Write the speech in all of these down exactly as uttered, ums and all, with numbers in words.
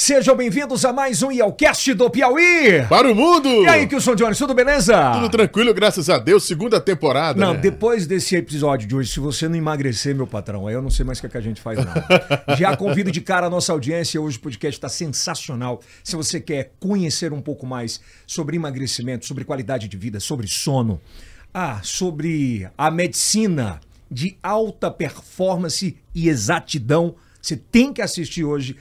Sejam bem-vindos a mais um IELCast do Piauí. Para o mundo! E aí, Kilson Jones, tudo beleza? Tudo tranquilo, graças a Deus. Segunda temporada, Não, né? depois desse episódio de hoje, se você não emagrecer, meu patrão, aí eu não sei mais o que, é que a gente faz, não. Já convido de cara a nossa audiência. Hoje o podcast está sensacional. Se você quer conhecer um pouco mais sobre emagrecimento, sobre qualidade de vida, sobre sono, ah, sobre a medicina de alta performance e exatidão, você tem que assistir hoje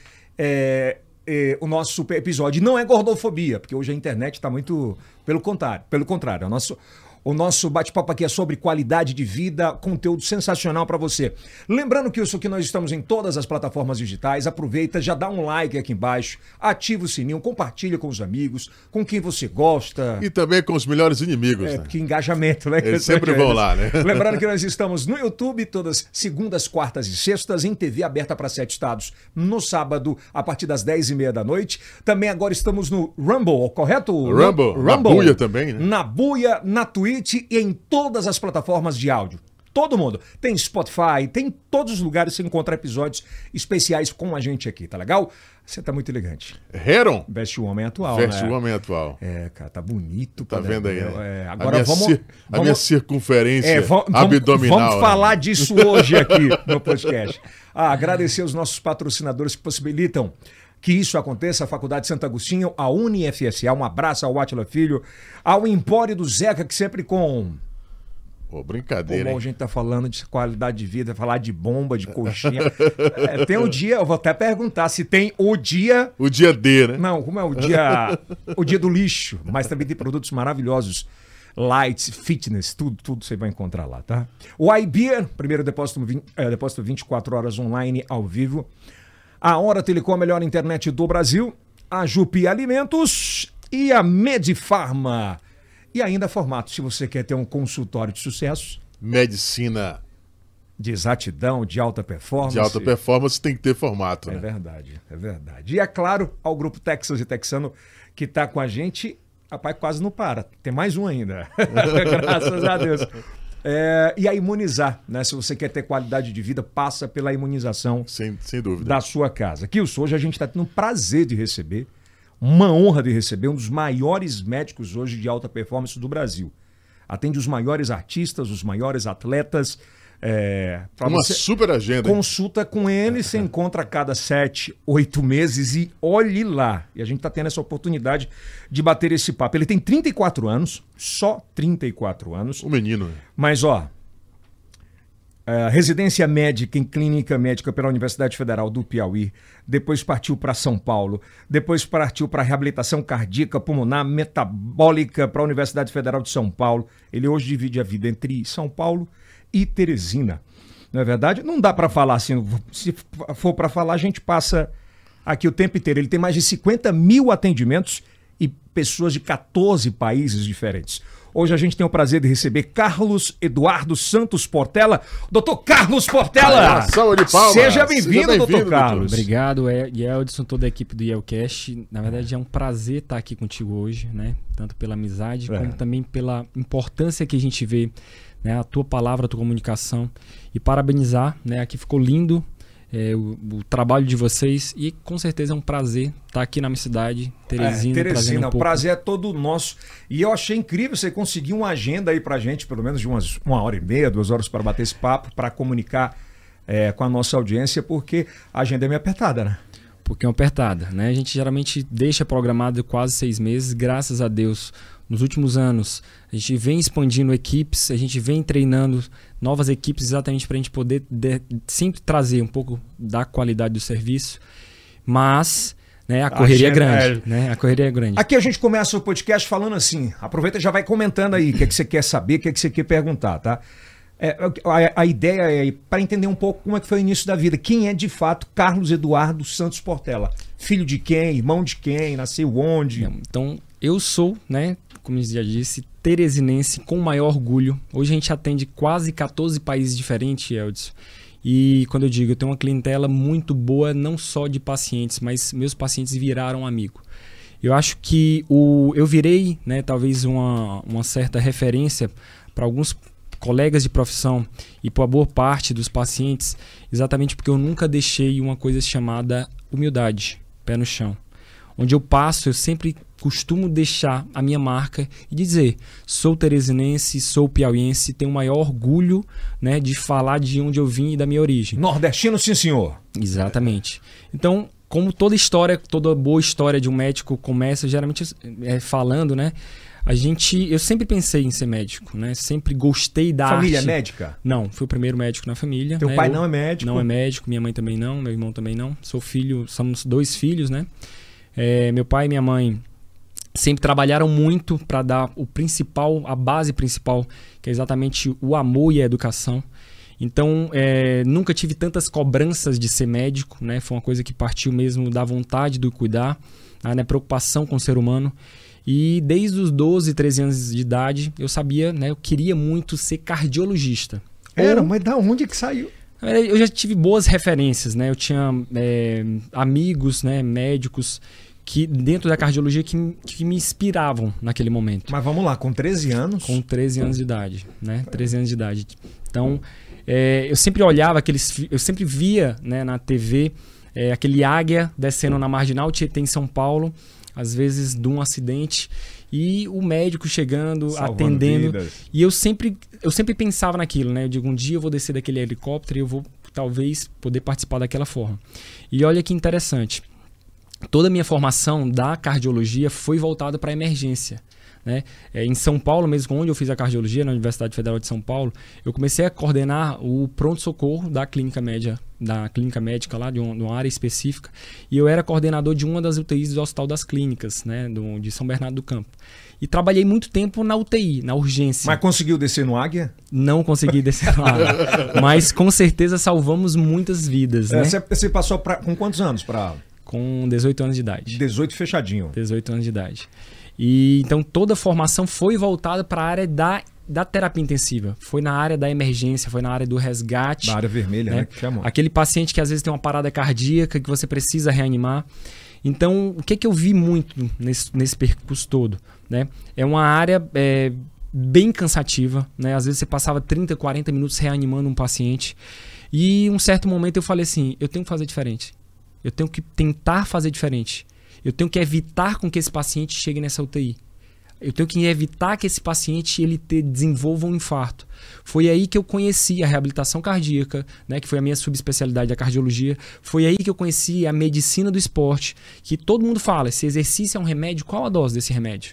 é, é, o nosso super episódio. Não é gordofobia, porque hoje a internet está muito... Pelo contrário, pelo contrário, o nosso... O nosso bate-papo aqui é sobre qualidade de vida, conteúdo sensacional para você. Lembrando que isso que nós estamos em todas as plataformas digitais, aproveita, já dá um like aqui embaixo, ativa o sininho, compartilha com os amigos, com quem você gosta. E também com os melhores inimigos, É, né? que engajamento, né? Eles sempre vão lá, né? Lembrando que nós estamos no YouTube todas segundas, quartas e sextas, em T V aberta para sete estados, no sábado, a partir das dez e meia da noite. Também agora estamos no Rumble, correto? Rumble, Rumble. na Buia também, né? Na Buia, na Twitch e em todas as plataformas de áudio. Todo mundo. Tem Spotify, tem todos os lugares que você encontra episódios especiais com a gente aqui, tá legal? Você tá muito elegante. Heron? Veste o homem atual, Veste né? o homem atual. É, cara, tá bonito. Tá cara. vendo aí, né? É, a agora minha vamos, cir- A vamos... minha circunferência É, vamos, abdominal. Vamos né? falar disso hoje aqui no podcast. Ah, agradecer os nossos patrocinadores que possibilitam que isso aconteça, a Faculdade Santo Agostinho, a Uni F S A, um abraço ao Átila Filho, ao Empório do Zeca, que sempre com... Pô, brincadeira, Como hein? a gente tá falando de qualidade de vida, falar de bomba, de coxinha. É, tem o dia, eu vou até perguntar se tem o dia... O dia D, né? Não, como é o dia, o dia do lixo, mas também tem produtos maravilhosos. Lights, fitness, tudo, tudo você vai encontrar lá, tá? O iBeer, primeiro depósito, é, depósito vinte e quatro horas online, ao vivo. A Hora Telecom, a melhor internet do Brasil. A Jupi Alimentos e a Medifarma. E ainda formato, se você quer ter um consultório de sucesso, Medicina de exatidão, de alta performance. de alta performance tem que ter formato, É né? verdade, é verdade. E é claro, ao Grupo Texas e Texano que está com a gente, rapaz, quase não para. Tem mais um ainda. Graças a Deus. É, e a imunizar, né? Se você quer ter qualidade de vida, passa pela imunização Sem, sem dúvida. da sua casa. Kilson, hoje a gente está tendo o prazer de receber, uma honra de receber um dos maiores médicos hoje de alta performance do Brasil. Atende os maiores artistas, os maiores atletas. É, pra Uma você... super agenda. hein? Consulta com ele, você encontra a cada sete, oito meses e olhe lá. E a gente está tendo essa oportunidade de bater esse papo. Ele tem trinta e quatro anos, só trinta e quatro anos. O menino. né? Mas, ó, é, residência médica em clínica médica pela Universidade Federal do Piauí, depois partiu para São Paulo, depois partiu para reabilitação cardíaca, pulmonar, metabólica para a Universidade Federal de São Paulo. Ele hoje divide a vida entre São Paulo e Teresina. Não é verdade? Não dá para falar assim, se for para falar, a gente passa aqui o tempo inteiro. Ele tem mais de cinquenta mil atendimentos e pessoas de quatorze países diferentes. Hoje a gente tem o prazer de receber Carlos Eduardo Santos Portela. doutor Carlos Portela! Ah, salve de palmas. Seja bem-vindo, Seja doutor bem-vindo, Carlos. doutor. Obrigado, Yeldson, toda a equipe do IELCast. Na verdade, é um prazer estar aqui contigo hoje, né? Tanto pela amizade, É. como também pela importância que a gente vê, né? A tua palavra, a tua comunicação. E parabenizar, né? Aqui ficou lindo é, o, o trabalho de vocês e com certeza é um prazer estar aqui na minha cidade, Teresina. É, Teresina, um o pouco. prazer é todo nosso. E eu achei incrível você conseguir uma agenda aí pra gente, pelo menos de umas uma hora e meia, duas horas para bater esse papo, para comunicar é, com a nossa audiência, porque a agenda é meio apertada, né? Um pouquinho apertada, né? A gente geralmente deixa programado quase seis meses, graças a Deus. Nos últimos anos, a gente vem expandindo equipes, a gente vem treinando novas equipes exatamente para a gente poder de, sempre trazer um pouco da qualidade do serviço, mas né, a correria é grande, né? A correria é grande. Aqui a gente começa o podcast falando assim, aproveita e já vai comentando aí o que, é que você quer saber, o que, é que você quer perguntar, tá? É, a, a ideia é para entender um pouco como é que foi o início da vida. Quem é de fato Carlos Eduardo Santos Portela? Filho de quem? Irmão de quem? Nasceu onde? Então, eu sou, né, como eu já disse, teresinense com maior orgulho. Hoje a gente atende quase quatorze países diferentes, Yeldson. E quando eu digo, eu tenho uma clientela muito boa, não só de pacientes, mas meus pacientes viraram amigo. Eu acho que o, eu virei, né, talvez uma, uma certa referência para alguns colegas de profissão e para boa parte dos pacientes, exatamente porque eu nunca deixei uma coisa chamada humildade. pé no chão. Onde eu passo, eu sempre costumo deixar a minha marca e dizer, sou teresinense, sou piauiense, tenho o maior orgulho, né, de falar de onde eu vim e da minha origem. Nordestino, sim, senhor. Exatamente. Então, como toda história, toda boa história de um médico começa geralmente é, falando, né? A gente, eu sempre pensei em ser médico, né? Sempre gostei da Família arte. médica? Não, fui o primeiro médico na família. Teu né? pai eu, não é médico? Não é médico, minha mãe também não, meu irmão também não. Sou filho, somos dois filhos, né? É, meu pai e minha mãe sempre trabalharam muito para dar o principal, a base principal, que é exatamente o amor e a educação. Então, é, nunca tive tantas cobranças de ser médico, né? Foi uma coisa que partiu mesmo da vontade do cuidar, né? Preocupação com o ser humano. E desde os doze, treze anos de idade, eu sabia, né? Eu queria muito ser cardiologista. Era, Ou, mas da onde que saiu? eu já tive boas referências, né? Eu tinha é, amigos, né? Médicos que dentro da cardiologia que, que me inspiravam naquele momento. Mas vamos lá, com treze anos? Com treze anos de idade, né? treze anos de idade. Então, é, eu sempre olhava aqueles... Eu sempre via, né, na T V é, aquele águia descendo na Marginal Tietê em São Paulo, às vezes de um acidente, e o médico chegando, salvando atendendo. vidas. E eu sempre, eu sempre pensava naquilo, né? Eu digo, um dia eu vou descer daquele helicóptero e eu vou, talvez, poder participar daquela forma. E olha que interessante. Toda a minha formação da cardiologia foi voltada para a emergência. Né? É, em São Paulo, mesmo onde eu fiz a cardiologia, na Universidade Federal de São Paulo, eu comecei a coordenar o pronto-socorro da clínica média, da clínica médica lá, de, um, de uma área específica, e eu era coordenador de uma das U T Is do Hospital das Clínicas, né? do, de São Bernardo do Campo. E trabalhei muito tempo na U T I, na urgência. Mas conseguiu descer no águia? Não consegui descer lá, mas com certeza salvamos muitas vidas. É, né? você, você passou pra, com quantos anos para... Com dezoito anos de idade. dezoito fechadinho. dezoito anos de idade. E então toda a formação foi voltada para a área da, da terapia intensiva. Foi na área da emergência, foi na área do resgate. Da área vermelha, né? né? Que chamam. Aquele paciente que às vezes tem uma parada cardíaca que você precisa reanimar. Então, o que, que eu vi muito nesse, nesse percurso todo? Né? É uma área é, bem cansativa. Né? Às vezes você passava trinta, quarenta minutos reanimando um paciente. E um certo momento eu falei assim, eu tenho que fazer diferente. Eu tenho que tentar fazer diferente. Eu tenho que evitar com que esse paciente chegue nessa U T I. Eu tenho que evitar que esse paciente ele te, desenvolva um infarto. Foi aí que eu conheci a reabilitação cardíaca, né, que foi a minha subespecialidade da cardiologia. Foi aí que eu conheci a medicina do esporte, que todo mundo fala, se exercício é um remédio, qual a dose desse remédio?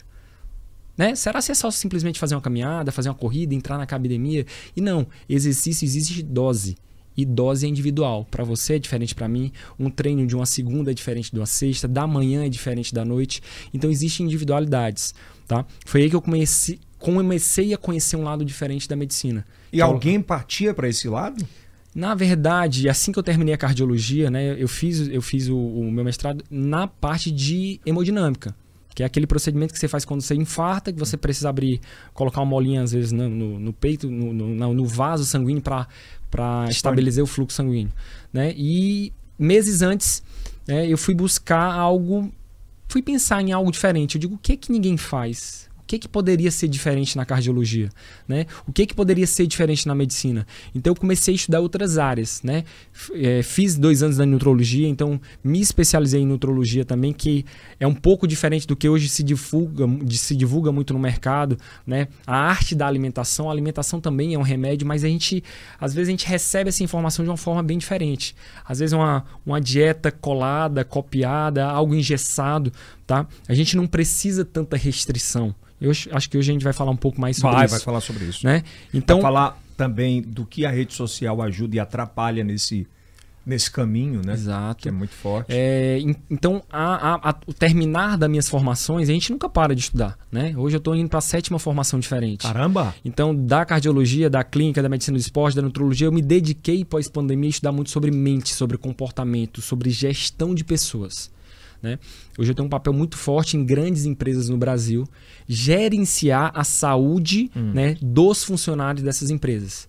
Né? Será que é só simplesmente fazer uma caminhada, fazer uma corrida, entrar na academia? E não, exercício existe dose. E dose é individual. Para você é diferente para mim. Um treino de uma segunda é diferente de uma sexta. Da manhã é diferente da noite. Então existem individualidades. Tá? Foi aí que eu comecei, comecei a conhecer um lado diferente da medicina. E então, alguém partia para esse lado? Na verdade, assim que eu terminei a cardiologia, né, eu fiz, eu fiz o, o meu mestrado na parte de hemodinâmica. Que é aquele procedimento que você faz quando você infarta, que você precisa abrir, colocar uma molinha às vezes no, no, no peito, no, no, no vaso sanguíneo para estabelecer o fluxo sanguíneo. Né? E meses antes, né, eu fui buscar algo, fui pensar em algo diferente. Eu digo, o que que ninguém faz? O que que poderia ser diferente na cardiologia? Né? O que que poderia ser diferente na medicina? Então eu comecei a estudar outras áreas. Né? É, fiz dois anos da nutrologia, então me especializei em nutrologia também, que é um pouco diferente do que hoje se divulga, se divulga muito no mercado. Né? A arte da alimentação, a alimentação também é um remédio, mas a gente, às vezes a gente recebe essa informação de uma forma bem diferente. Às vezes uma, uma dieta colada, copiada, algo engessado. Tá? A gente não precisa tanta restrição. Eu acho que hoje a gente vai falar um pouco mais sobre vai, isso. Vai falar sobre isso. Né? Então, vai falar também do que a rede social ajuda e atrapalha nesse, nesse caminho, né? Exato. Que é muito forte. É, então, a, a, a, o terminar das minhas formações, a gente nunca para de estudar. Né? Hoje eu estou indo para a sétima formação diferente. Caramba! Então, da cardiologia, da clínica, da medicina do esporte, da nutrologia, eu me dediquei pós-pandemia a estudar muito sobre mente, sobre comportamento, sobre gestão de pessoas. Né? Hoje eu tenho um papel muito forte em grandes empresas no Brasil, gerenciar a saúde hum. né, dos funcionários dessas empresas.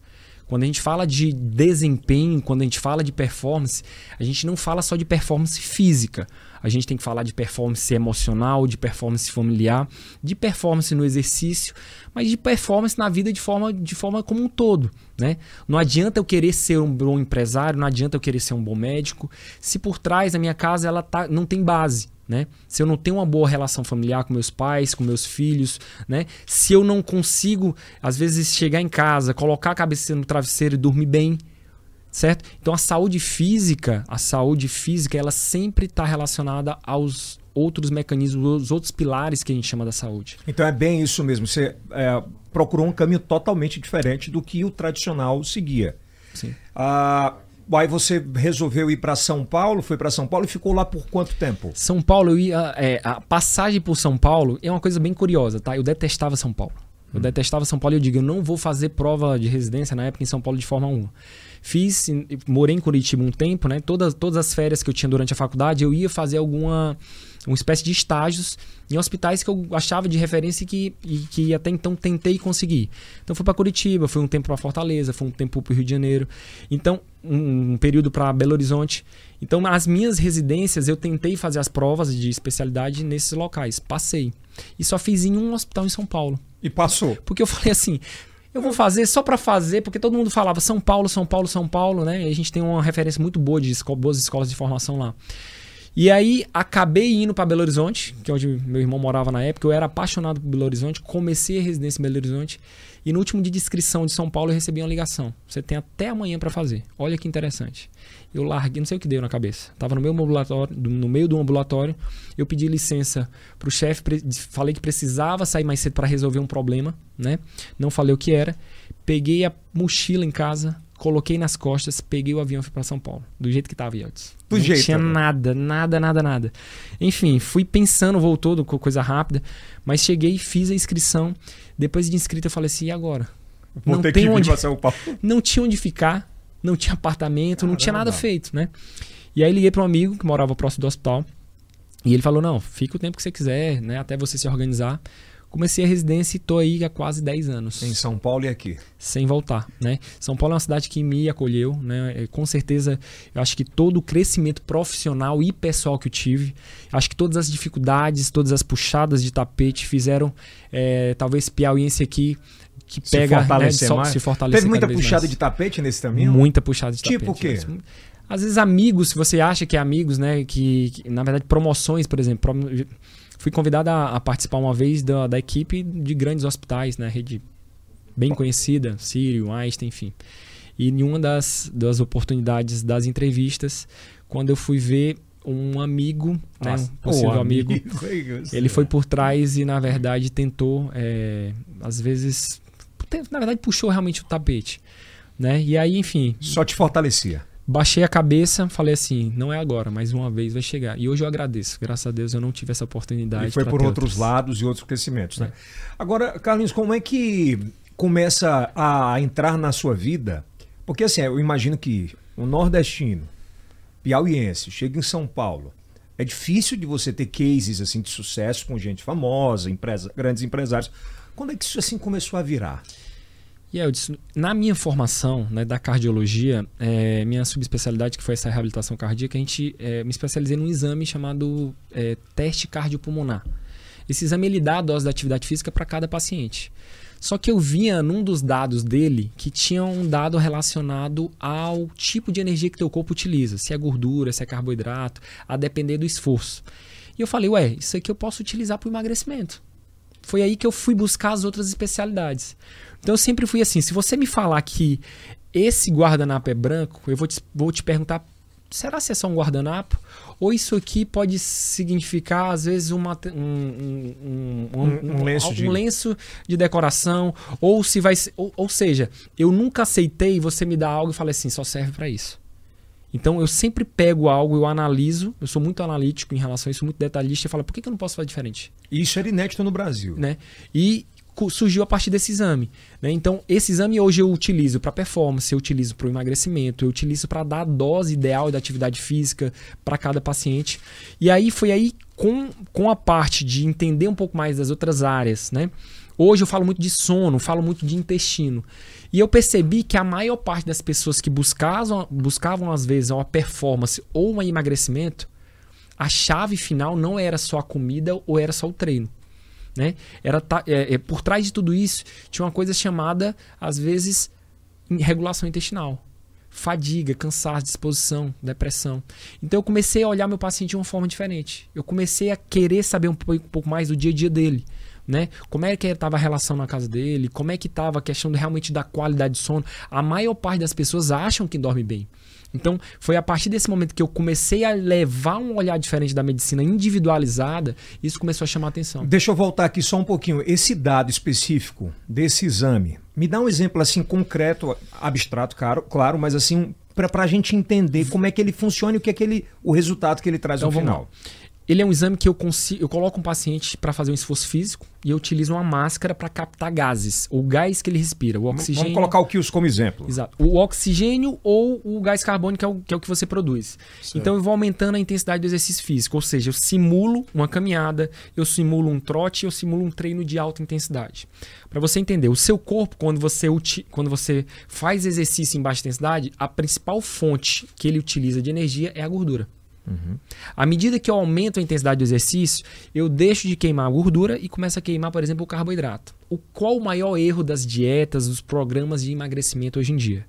Quando a gente fala de desempenho, quando a gente fala de performance, a gente não fala só de performance física. A gente tem que falar de performance emocional, de performance familiar, de performance no exercício, mas de performance na vida de forma, de forma como um todo, né? Não adianta eu querer ser um bom empresário, não adianta eu querer ser um bom médico, se por trás da minha casa ela tá, não tem base. Né? Se eu não tenho uma boa relação familiar com meus pais, com meus filhos, né? Se eu não consigo, às vezes, chegar em casa, colocar a cabeça no travesseiro e dormir bem, certo? Então a saúde física, a saúde física, ela sempre está relacionada aos outros mecanismos, aos outros pilares que a gente chama da saúde. Então é bem isso mesmo. Você é, procurou um caminho totalmente diferente do que o tradicional seguia. Sim. Ah, aí você resolveu ir para São Paulo, foi para São Paulo e ficou lá por quanto tempo? São Paulo, eu ia, é, a passagem por São Paulo é uma coisa bem curiosa, tá? Eu detestava São Paulo. Eu hum. detestava São Paulo e eu digo, eu não vou fazer prova de residência na época em São Paulo de Fórmula um. Fiz, morei em Curitiba um tempo, né? Todas, todas as férias que eu tinha durante a faculdade, eu ia fazer alguma uma espécie de estágios em hospitais que eu achava de referência e que, e que até então tentei conseguir. Então fui para Curitiba, fui um tempo para Fortaleza, fui um tempo para o Rio de Janeiro. Então, um, um período para Belo Horizonte. Então, as minhas residências, eu tentei fazer as provas de especialidade nesses locais. Passei. E só fiz em um hospital em São Paulo. E passou? Porque eu falei assim, eu vou fazer só para fazer, porque todo mundo falava São Paulo, São Paulo, São Paulo, né? E a gente tem uma referência muito boa de esco- boas escolas de formação lá. E aí, acabei indo para Belo Horizonte, que é onde meu irmão morava na época. Eu era apaixonado por Belo Horizonte, comecei a residência em Belo Horizonte. E no último dia de inscrição de São Paulo, eu recebi uma ligação. Você tem até amanhã para fazer. Olha que interessante. Eu larguei, não sei o que deu na cabeça. Estava no, no meio do ambulatório. Eu pedi licença para o chefe, falei que precisava sair mais cedo para resolver um problema, né? Não falei o que era. Peguei a mochila em casa, coloquei nas costas, peguei o avião e fui para São Paulo. Do jeito que estava, Yeltsin. Do Não jeito, tinha né? nada, nada, nada, nada. Enfim, fui pensando, voltou, coisa rápida. Mas cheguei, fiz a inscrição. Depois de inscrito, eu falei assim, e agora? Vou não ter tem que vir onde, pra São Paulo. não tinha onde ficar, não tinha apartamento, Caramba. não tinha nada feito, né? E aí liguei para um amigo que morava próximo do hospital. E ele falou, não, fica o tempo que você quiser, né? Até você se organizar. Comecei a residência e tô aí há quase dez anos. Em São Paulo e aqui. Sem voltar, né? São Paulo é uma cidade que me acolheu, né? Com certeza, eu acho que todo o crescimento profissional e pessoal que eu tive, acho que todas as dificuldades, todas as puxadas de tapete fizeram, é, talvez piauiense aqui, que Se pega, né, fortalecer so- mais. se fortalecer Teve muita cada vez puxada mais. de tapete nesse caminho? Muita puxada de Tipo tapete. o quê? Às vezes amigos, se você acha que é amigos, né? Que, que na verdade promoções, por exemplo. Prom... Fui convidado a, a participar uma vez da, da equipe de grandes hospitais, né? Rede bem conhecida, Sírio, Einstein, enfim. E em uma das, das oportunidades das entrevistas, quando eu fui ver um amigo, né, um possível Pô, amigo, amigo, ele foi por trás e na verdade tentou, é, às vezes, na verdade puxou realmente o tapete, né? E aí, enfim, Só te fortalecia. baixei a cabeça, falei assim, não é agora, mas uma vez vai chegar. E hoje eu agradeço, graças a Deus eu não tive essa oportunidade. E foi pra por ter outros outras. lados e outros crescimentos, né? Agora, Carlinhos, como é que começa a entrar na sua vida? Porque assim, eu imagino que um nordestino, piauiense, chega em São Paulo, é difícil de você ter cases assim de sucesso com gente famosa, empresa, grandes empresários. Quando é que isso assim começou a virar? E aí eu disse, na minha formação, né, da cardiologia, é, minha subespecialidade, que foi essa reabilitação cardíaca, a gente é, me especializei num exame chamado é, teste cardiopulmonar. Esse exame ele dá a dose da atividade física para cada paciente. Só que eu via num dos dados dele que tinha um dado relacionado ao tipo de energia que teu corpo utiliza, se é gordura, se é carboidrato, a depender do esforço. E eu falei, ué, isso aqui eu posso utilizar para o emagrecimento. Foi aí que eu fui buscar as outras especialidades. Então eu sempre fui assim, se você me falar que esse guardanapo é branco, eu vou te, vou te perguntar, será se é só um guardanapo? Ou isso aqui pode significar, às vezes, uma, um, um, um, Um- um lenço um de- lenço de decoração, ou se vai ser- ou, ou seja, eu nunca aceitei você me dar algo e falei assim, só serve para isso. Então eu sempre pego algo, eu analiso, eu sou muito analítico em relação a isso, muito detalhista, e falo, por que que eu não posso fazer diferente? E isso era inédito no Brasil. Né? E cu- surgiu a partir desse exame, né? Então esse exame hoje eu utilizo para performance, eu utilizo para o emagrecimento, eu utilizo para dar a dose ideal da atividade física para cada paciente. E aí foi aí com, com a parte de entender um pouco mais das outras áreas, né? Hoje eu falo muito de sono, falo muito de intestino. E eu percebi que a maior parte das pessoas que buscavam, buscavam às vezes, uma performance ou um emagrecimento, a chave final não era só a comida ou era só o treino. Né? Era, é, é, por trás de tudo isso, tinha uma coisa chamada, às vezes, regulação intestinal. Fadiga, cansaço, disposição, depressão. Então eu comecei a olhar meu paciente de uma forma diferente. Eu comecei a querer saber um pouco, um pouco mais do dia a dia dele. Né? Como é que estava a relação na casa dele, como é que estava a questão de, realmente da qualidade de sono. A maior parte das pessoas acham que dorme bem. Então, foi a partir desse momento que eu comecei a levar um olhar diferente da medicina individualizada, isso começou a chamar a atenção. Deixa eu voltar aqui só um pouquinho. Esse dado específico desse exame, me dá um exemplo assim concreto, abstrato, claro, claro mas assim, para a gente entender como é que ele funciona e o que é que ele, o resultado que ele traz então, no final. Lá. Ele é um exame que eu consigo, eu coloco um paciente para fazer um esforço físico e eu utilizo uma máscara para captar gases, o gás que ele respira, o oxigênio. Vamos colocar o Kills como exemplo. Exato. O oxigênio ou o gás carbônico, que é o que, é o que você produz. Certo. Então eu vou aumentando a intensidade do exercício físico, ou seja, eu simulo uma caminhada, eu simulo um trote, eu simulo um treino de alta intensidade. Para você entender, o seu corpo, quando você, quando você faz exercício em baixa intensidade, a principal fonte que ele utiliza de energia é a gordura. Uhum. À medida que eu aumento a intensidade do exercício, eu deixo de queimar a gordura e começo a queimar, por exemplo, o carboidrato. O, qual o maior erro das dietas, dos programas de emagrecimento hoje em dia?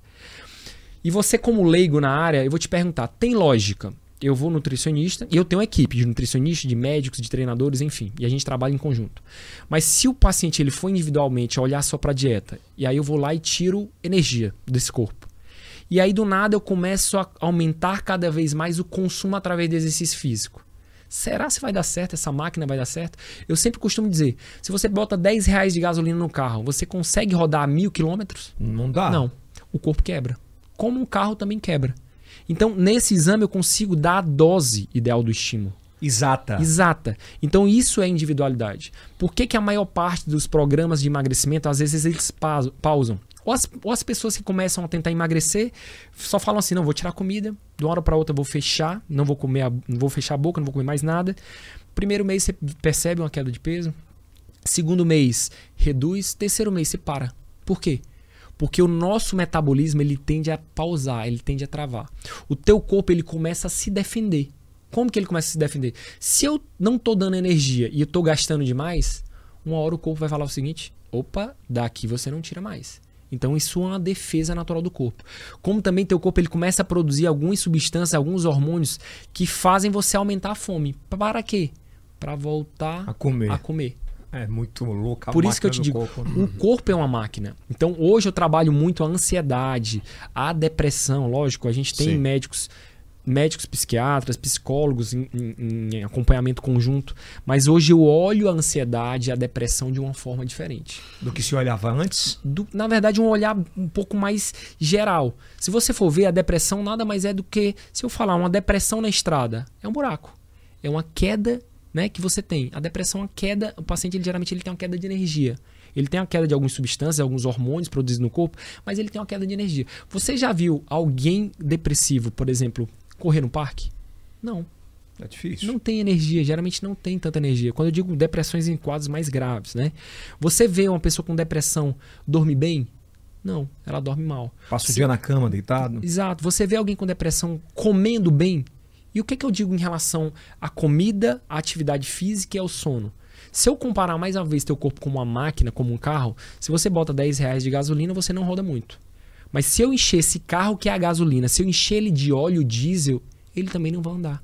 E você, como leigo na área, eu vou te perguntar, tem lógica? Eu vou nutricionista e eu tenho uma equipe de nutricionistas, de médicos, de treinadores, enfim, e a gente trabalha em conjunto. Mas se o paciente ele for individualmente a olhar só para a dieta, e aí eu vou lá e tiro energia desse corpo, e aí, do nada, eu começo a aumentar cada vez mais o consumo através do exercício físico. Será se vai dar certo? Essa máquina vai dar certo? Eu sempre costumo dizer, se você bota dez reais de gasolina no carro, você consegue rodar mil quilômetros? Não dá. Não. O corpo quebra. Como um carro também quebra. Então, nesse exame, eu consigo dar a dose ideal do estímulo. Exata. Exata. Então, isso é individualidade. Por que que a maior parte dos programas de emagrecimento, às vezes, eles pausam? Ou as, ou as pessoas que começam a tentar emagrecer só falam assim, não, vou tirar comida, de uma hora para outra vou fechar, não vou comer, a, não vou fechar a boca, não vou comer mais nada. Primeiro mês você percebe uma queda de peso, segundo mês reduz, terceiro mês você para. Por quê? Porque o nosso metabolismo ele tende a pausar, ele tende a travar. O teu corpo ele começa a se defender. Como que ele começa a se defender? Se eu não estou dando energia e eu estou gastando demais, uma hora o corpo vai falar o seguinte, opa, daqui você não tira mais. Então isso é uma defesa natural do corpo. Como também teu corpo ele começa a produzir algumas substâncias, alguns hormônios que fazem você aumentar a fome. Para quê? Para voltar a comer. A comer. É muito louco. Por isso que eu te digo, corpo. O corpo é uma máquina. Então hoje eu trabalho muito a ansiedade, a depressão. Lógico, a gente tem Sim. médicos... médicos, psiquiatras, psicólogos em, em, em acompanhamento conjunto, mas hoje eu olho a ansiedade e a depressão de uma forma diferente. Do que se olhava antes? Do, na verdade, um olhar um pouco mais geral. Se você for ver, a depressão nada mais é do que, se eu falar uma depressão na estrada, é um buraco. É uma queda, né, que você tem. A depressão é uma queda, o paciente ele, geralmente ele tem uma queda de energia. Ele tem uma queda de algumas substâncias, alguns hormônios produzidos no corpo, mas ele tem uma queda de energia. Você já viu alguém depressivo, por exemplo, correr no parque? Não. É difícil. Não tem energia, geralmente não tem tanta energia. Quando eu digo depressões em quadros mais graves, né? Você vê uma pessoa com depressão dorme bem? Não, ela dorme mal. Passa o Você... dia na cama, deitado? Exato. Você vê alguém com depressão comendo bem? E o que, que eu digo em relação à comida, à atividade física e ao sono? Se eu comparar mais uma vez teu corpo como uma máquina, como um carro, se você bota dez reais de gasolina, você não roda muito. Mas se eu encher esse carro que é a gasolina, se eu encher ele de óleo diesel, ele também não vai andar.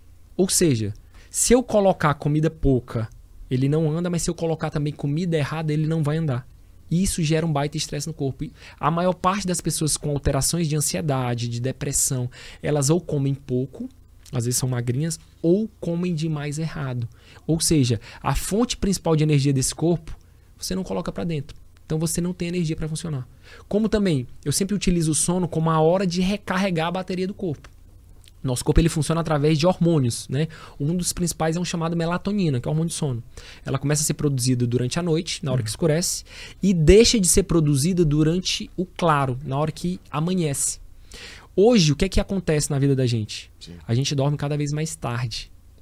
Ou seja, se eu colocar comida pouca, ele não anda, mas se eu colocar também comida errada, ele não vai andar. E isso gera um baita estresse no corpo. E a maior parte das pessoas com alterações de ansiedade, de depressão, elas ou comem pouco, às vezes são magrinhas, ou comem demais errado. Ou seja, a fonte principal de energia desse corpo, você não coloca para dentro. Então você não tem energia para funcionar. Como também, eu sempre utilizo o sono como a hora de recarregar a bateria do corpo. Nosso corpo ele funciona através de hormônios, né? Um dos principais é um chamado melatonina, que é o hormônio de sono. Ela começa a ser produzida durante a noite, na hora que escurece, e deixa de ser produzida durante o claro, na hora que amanhece. Hoje, o que é que acontece na vida da gente? Sim. A gente dorme cada vez mais tarde.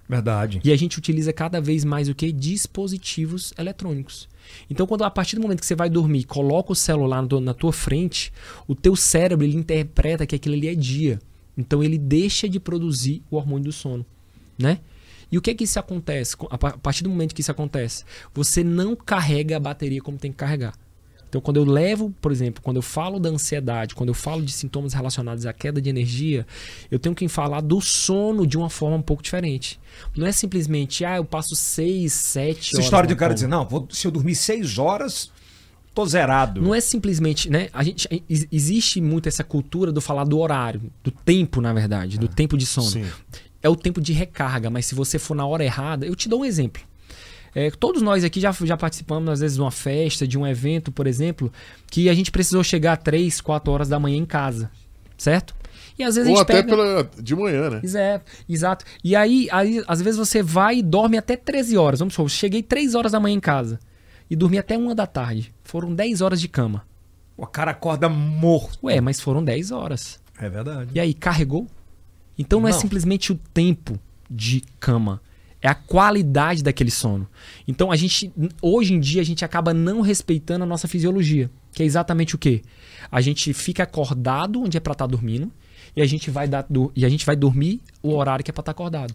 Verdade. E a gente utiliza cada vez mais o que? Dispositivos eletrônicos. Então, quando a partir do momento que você vai dormir, coloca o celular no- na tua frente, o teu cérebro ele interpreta que aquilo ali é dia. Então, ele deixa de produzir o hormônio do sono, né? E o que é que isso acontece? A pa- a partir do momento que isso acontece, você não carrega a bateria como tem que carregar. Então, quando eu levo, por exemplo, quando eu falo da ansiedade, quando eu falo de sintomas relacionados à queda de energia, eu tenho que falar do sono de uma forma um pouco diferente. Não é simplesmente, ah, eu passo seis, sete Essa horas. história de na o cara cama. dizer, não, vou- se eu dormir seis horas, tô zerado. Não é simplesmente, né? A gente, ex- existe muito essa cultura do falar do horário, do tempo, na verdade, do tempo de sono. Sim. É o tempo de recarga, mas se você for na hora errada, eu te dou um exemplo. É, todos nós aqui já, já participamos, às vezes, de uma festa, de um evento, por exemplo, que a gente precisou chegar às três, quatro horas da manhã em casa, certo? E às vezes Ou a gente até pega... pela, de manhã, né? É, exato. E aí, aí, às vezes você vai e dorme até treze horas. Vamos supor, eu cheguei três horas da manhã em casa e dormi até uma da tarde. Foram dez horas de cama. O cara acorda morto. Ué, mas foram dez horas. É verdade. E aí, carregou? Então não, Não. é simplesmente o tempo de cama. É a qualidade daquele sono. Então a gente, hoje em dia, a gente acaba não respeitando a nossa fisiologia. Que é exatamente o quê? A gente fica acordado onde é pra estar dormindo e a gente vai, dar, do- e a gente vai dormir o horário que é pra estar acordado.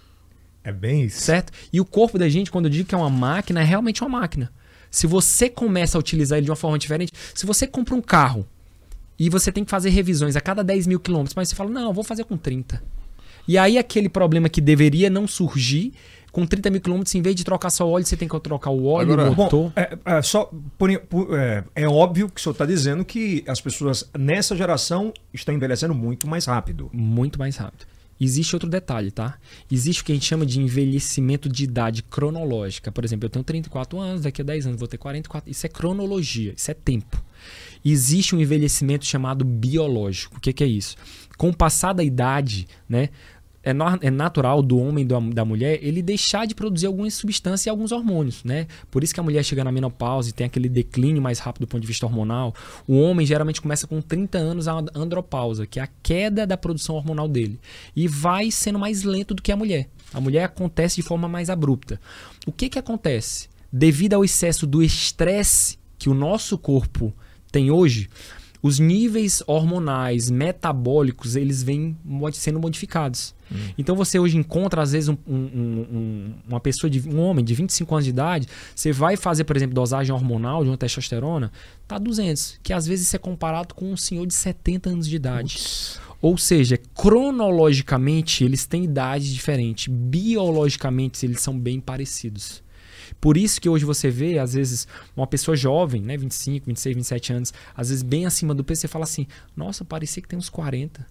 É bem isso. Certo? E o corpo da gente, quando eu digo que é uma máquina, é realmente uma máquina. Se você começa a utilizar ele de uma forma diferente, se você compra um carro e você tem que fazer revisões a cada dez mil quilômetros, mas você fala, não, eu vou fazer com trinta. E aí aquele problema que deveria não surgir, com trinta mil quilômetros, em vez de trocar só o óleo, você tem que trocar o óleo, Agora- o motor. Bom, é, é, só, por- por- é, é óbvio que o senhor está dizendo que as pessoas nessa geração estão envelhecendo muito mais rápido. Muito mais rápido. Existe outro detalhe, tá? Existe o que a gente chama de envelhecimento de idade cronológica. Por exemplo, eu tenho trinta e quatro anos, daqui a dez anos vou ter quarenta e quatro. Isso é cronologia, isso é tempo. Existe um envelhecimento chamado biológico. O que, que é isso? Com o passar da idade, né? É, no- é natural do homem e da, da mulher ele deixar de produzir algumas substâncias e alguns hormônios, né? Por isso que a mulher chega na menopausa e tem aquele declínio mais rápido do ponto de vista hormonal. O homem geralmente começa com trinta anos a andropausa, que é a queda da produção hormonal dele. E vai sendo mais lento do que a mulher. A mulher acontece de forma mais abrupta. O que que acontece? Devido ao excesso do estresse que o nosso corpo tem hoje, os níveis hormonais, metabólicos, eles vêm mod- sendo modificados. Hum. Então você hoje encontra, às vezes, um, um, um, uma pessoa, de, um homem de vinte e cinco anos de idade, você vai fazer, por exemplo, dosagem hormonal de uma testosterona, tá duzentos, que às vezes isso é comparado com um senhor de setenta anos de idade. Uts. Ou seja, cronologicamente eles têm idades diferentes, biologicamente eles são bem parecidos. Por isso que hoje você vê, às vezes, uma pessoa jovem, né, vinte e cinco, vinte e seis, vinte e sete anos, às vezes bem acima do peso, você fala assim, nossa, parecia que tem uns quarenta.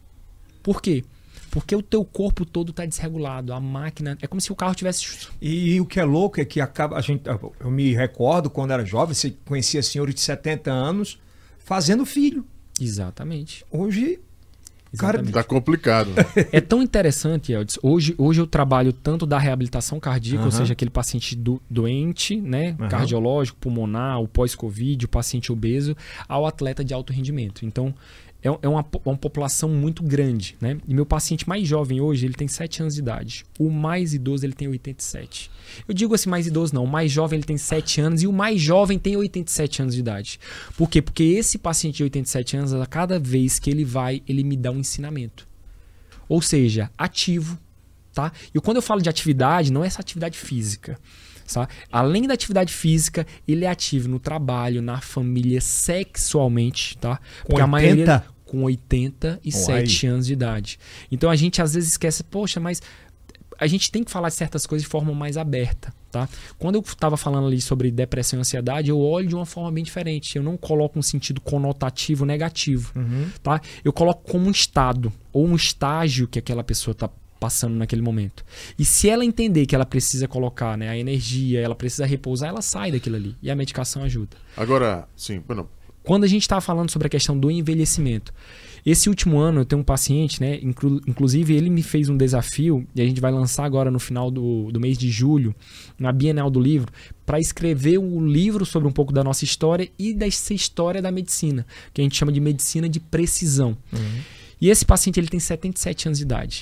Por quê? Porque o teu corpo todo está desregulado, a máquina, é como se o carro tivesse... E, e o que é louco é que acaba, a gente, eu me recordo quando era jovem, você conhecia senhores de setenta anos fazendo filho. Exatamente. Hoje... Exatamente. Tá complicado. Né? É tão interessante, Eldis. Hoje, hoje eu trabalho tanto da reabilitação cardíaca, uhum. ou seja, aquele paciente do, doente, né, uhum. cardiológico, pulmonar, o pós-Covid, o paciente obeso, ao atleta de alto rendimento. Então, é, é uma, uma população muito grande, né? E meu paciente mais jovem hoje, ele tem sete anos de idade. O mais idoso, ele tem oitenta e sete. Eu digo assim, mais idoso não. O mais jovem, ele tem sete anos e o mais jovem tem oitenta e sete anos de idade. Por quê? Porque esse paciente de oitenta e sete anos, a cada vez que ele vai, ele me dá um ensinamento. Ou seja, ativo, tá? E quando eu falo de atividade, não é essa atividade física. Tá? Além da atividade física, ele é ativo no trabalho, na família, sexualmente, tá? Porque oitenta? a maioria com oitenta e sete anos de idade. Então a gente às vezes esquece, poxa, mas a gente tem que falar de certas coisas de forma mais aberta, tá? Quando eu estava falando ali sobre depressão e ansiedade, eu olho de uma forma bem diferente. Eu não coloco um sentido conotativo negativo, uhum. tá? Eu coloco como um estado ou um estágio que aquela pessoa está passando naquele momento. E se ela entender que ela precisa colocar, né, a energia, ela precisa repousar, ela sai daquilo ali. E a medicação ajuda. Agora, sim, não. Quando a gente está falando sobre a questão do envelhecimento, esse último ano eu tenho um paciente, né, inclu inclusive ele me fez um desafio, e a gente vai lançar agora no final do, do mês de julho, na Bienal do Livro, para escrever um livro sobre um pouco da nossa história e dessa história da medicina, que a gente chama de medicina de precisão. Uhum. E esse paciente ele tem setenta e sete anos de idade.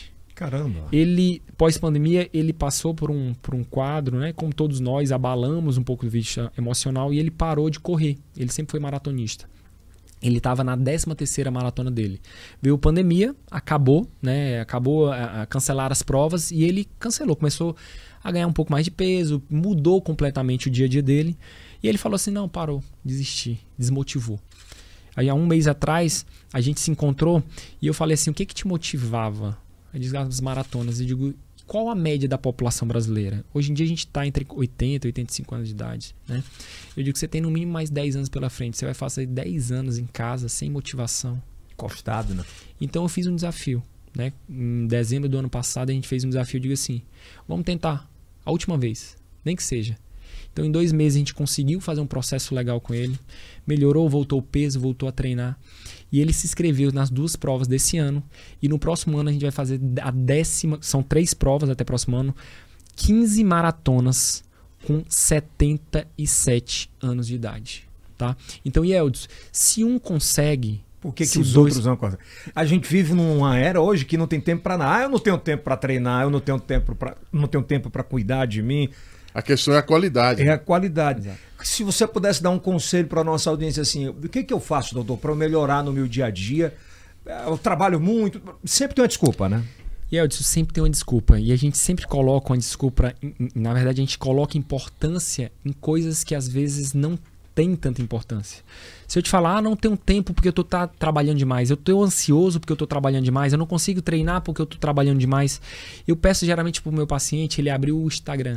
Caramba. Ele, pós-pandemia, ele passou por um, por um quadro, né? Como todos nós, abalamos um pouco do vício emocional e ele parou de correr. Ele sempre foi maratonista. Ele estava na décima terceira maratona dele. Veio a pandemia, acabou, né? Acabou, a, a cancelar as provas e ele cancelou. Começou a ganhar um pouco mais de peso, mudou completamente o dia a dia dele. E ele falou assim, não, parou, desisti, desmotivou. Aí há um mês atrás, a gente se encontrou e eu falei assim, o que que te motivava? Eu disse, as maratonas. Eu digo, qual a média da população brasileira? Hoje em dia a gente está entre oitenta e oitenta e cinco anos de idade, né? Eu digo que você tem no mínimo mais dez anos pela frente. Você vai fazer dez anos em casa, sem motivação. Encostado, né? Então eu fiz um desafio, né? Em dezembro do ano passado a gente fez um desafio, eu digo assim, vamos tentar, a última vez, nem que seja. Então em dois meses a gente conseguiu fazer um processo legal com ele, melhorou, voltou o peso, voltou a treinar. E ele se inscreveu nas duas provas desse ano. E no próximo ano a gente vai fazer a décima, são três provas até o próximo ano, quinze maratonas com setenta e sete anos de idade. Tá? Então, Yeldis, se um consegue... Por que, que se os dois... outros não conseguem? A gente vive numa era hoje que não tem tempo para nada. Ah, eu não tenho tempo para treinar, eu não tenho tempo para não tenho tempo para cuidar de mim. A questão é a qualidade. É a qualidade. Exato. Se você pudesse dar um conselho para a nossa audiência assim, o que, que eu faço, doutor, para eu melhorar no meu dia a dia? Eu trabalho muito, sempre tem uma desculpa, né? E Yeldis, sempre tem uma desculpa. E a gente sempre coloca uma desculpa, em, em, na verdade a gente coloca importância em coisas que às vezes não tem tanta importância. Se eu te falar, ah, não tenho tempo porque eu estou tá, trabalhando demais, eu estou ansioso porque eu estou trabalhando demais, eu não consigo treinar porque eu estou trabalhando demais, eu peço geralmente para o meu paciente ele abrir o Instagram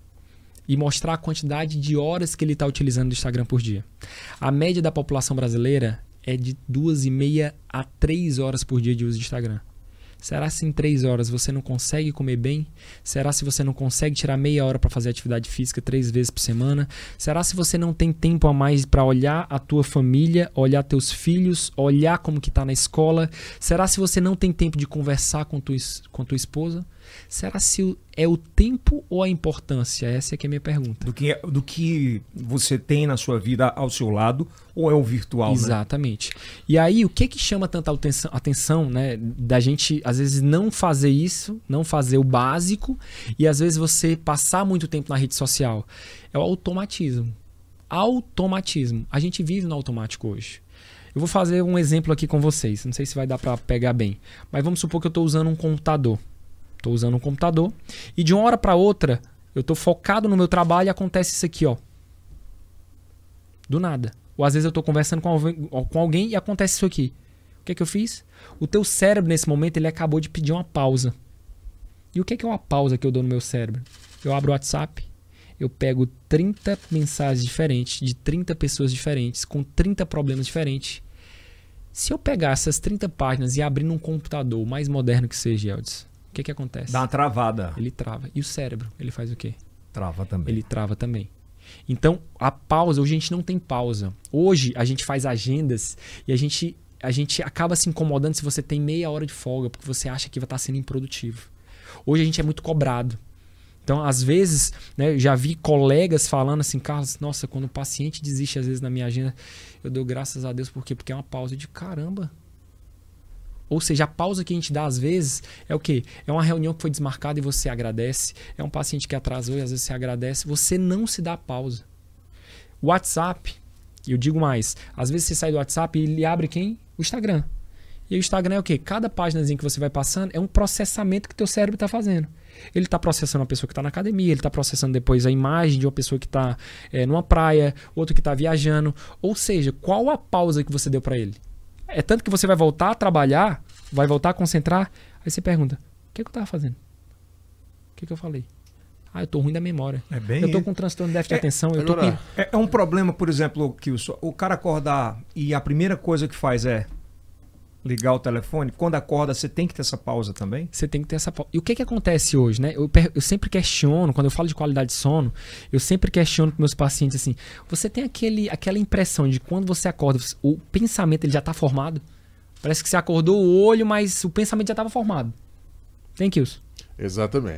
e mostrar a quantidade de horas que ele está utilizando o Instagram por dia. A média da população brasileira é de duas e meia a três horas por dia de uso de Instagram. Será se em três horas você não consegue comer bem? Será se você não consegue tirar meia hora para fazer atividade física três vezes por semana? Será se você não tem tempo a mais para olhar a tua família, olhar teus filhos, olhar como que está na escola? Será se você não tem tempo de conversar com tua, com tua esposa? Será se é o tempo ou a importância? Essa é que é a minha pergunta. Do que, do que você tem na sua vida ao seu lado ou é o virtual, exatamente. Né? E aí, o que que chama tanta atenção, atenção, né? Da gente, às vezes, não fazer isso, não fazer o básico e, às vezes, você passar muito tempo na rede social? É o automatismo. Automatismo. A gente vive no automático hoje. Eu vou fazer um exemplo aqui com vocês. Não sei se vai dar para pegar bem. Mas vamos supor que eu estou usando um computador. Estou usando um computador e de uma hora para outra eu estou focado no meu trabalho e acontece isso aqui, ó. Do nada. Ou às vezes eu estou conversando com alguém, com alguém e acontece isso aqui. O que é que eu fiz? O teu cérebro nesse momento ele acabou de pedir uma pausa. E o que é que é uma pausa que eu dou no meu cérebro? Eu abro o WhatsApp, eu pego trinta mensagens diferentes de trinta pessoas diferentes com trinta problemas diferentes. Se eu pegar essas trinta páginas e abrir num computador, o mais moderno que seja, Yeldis, o que que acontece? Dá uma travada. Ele trava. E o cérebro, ele faz o quê? Trava também. Ele trava também. Então, a pausa, hoje a gente não tem pausa. Hoje a gente faz agendas e a gente, a gente acaba se incomodando se você tem meia hora de folga, porque você acha que vai estar sendo improdutivo. Hoje a gente é muito cobrado. Então, às vezes, né, eu já vi colegas falando assim, Carlos, nossa, quando o paciente desiste às vezes na minha agenda, eu dou graças a Deus, por quê? Porque é uma pausa de caramba. Ou seja, a pausa que a gente dá às vezes é o quê? É uma reunião que foi desmarcada e você agradece. É um paciente que atrasou e às vezes você agradece. Você não se dá pausa. O WhatsApp, eu digo mais, às vezes você sai do WhatsApp e ele abre quem? O Instagram. E o Instagram é o quê? Cada páginazinha que você vai passando é um processamento que teu cérebro está fazendo. Ele está processando uma pessoa que está na academia, ele está processando depois a imagem de uma pessoa que está é, numa praia, outro que está viajando. Ou seja, qual a pausa que você deu para ele? É tanto que você vai voltar a trabalhar, vai voltar a concentrar, aí você pergunta, o que, que eu estava fazendo? O que, que eu falei? Ah, eu tô ruim da memória. É bem eu tô isso. com transtorno de déficit de É, atenção. Eu tô com... é, é um problema, por exemplo, que o, o cara acordar e a primeira coisa que faz é ligar o telefone. Quando acorda, você tem que ter essa pausa também? Você tem que ter essa pausa. E o que que acontece hoje, né? Eu, per... eu sempre questiono, quando eu falo de qualidade de sono, eu sempre questiono para meus pacientes assim, você tem aquele, aquela impressão de quando você acorda, o pensamento ele já tá formado? Parece que você acordou o olho, mas o pensamento já estava formado. Tem, Kilson? Exatamente.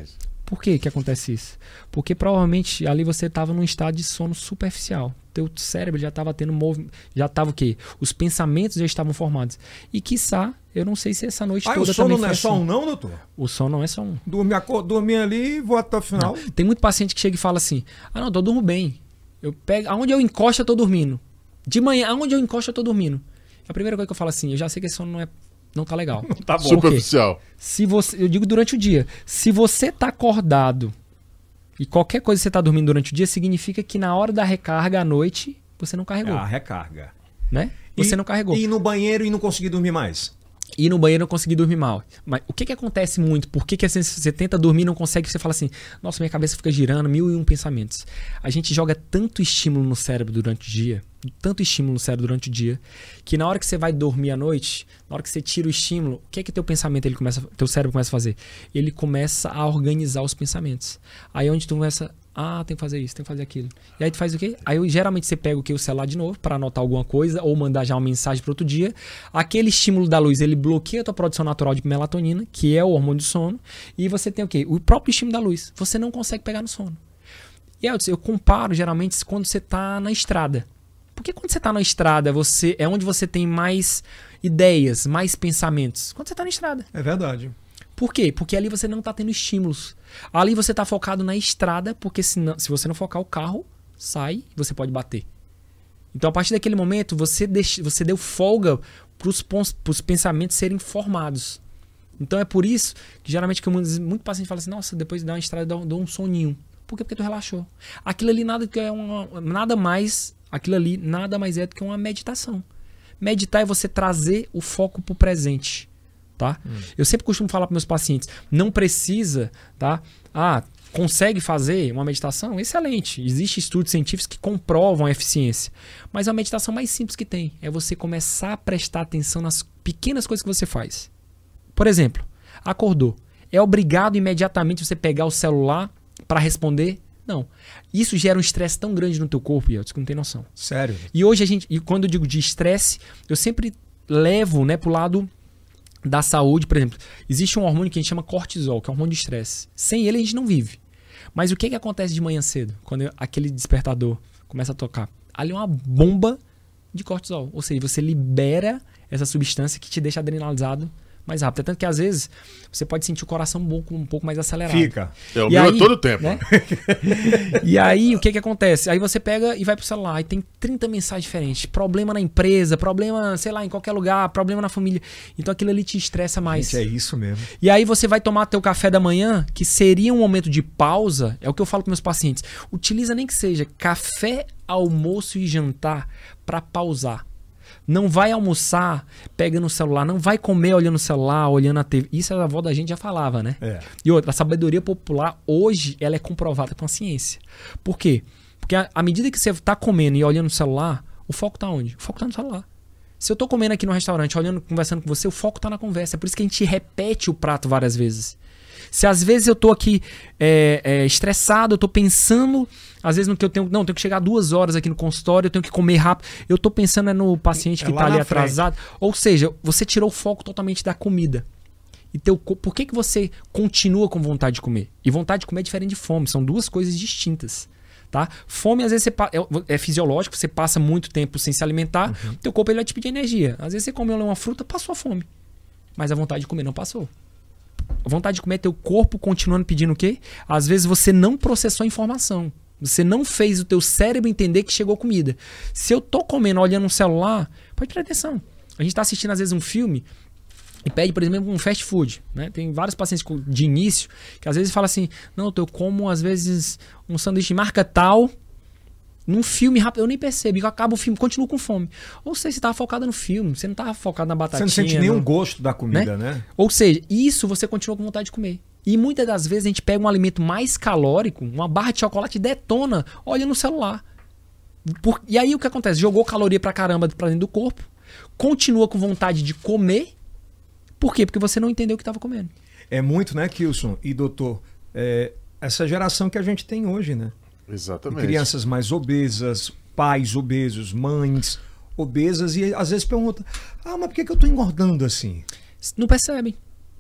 Por que que acontece isso? Porque provavelmente ali você estava num estado de sono superficial. Teu cérebro já estava tendo movimento, já estava o quê? Os pensamentos já estavam formados. E quiçá, eu não sei se essa noite ah, toda o sono também não foi é assim. só um não, doutor? O sono não é só um. Dormir, dormir ali e vou até o final. Não. Tem muito paciente que chega e fala assim, ah não, eu durmo bem. Eu pego, aonde eu encosto eu tô dormindo. De manhã, aonde eu encosto eu tô dormindo. A primeira coisa que eu falo assim, eu já sei que esse sono não é não tá legal. Tá bom. Superficial. Se você, eu digo durante o dia, se você tá acordado e qualquer coisa que você tá dormindo durante o dia, significa que na hora da recarga à noite, você não carregou. É a recarga. Né? Você e, não carregou. E ir no banheiro e não conseguir dormir mais. Ir no banheiro e não conseguir dormir mal. Mas o que que acontece muito? Por que que assim, você tenta dormir e não consegue? Você fala assim, nossa, minha cabeça fica girando, mil e um pensamentos. A gente joga tanto estímulo no cérebro durante o dia, tanto estímulo no cérebro durante o dia, que na hora que você vai dormir à noite, na hora que você tira o estímulo, o que é que teu pensamento, ele começa, teu cérebro começa a fazer? Ele começa a organizar os pensamentos. Aí onde tu começa... Ah, tem que fazer isso, tem que fazer aquilo. E aí tu faz o quê? Aí geralmente você pega o quê? O celular de novo para anotar alguma coisa ou mandar já uma mensagem para outro dia. Aquele estímulo da luz, ele bloqueia a tua produção natural de melatonina, que é o hormônio do sono. E você tem o quê? O próprio estímulo da luz. Você não consegue pegar no sono. E aí, eu comparo geralmente quando você tá na estrada. Porque quando você tá na estrada, você é onde você tem mais ideias, mais pensamentos. Quando você tá na estrada. É verdade. Por quê? Porque ali você não está tendo estímulos. Ali você está focado na estrada, porque se, não, se você não focar, o carro sai e você pode bater. Então, a partir daquele momento, você, deix, você deu folga para os pensamentos serem formados. Então, é por isso que geralmente que muito, muito paciente fala assim, nossa, depois de dar uma estrada, eu dou um soninho. Por quê? Porque tu relaxou. Aquilo ali nada, que é uma, nada mais, aquilo ali nada mais é do que uma meditação. Meditar é você trazer o foco para o presente. Tá? Hum. Eu sempre costumo falar para meus pacientes, não precisa, tá? Ah, consegue fazer uma meditação? Excelente. Existem estudos científicos que comprovam a eficiência. Mas a meditação mais simples que tem é você começar a prestar atenção nas pequenas coisas que você faz. Por exemplo, acordou. É obrigado imediatamente você pegar o celular para responder? Não. Isso gera um estresse tão grande no teu corpo, Yeltsin, que não tem noção. Sério? E hoje a gente, e quando eu digo de estresse, eu sempre levo, né, pro lado da saúde. Por exemplo, existe um hormônio que a gente chama cortisol, que é um hormônio de estresse. Sem ele a gente não vive. Mas o que, que acontece de manhã cedo, quando aquele despertador começa a tocar? Ali é uma bomba de cortisol. Ou seja, você libera essa substância que te deixa adrenalizado mais rápido. É tanto que às vezes você pode sentir o coração um pouco, um pouco mais acelerado. Fica. É, o E meu aí, é todo o tempo. né? E aí, o que que acontece? Aí você pega e vai pro celular e tem trinta mensagens diferentes. Problema na empresa, problema, sei lá, em qualquer lugar, problema na família. Então aquilo ali te estressa mais. Gente, é isso mesmo. E aí você vai tomar teu café da manhã, que seria um momento de pausa, é o que eu falo para meus pacientes. Utiliza nem que seja café, almoço e jantar para pausar. Não vai almoçar pegando o celular, não vai comer olhando o celular, olhando a T V. Isso a avó da gente já falava, né? É. E outra, a sabedoria popular hoje ela é comprovada com a ciência. Por quê? Porque à medida que você está comendo e olhando o celular, o foco está onde? O foco está no celular. Se eu estou comendo aqui no restaurante, olhando, conversando com você, o foco está na conversa. É por isso que a gente repete o prato várias vezes. Se às vezes eu estou aqui é, é, estressado, eu estou pensando, às vezes no que eu tenho, não, eu tenho que chegar duas horas aqui no consultório, eu tenho que comer rápido, eu estou pensando é no paciente que É está lá ali na atrasado. Ou seja, você tirou o foco totalmente da comida. E teu, por que, que você continua com vontade de comer? E vontade de comer é diferente de fome, são duas coisas distintas. Tá? Fome, às vezes, você, é, é fisiológico, você passa muito tempo sem se alimentar, uhum. Teu corpo ele vai te pedir energia. Às vezes você comeu uma fruta, passou a fome. Mas a vontade de comer não passou. A vontade de comer é teu corpo continuando pedindo o quê? Às vezes você não processou a informação. Você não fez o teu cérebro entender que chegou comida. Se eu tô comendo olhando um celular, pode prestar atenção. A gente tá assistindo às vezes um filme e pede, por exemplo, um fast food. Né? Tem vários pacientes de início que às vezes falam assim, não, eu como às vezes um sanduíche de marca tal, num filme rápido, eu nem percebo, eu acabo o filme, continuo com fome. Ou seja, você estava focado no filme, você não estava focado na batatinha. Você não sente nenhum no... gosto da comida, né? né? Ou seja, isso você continua com vontade de comer. E muitas das vezes a gente pega um alimento mais calórico, uma barra de chocolate e detona, olha no celular. Por... E aí o que acontece? Jogou caloria pra caramba pra dentro do corpo, continua com vontade de comer. Por quê? Porque você não entendeu o que estava comendo. É muito, né, Kilson e doutor? É, essa geração que a gente tem hoje, né? Exatamente. Crianças mais obesas, pais obesos, mães obesas e às vezes perguntam, ah, mas por que, que eu tô engordando assim? Não percebem.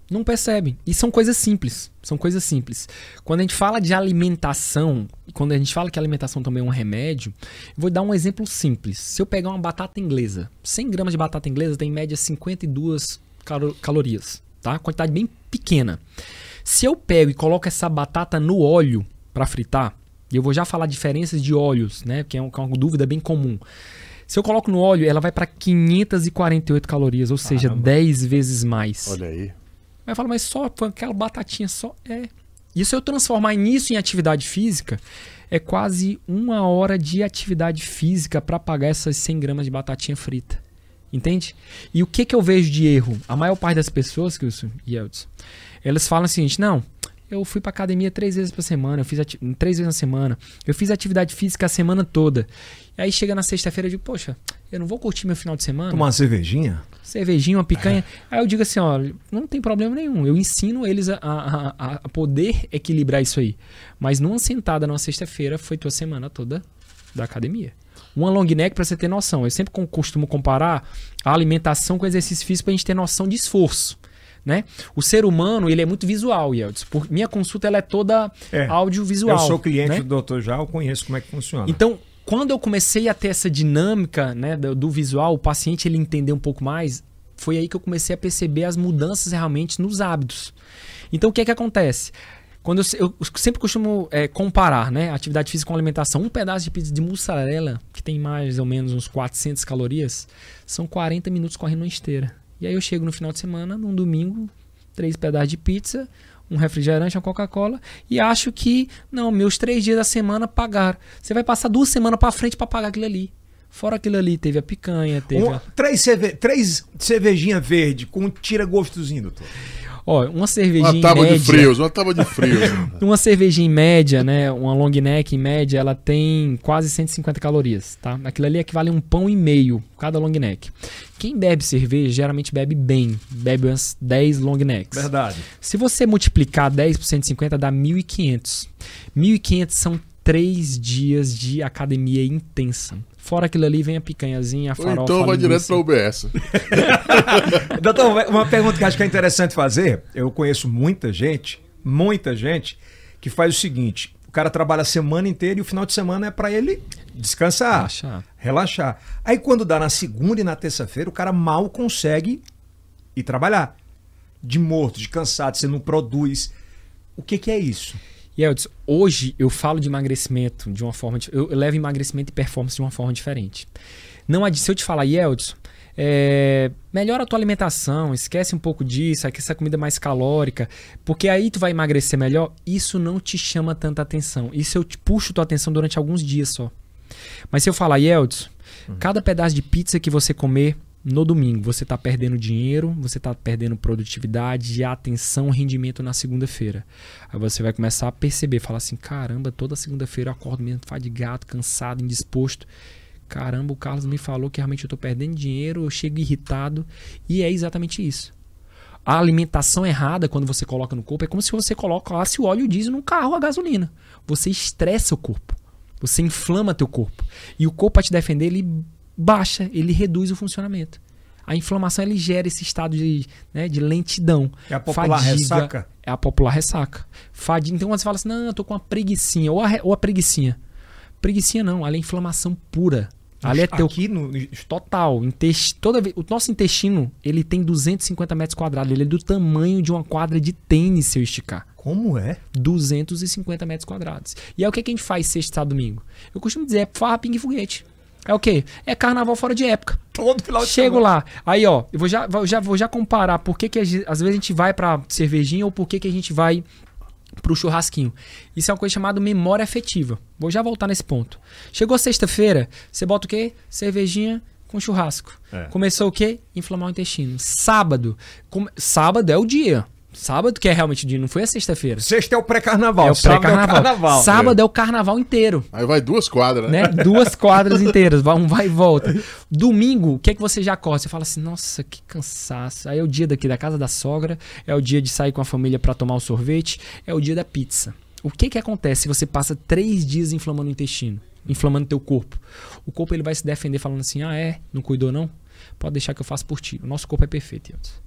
Não percebem. E são coisas simples. São coisas simples. Quando a gente fala de alimentação, quando a gente fala que a alimentação também é um remédio, eu vou dar um exemplo simples. Se eu pegar uma batata inglesa, cem gramas de batata inglesa tem em média cinquenta e duas calo- calorias, tá? Quantidade bem pequena. Se eu pego e coloco essa batata no óleo para fritar, e eu vou já falar diferenças de óleos, né? Que é, um, que é uma dúvida bem comum. Se eu coloco no óleo, ela vai para quinhentas e quarenta e oito calorias, ou seja, Caramba. dez vezes mais. Olha aí. Aí fala, mas só foi aquela batatinha só? É. E se eu transformar isso em atividade física, é quase uma hora de atividade física para pagar essas cem gramas de batatinha frita. Entende? E o que, que eu vejo de erro? A maior parte das pessoas, Kilson e Eldson, elas falam o seguinte, não, eu fui para academia três vezes por semana, eu fiz ati- três vezes na semana, eu fiz atividade física a semana toda. E aí chega na sexta-feira e eu digo, poxa, eu não vou curtir meu final de semana? Tomar uma cervejinha? Cervejinha, uma picanha. Aí eu digo assim, ó, não tem problema nenhum. Eu ensino eles a, a, a poder equilibrar isso aí. Mas numa sentada, numa sexta-feira, foi tua semana toda da academia. Uma long neck, pra você ter noção. Eu sempre costumo comparar a alimentação com o exercício físico pra gente ter noção de esforço. Né? O ser humano, ele é muito visual, Yeldson. Por minha consulta, ela é toda É. audiovisual. Eu sou cliente né? do doutor Já, eu conheço como é que funciona. Então, quando eu comecei a ter essa dinâmica, né, do, do visual, o paciente ele entender um pouco mais, foi aí que eu comecei a perceber as mudanças realmente nos hábitos. Então, o que é que acontece? Quando eu, eu sempre costumo é, comparar, né, atividade física com alimentação. Um pedaço de pizza de mussarela, que tem mais ou menos uns quatrocentas calorias, são quarenta minutos correndo uma esteira. E aí eu chego no final de semana, num domingo, três pedaços de pizza, um refrigerante, uma Coca-Cola, e acho que, não, meus três dias da semana pagaram. Você vai passar duas semanas pra frente pra pagar aquilo ali. Fora aquilo ali, teve a picanha, teve Um- a... três, cerve... três cervejinha verde com tira-gostozinho, doutor. Ó, uma cervejinha Uma tábua média... de frios, uma tábua de frios. Uma cervejinha em média, né, uma long neck em média, ela tem quase cento e cinquenta calorias, tá? Aquilo ali equivale a um pão e meio, cada long neck. Quem bebe cerveja, geralmente bebe bem, bebe umas dez long necks. Verdade. Se você multiplicar dez por cento e cinquenta, dá mil e quinhentos. mil e quinhentos são três dias de academia intensa. Fora aquilo ali, vem a picanhazinha, a Ou farofa, então a vai linguiça. direto pra U B S. Doutor, uma pergunta que acho que é interessante fazer. Eu conheço muita gente, muita gente, que faz o seguinte: o cara trabalha a semana inteira e o final de semana é pra ele descansar, Relaxar. relaxar. Aí quando dá na segunda e na terça-feira, o cara mal consegue ir trabalhar. De morto, de cansado, você não produz. O que que é isso? Yeldson, hoje eu falo de emagrecimento de uma forma... dif- Eu, eu levo emagrecimento e performance de uma forma diferente. Não adi- Se eu te falar, Yeldson, é, melhora a tua alimentação, esquece um pouco disso, aqui essa comida mais calórica, porque aí tu vai emagrecer melhor, isso não te chama tanta atenção. Isso eu te puxo tua atenção durante alguns dias só. Mas se eu falar, Yeldson, cada pedaço de pizza que você comer no domingo, você está perdendo dinheiro, você está perdendo produtividade, atenção, rendimento na segunda-feira. Aí você vai começar a perceber, falar assim, caramba, toda segunda-feira eu acordo mesmo fadigado, cansado, indisposto. Caramba, o Carlos me falou que realmente eu estou perdendo dinheiro, eu chego irritado. E é exatamente isso. A alimentação errada, quando você coloca no corpo, é como se você colocasse o óleo diesel num carro a gasolina. Você estressa o corpo. Você inflama teu corpo. E o corpo, para te defender, ele baixa, ele reduz o funcionamento. A inflamação, ele gera esse estado de, né, de lentidão. É a popular ressaca? É a popular ressaca. Fadiga. Então, quando você fala assim, não, eu tô com uma preguicinha, ou a, re- ou a preguicinha. Preguicinha não, ali é inflamação pura. Ali é teu... Aqui no... Total. Intest... Toda vez... O nosso intestino, ele tem duzentos e cinquenta metros quadrados. Ele é do tamanho de uma quadra de tênis, se eu esticar. Como é? duzentos e cinquenta metros quadrados. E é o que, que a gente faz sexta, sábado, domingo? Eu costumo dizer, é farra, pingue e foguete. É o quê? É carnaval fora de época. Todo final de Chego semana. lá. Aí, ó, eu vou já, vou já, vou já comparar por que, que a gente- às vezes a gente vai pra cervejinha ou por que, que a gente vai pro churrasquinho. Isso é uma coisa chamada memória afetiva. Vou já voltar nesse ponto. Chegou sexta-feira, você bota o quê? Cervejinha com churrasco. É. Começou o quê? Inflamar o intestino. Sábado. come- Sábado é o dia. Sábado que é realmente o dia, não foi a sexta-feira. Sexta é o pré-carnaval. É o sábado pré-carnaval. É o carnaval. Sábado é. o carnaval inteiro. Aí vai duas quadras, né? Né? Duas quadras inteiras, vai- um vai e volta. Domingo, o que é que você já acorda? Você fala assim, nossa, que cansaço. Aí é o dia daqui da casa da sogra, é o dia de sair com a família pra tomar o sorvete, é o dia da pizza. O que que acontece se você passa três dias inflamando o intestino, inflamando teu corpo? O corpo ele vai se defender falando assim, ah é, não cuidou não? Pode deixar que eu faço por ti. O nosso corpo é perfeito, Yeltsin.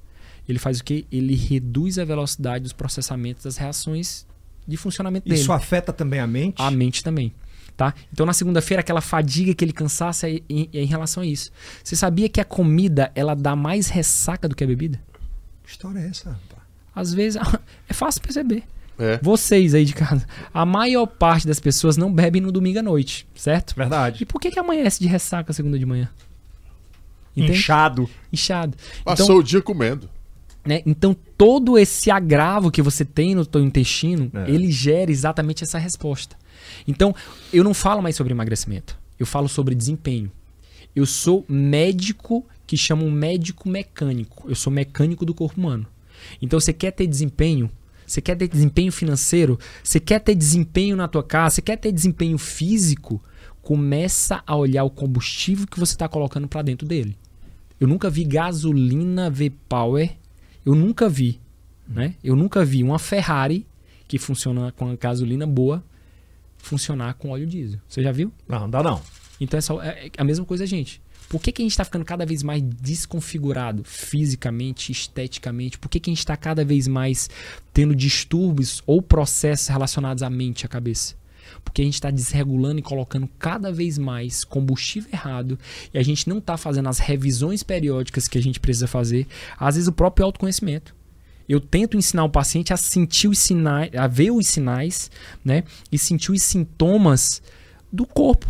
ele faz o quê? Ele reduz a velocidade dos processamentos das reações de funcionamento dele. Isso afeta também a mente? A mente também. Tá? Então na segunda-feira aquela fadiga, aquele cansaço é em, é em relação a isso. Você sabia que a comida ela dá mais ressaca do que a bebida? Que história é essa, rapaz? Às vezes é fácil perceber. É. Vocês aí de casa, a maior parte das pessoas não bebem no domingo à noite, certo? Verdade. E por que que amanhece de ressaca segunda de manhã? Entende? Inchado. Inchado. Passou Então, o dia comendo. né, então todo esse agravo que você tem no teu intestino, É. ele gera exatamente essa resposta. Então, eu não falo mais sobre emagrecimento. Eu falo sobre desempenho. Eu sou médico que chama um médico mecânico. Eu sou mecânico do corpo humano. Então, você quer ter desempenho? Você quer ter desempenho financeiro? Você quer ter desempenho na tua casa? Você quer ter desempenho físico? Começa a olhar o combustível que você está colocando para dentro dele. Eu nunca vi gasolina V-Power. Eu nunca vi. Né? Eu nunca vi uma Ferrari que funciona com a gasolina boa funcionar com óleo diesel. Você já viu? Não, não dá não. Então é, só, é a mesma coisa, gente. Por que, que a gente está ficando cada vez mais desconfigurado fisicamente, esteticamente? Por que, que a gente está cada vez mais tendo distúrbios ou processos relacionados à mente, à cabeça? Porque a gente está desregulando e colocando cada vez mais combustível errado e a gente não está fazendo as revisões periódicas que a gente precisa fazer. Às vezes o próprio autoconhecimento. Eu tento ensinar o paciente a sentir os sinais, a ver os sinais, né? E sentir os sintomas do corpo.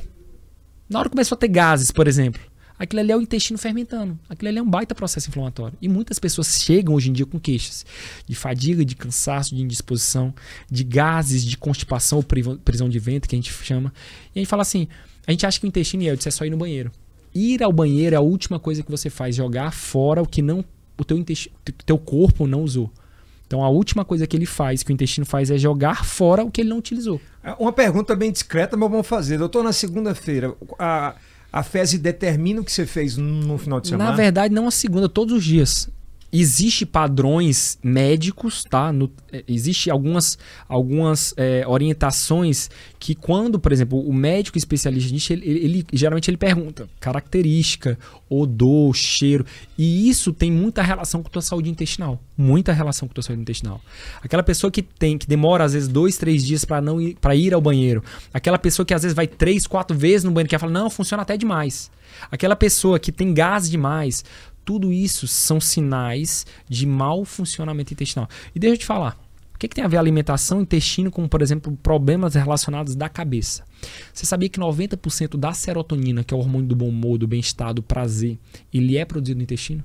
Na hora que começou a ter gases, por exemplo, aquilo ali é o intestino fermentando. Aquilo ali é um baita processo inflamatório. E muitas pessoas chegam hoje em dia com queixas de fadiga, de cansaço, de indisposição, de gases, de constipação ou prisão de ventre, que a gente chama. E a gente fala assim, a gente acha que o intestino é só ir no banheiro. Ir ao banheiro é a última coisa que você faz, jogar fora o que não o teu, intestino, teu corpo não usou. Então a última coisa que ele faz, que o intestino faz, é jogar fora o que ele não utilizou. Uma pergunta bem discreta, mas vamos fazer. Doutor, na segunda-feira, a, a fezes determina o que você fez no final de semana? Na verdade, não a segunda, todos os dias. Existem padrões médicos, tá? No, Existem algumas, algumas é, orientações que quando, por exemplo, o médico especialista disso, ele, ele, ele, geralmente ele pergunta característica, odor, cheiro. E isso tem muita relação com a tua saúde intestinal. Muita relação com a tua saúde intestinal. Aquela pessoa que tem, que demora às vezes dois, três dias para não ir, para ir ao banheiro. Aquela pessoa que às vezes vai três, quatro vezes no banheiro, que ela fala, não, funciona até demais. Aquela pessoa que tem gás demais. Tudo isso são sinais de mau funcionamento intestinal. E deixa eu te falar, o que, que tem a ver a alimentação, intestino, com, por exemplo, problemas relacionados da cabeça? Você sabia que noventa por cento da serotonina, que é o hormônio do bom humor, do bem-estar, do prazer, ele é produzido no intestino?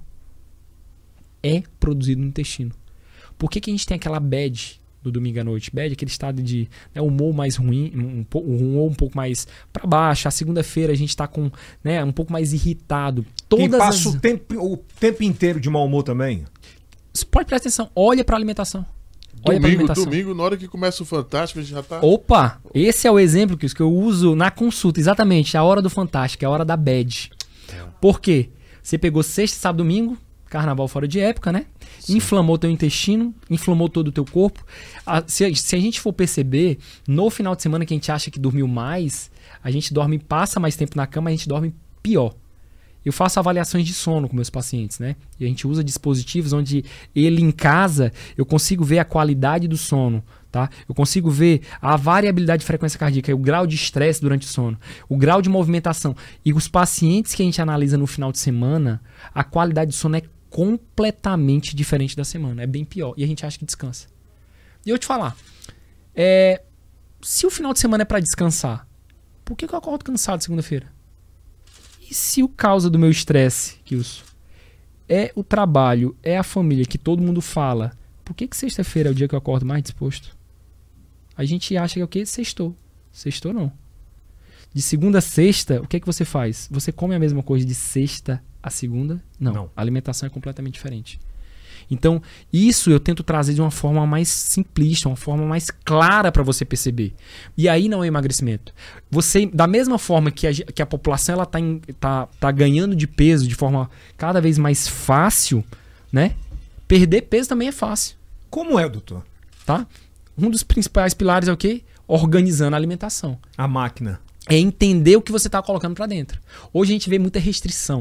É produzido no intestino. Por que, que a gente tem aquela bad do domingo à noite? Bad, aquele estado de né, humor mais ruim, um, um humor um pouco mais para baixo. A segunda-feira a gente está com, né, um pouco mais irritado. Quem Todas passa as... o, tempo, o tempo inteiro de mau humor também? Você pode prestar atenção, olha para a alimentação. Olha pra Domingo, alimentação. domingo, na hora que começa o Fantástico, a gente já tá... Opa, esse é o exemplo que eu uso na consulta, exatamente, a hora do Fantástico, a hora da bad. Por quê? Você pegou sexta, sábado, domingo, carnaval fora de época, né? Sim. Inflamou teu intestino, inflamou todo o teu corpo. A, se, se a gente for perceber, no final de semana que a gente acha que dormiu mais, a gente dorme, passa mais tempo na cama, a gente dorme pior. Eu faço avaliações de sono com meus pacientes, né? E a gente usa dispositivos onde ele em casa, eu consigo ver a qualidade do sono, tá? Eu consigo ver a variabilidade de frequência cardíaca, o grau de estresse durante o sono, o grau de movimentação. E os pacientes que a gente analisa no final de semana, a qualidade do sono é completamente diferente da semana, é bem pior. E a gente acha que descansa. E eu te falar, é, se o final de semana é para descansar, por que, que eu acordo cansado segunda-feira? E se o causa do meu estresse, Kilson, é o trabalho, é a família, que todo mundo fala, por que, que sexta-feira é o dia que eu acordo mais disposto? A gente acha que é o quê? Sextou. Sextou não. De segunda a sexta, o que é que você faz? Você come a mesma coisa de sexta a segunda? Não. Não. A alimentação é completamente diferente. Então, isso eu tento trazer de uma forma mais simplista, uma forma mais clara para você perceber. E aí não é emagrecimento. Você, da mesma forma que a, que a população ela tá, em, tá, tá ganhando de peso de forma cada vez mais fácil, né? Perder peso também é fácil. Como é, doutor? Tá? Um dos principais pilares é o quê? Organizando a alimentação. A máquina. É entender o que você está colocando para dentro. Hoje a gente vê muita restrição.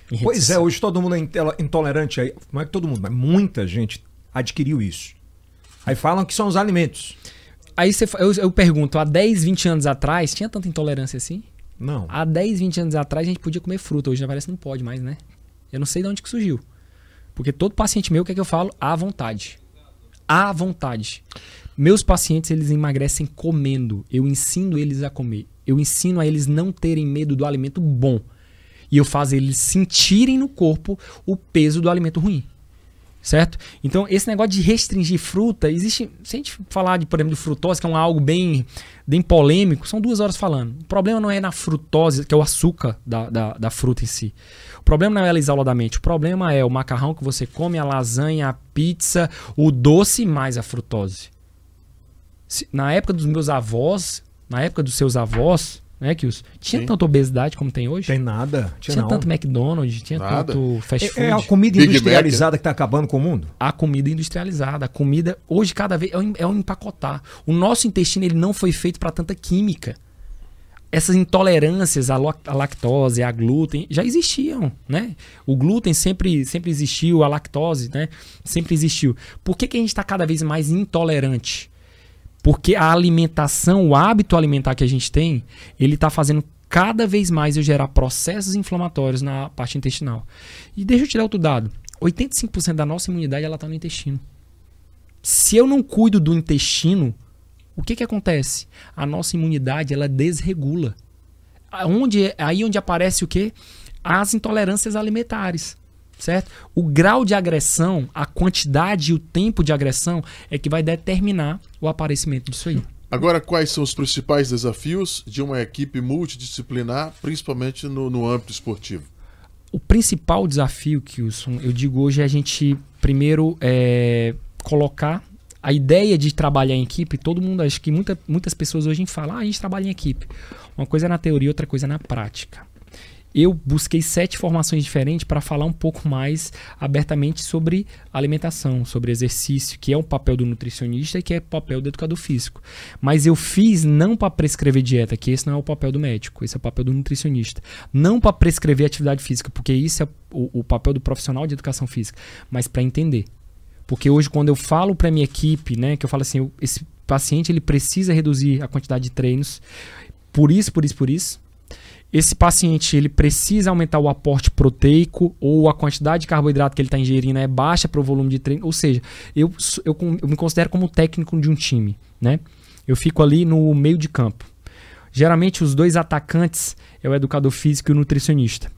Pois é, hoje todo mundo é intolerante. Aí, não é que todo mundo, mas muita gente adquiriu isso. Aí falam que são os alimentos. Aí você, eu, eu pergunto, há dez, vinte anos atrás, tinha tanta intolerância assim? Não. Há dez, vinte anos atrás a gente podia comer fruta, hoje parece que não pode mais, né? Eu não sei de onde que surgiu. Porque todo paciente meu, o que é que eu falo? À vontade. À vontade. Meus pacientes, eles emagrecem comendo. Eu ensino eles a comer. Eu ensino a eles não terem medo do alimento bom. E eu faço eles sentirem no corpo o peso do alimento ruim. Certo? Então, esse negócio de restringir fruta, existe... Se a gente falar, de, por exemplo, de frutose, que é um, algo bem, bem polêmico, são duas horas falando. O problema não é na frutose, que é o açúcar da, da, da fruta em si. O problema não é ela isoladamente. O problema é o macarrão que você come, a lasanha, a pizza, o doce mais a frutose. Se, na época dos meus avós, na época dos seus avós... Né, Kilson? Tinha Sim. tanta obesidade como tem hoje? Tem nada. Tinha, tinha não. tanto McDonald's, tinha nada. Tanto fast food. É, é a comida Big industrializada Mac. Que está acabando com o mundo? A comida industrializada. A comida, hoje, cada vez, é um, é um empacotar. O nosso intestino ele não foi feito para tanta química. Essas intolerâncias à, à lactose, à glúten, já existiam. Né? O glúten sempre, sempre existiu, a lactose, né? Sempre existiu. Por que, que a gente está cada vez mais intolerante? Porque a alimentação, o hábito alimentar que a gente tem, ele está fazendo cada vez mais eu gerar processos inflamatórios na parte intestinal. E deixa eu te dar outro dado. oitenta e cinco por cento da nossa imunidade está no intestino. Se eu não cuido do intestino, o que, que acontece? A nossa imunidade ela desregula. Onde, aí onde aparece o quê? As intolerâncias alimentares. Certo? O grau de agressão, a quantidade e o tempo de agressão é que vai determinar o aparecimento disso aí. Agora, quais são os principais desafios de uma equipe multidisciplinar, principalmente no, no âmbito esportivo? O principal desafio, Kilson, eu digo hoje, é a gente primeiro é, colocar a ideia de trabalhar em equipe. Todo mundo, acho que muita, muitas pessoas hoje falam, ah, a gente trabalha em equipe. Uma coisa é na teoria, outra coisa é na prática. Eu busquei sete formações diferentes para falar um pouco mais abertamente sobre alimentação, sobre exercício, que é o papel do nutricionista e que é o papel do educador físico. Mas eu fiz não para prescrever dieta, que esse não é o papel do médico, esse é o papel do nutricionista. Não para prescrever atividade física, porque isso é o, o papel do profissional de educação física, mas para entender. Porque hoje, quando eu falo para minha equipe, né, que eu falo assim, eu, esse paciente ele precisa reduzir a quantidade de treinos, por isso, por isso, por isso. Esse paciente ele precisa aumentar o aporte proteico ou a quantidade de carboidrato que ele está ingerindo é baixa para o volume de treino. Ou seja, eu, eu, eu me considero como técnico de um time. Né? Eu fico ali no meio de campo. Geralmente os dois atacantes é o educador físico e o nutricionista.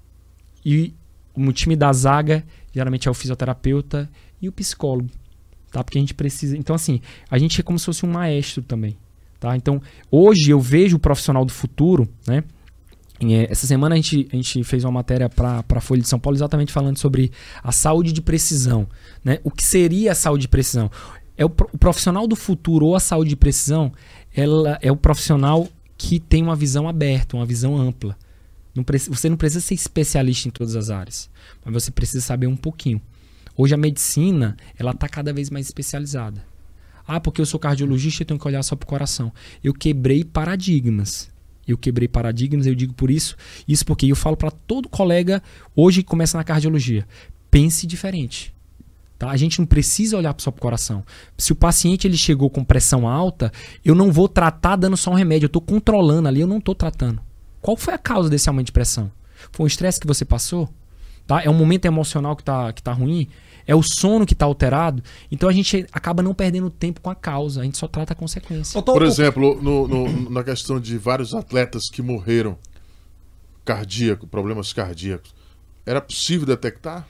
E o time da zaga geralmente é o fisioterapeuta e o psicólogo. Tá? Porque a gente precisa... Então assim, a gente é como se fosse um maestro também. Tá? Então hoje eu vejo o profissional do futuro... Né? Essa semana a gente, a gente fez uma matéria para a Folha de São Paulo exatamente falando sobre a saúde de precisão. Né? O que seria a saúde de precisão? É o, o profissional do futuro ou a saúde de precisão, ela é o profissional que tem uma visão aberta, uma visão ampla. Não, você não precisa ser especialista em todas as áreas, mas você precisa saber um pouquinho. Hoje a medicina ela está cada vez mais especializada. Ah, porque eu sou cardiologista e tenho que olhar só para o coração. Eu quebrei paradigmas. Eu quebrei paradigmas, eu digo por isso. Isso porque eu falo para todo colega hoje que começa na cardiologia. Pense diferente. Tá? A gente não precisa olhar só para o coração. Se o paciente ele chegou com pressão alta, eu não vou tratar dando só um remédio. Eu estou controlando ali, eu não estou tratando. Qual foi a causa desse aumento de pressão? Foi o estresse que você passou? Tá? É um momento emocional que está que tá ruim? É o sono que está alterado? Então a gente acaba não perdendo tempo com a causa. A gente só trata a consequência. Por exemplo, no, no, na questão de vários atletas que morreram cardíaco, problemas cardíacos, era possível detectar?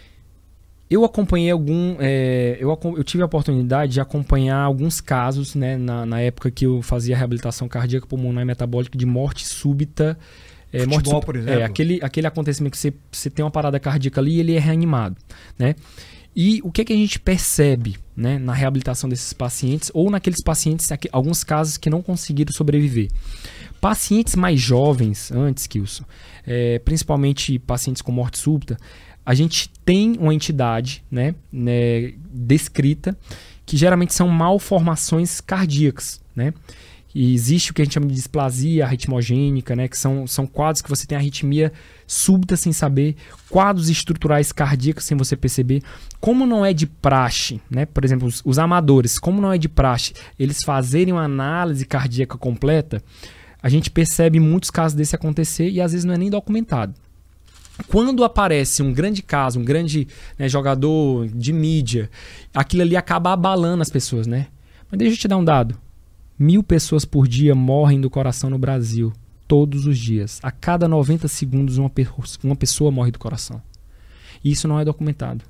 Eu acompanhei algum... É, eu, eu tive a oportunidade de acompanhar alguns casos, né, na, na época que eu fazia reabilitação cardíaca, pulmonar e metabólica de morte súbita. É, Futebol, morte, por exemplo. É, aquele, aquele acontecimento que você, você tem uma parada cardíaca ali e ele é reanimado. Né? E o que, que a gente percebe, né, na reabilitação desses pacientes ou naqueles pacientes, alguns casos que não conseguiram sobreviver. Pacientes mais jovens, antes, Kilson, é, principalmente pacientes com morte súbita, a gente tem uma entidade, né, né, descrita que geralmente são malformações cardíacas, né? E existe o que a gente chama de displasia arritmogênica, né? Que são, são quadros que você tem arritmia súbita sem saber, quadros estruturais cardíacos sem você perceber. Como não é de praxe, né? Por exemplo, os, os amadores, como não é de praxe eles fazerem uma análise cardíaca completa, a gente percebe muitos casos desse acontecer e às vezes não é nem documentado. Quando aparece um grande caso, um grande, né, jogador de mídia, aquilo ali acaba abalando as pessoas, né? Mas deixa eu te dar um dado. Mil pessoas por dia morrem do coração no Brasil. Todos os dias. A cada noventa segundos uma, pe uma pessoa morre do coração. E isso não é documentado.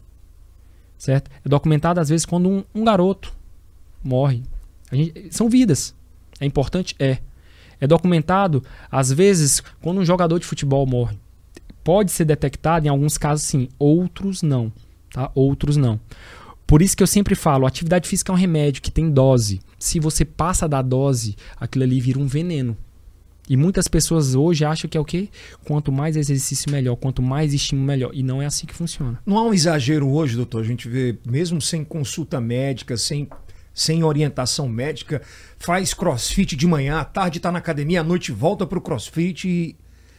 Certo? É documentado às vezes quando um, um garoto morre. A gente, são vidas. É importante? É. É documentado às vezes quando um jogador de futebol morre. Pode ser detectado em alguns casos sim, outros não, tá? Outros não. Por isso que eu sempre falo, a atividade física é um remédio que tem dose. Se você passa da dose, aquilo ali vira um veneno. E muitas pessoas hoje acham que é o quê? Quanto mais exercício melhor, quanto mais estímulo melhor. E não é assim que funciona. Não há um exagero hoje, doutor? A gente vê, mesmo sem consulta médica, sem, sem orientação médica, faz crossfit de manhã, à tarde está na academia, à noite volta para o crossfit e...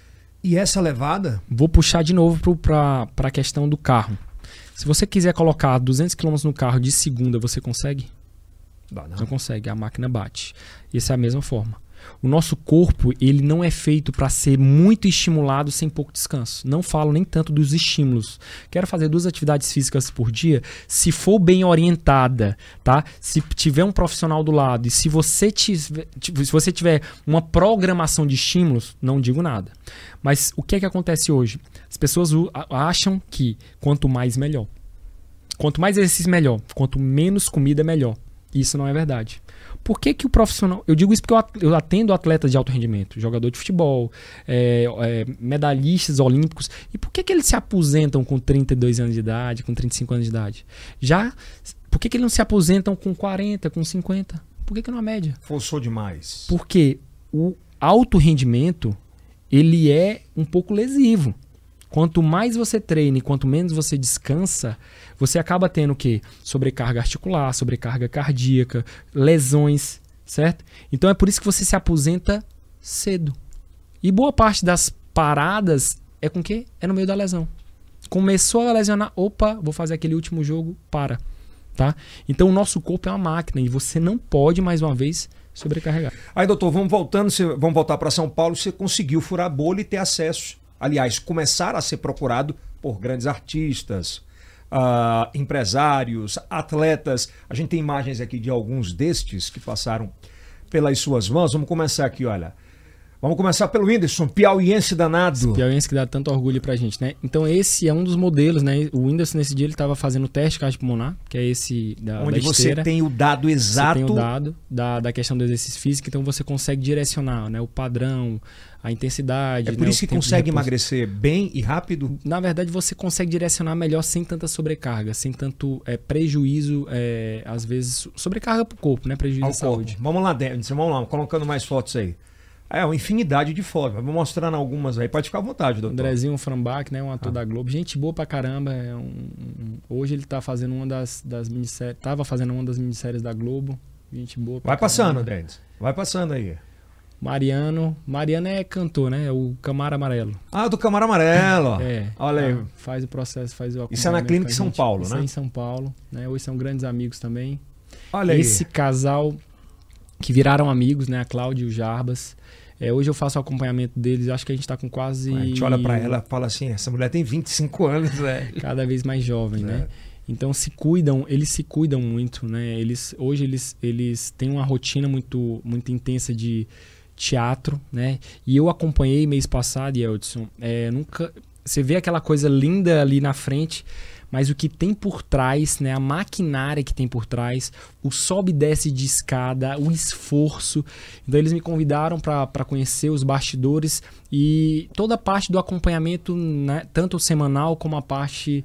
E essa levada? Vou puxar de novo para a questão do carro. Se você quiser colocar duzentos quilômetros no carro de segunda, você consegue? Não, não. Não consegue, a máquina bate. Essa é a mesma forma. O nosso corpo, ele não é feito para ser muito estimulado sem pouco descanso. Não falo nem tanto dos estímulos. Quero fazer duas atividades físicas por dia. Se for bem orientada, tá? Se tiver um profissional do lado e se você tiver, se você tiver uma programação de estímulos, não digo nada. Mas o que é que acontece hoje? As pessoas acham que quanto mais melhor. Quanto mais exercício melhor. Quanto menos comida melhor. Isso não é verdade. Por que que o profissional... Eu digo isso porque eu atendo atletas de alto rendimento, jogador de futebol, é, é, medalhistas olímpicos. E por que que eles se aposentam com trinta e dois anos de idade, com trinta e cinco anos de idade? Já... Por que que eles não se aposentam com quarenta, com cinquenta? Por que que não a média? Forçou demais. Porque o alto rendimento, ele é um pouco lesivo. Quanto mais você treina e quanto menos você descansa, você acaba tendo o quê? Sobrecarga articular, sobrecarga cardíaca, lesões, certo? Então é por isso que você se aposenta cedo. E boa parte das paradas é com o quê? É no meio da lesão. Começou a lesionar, opa, vou fazer aquele último jogo, para. Tá? Então o nosso corpo é uma máquina e você não pode, mais uma vez, sobrecarregar. Aí, doutor, vamos voltando, você, vamos voltar para São Paulo, você conseguiu furar a bolha e ter acesso. Aliás, começar a ser procurado por grandes artistas, uh, empresários, atletas. A gente tem imagens aqui de alguns destes que passaram pelas suas mãos. Vamos começar aqui, olha. Vamos começar pelo Whindersson, piauiense danado. Esse piauiense que dá tanto orgulho pra gente, né? Então esse é um dos modelos, né? O Whindersson nesse dia ele estava fazendo o teste de cardio pulmonar, que é esse da, Onde da você esteira. tem o dado exato. Você tem o dado da, da questão do exercício físico, então você consegue direcionar, né? O padrão, a intensidade. É por né? isso que consegue emagrecer bem e rápido? Na verdade, você consegue direcionar melhor sem tanta sobrecarga, sem tanto é, prejuízo, é, às vezes, sobrecarga pro corpo, né? Prejuízo Ao à saúde. Corpo. Vamos lá, Denison, vamos lá, colocando mais fotos aí. É, uma infinidade de fotos. Vou mostrando algumas aí. Pode ficar à vontade, doutor. Andrezinho Frambach, né? Um ator ah. da Globo. Gente boa pra caramba. É um, um, hoje ele tá fazendo uma das, das minisséries. Tava fazendo uma das minisséries da Globo. Gente boa pra Vai passando, caramba. Denison. Vai passando aí. Mariano. Mariano é cantor, né? É o Camaro Amarelo. Ah, do Camaro Amarelo. É. Olha aí. Tá, faz o processo, faz o Isso é na Clínica São Paulo, Isso né? é em São Paulo. Né? Hoje são grandes amigos também. Olha aí. Esse casal que viraram amigos, né? A Cláudia e o Jarbas. É, hoje eu faço o acompanhamento deles, acho que a gente tá com quase... A gente olha pra ela e fala assim, essa mulher tem vinte e cinco anos, né? Cada vez mais jovem, é. né? Então se cuidam, eles se cuidam muito, né? Eles, hoje eles, eles têm uma rotina muito, muito intensa de teatro, né? E eu acompanhei mês passado, Yeldson, é, nunca... Você vê aquela coisa linda ali na frente, mas o que tem por trás, né, a maquinária que tem por trás, o sobe e desce de escada, o esforço. Então eles me convidaram para conhecer os bastidores e toda a parte do acompanhamento, né, tanto semanal como a parte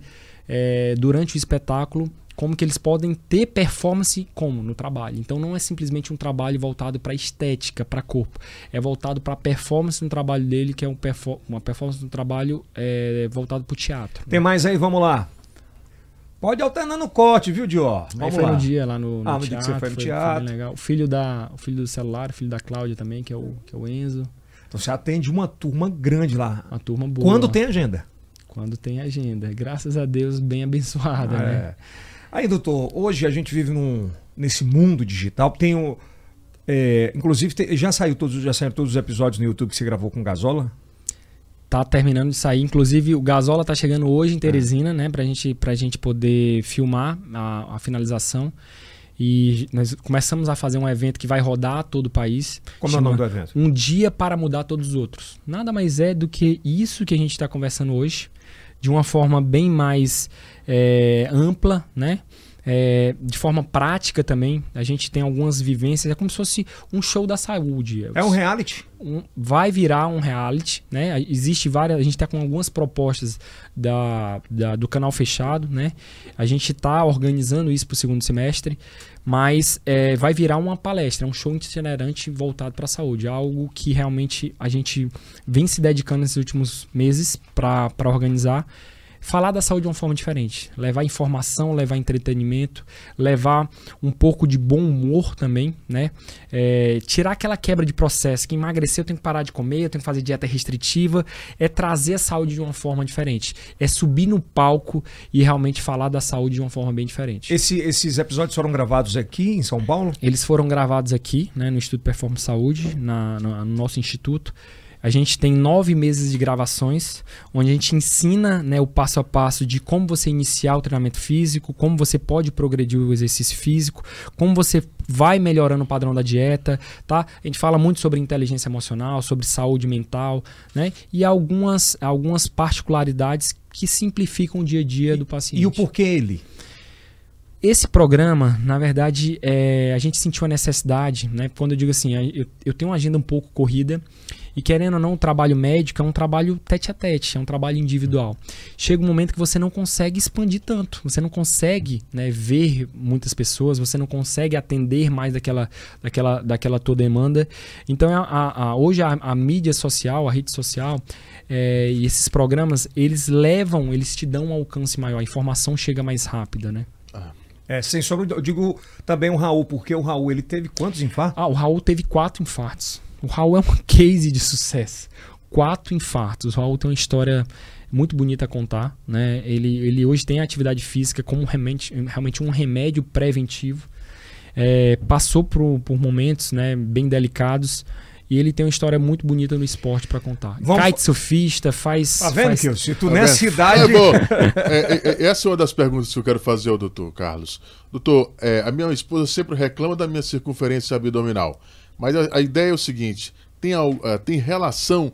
é, durante o espetáculo, como que eles podem ter performance como no trabalho. Então não é simplesmente um trabalho voltado para estética, para corpo. É voltado para a performance no trabalho dele, que é um perfor uma performance no trabalho é, voltado para o teatro. Tem né? mais aí, vamos lá. Pode alternar no corte, viu, Dior? Aí Vamos foi lá. no dia lá no, no Ah, no dia teatro. que você foi no foi, teatro. Foi bem legal. O filho, da, o filho do celular, o filho da Cláudia também, que é o, que é o Enzo. Então você atende uma turma grande lá. Uma turma boa. Quando tem agenda? Quando tem agenda. Graças a Deus, bem abençoada, Ah, né? é. Aí, doutor, hoje a gente vive num, nesse mundo digital. Tem o, é, inclusive, tem, já saiu todos, já saíram todos os episódios no YouTube que você gravou com o Gazola? Tá terminando de sair. Inclusive, o Gazola tá chegando hoje em Teresina, né? Pra gente, pra gente poder filmar a, a finalização. E nós começamos a fazer um evento que vai rodar todo o país. Como é o nome do evento? Um dia para mudar todos os outros. Nada mais é do que isso que a gente está conversando hoje, de uma forma bem mais é, ampla, né? É, de forma prática também. A gente tem algumas vivências, é como se fosse um show da saúde. É um reality? Um, vai virar um reality, né? Existe várias, a gente está com algumas propostas da, da, do canal fechado, né? A gente está organizando isso para o segundo semestre, mas é, vai virar uma palestra, um show itinerante voltado para a saúde, algo que realmente a gente vem se dedicando nesses últimos meses para organizar. Falar da saúde de uma forma diferente, levar informação, levar entretenimento, levar um pouco de bom humor também, né? É, tirar aquela quebra de processo, que emagrecer eu tenho que parar de comer, eu tenho que fazer dieta restritiva, é trazer a saúde de uma forma diferente, é subir no palco e realmente falar da saúde de uma forma bem diferente. Esse, esses episódios foram gravados aqui em São Paulo? Eles foram gravados aqui, né, no Instituto Performance Saúde, na, no, no nosso instituto. A gente tem nove meses de gravações, onde a gente ensina, né, o passo a passo de como você iniciar o treinamento físico, como você pode progredir o exercício físico, como você vai melhorando o padrão da dieta, tá? A gente fala muito sobre inteligência emocional, sobre saúde mental, né? E algumas, algumas particularidades que simplificam o dia a dia do paciente. E o porquê ele? Esse programa, na verdade, é, a gente sentiu a necessidade, né? Quando eu digo assim, eu, eu tenho uma agenda um pouco corrida e, querendo ou não, o trabalho médico é um trabalho tete a tete, é um trabalho individual. Chega um momento que você não consegue expandir tanto, você não consegue, né, ver muitas pessoas, você não consegue atender mais daquela, daquela, daquela tua demanda. Então, a, a, a, hoje a, a mídia social, a rede social é, e esses programas, eles levam, eles te dão um alcance maior, a informação chega mais rápida, né? Ah. É, sem sombra, eu digo também o Raul, porque o Raul, ele teve quantos infartos? Ah, o Raul teve quatro infartos. O Raul é um case de sucesso. Quatro infartos. O Raul tem uma história muito bonita a contar, né? Ele, ele hoje tem a atividade física como remédio, realmente um remédio preventivo. É, passou por, por momentos, né, bem delicados. E ele tem uma história muito bonita no esporte para contar. Vamos... Kitesurfista, faz... Tá vendo, faz... que se tu Tá nessa vendo? idade... É, bom, é, é, essa é uma das perguntas que eu quero fazer ao doutor Carlos. Doutor, é, a minha esposa sempre reclama da minha circunferência abdominal. Mas a, a ideia é o seguinte, tem, uh, tem relação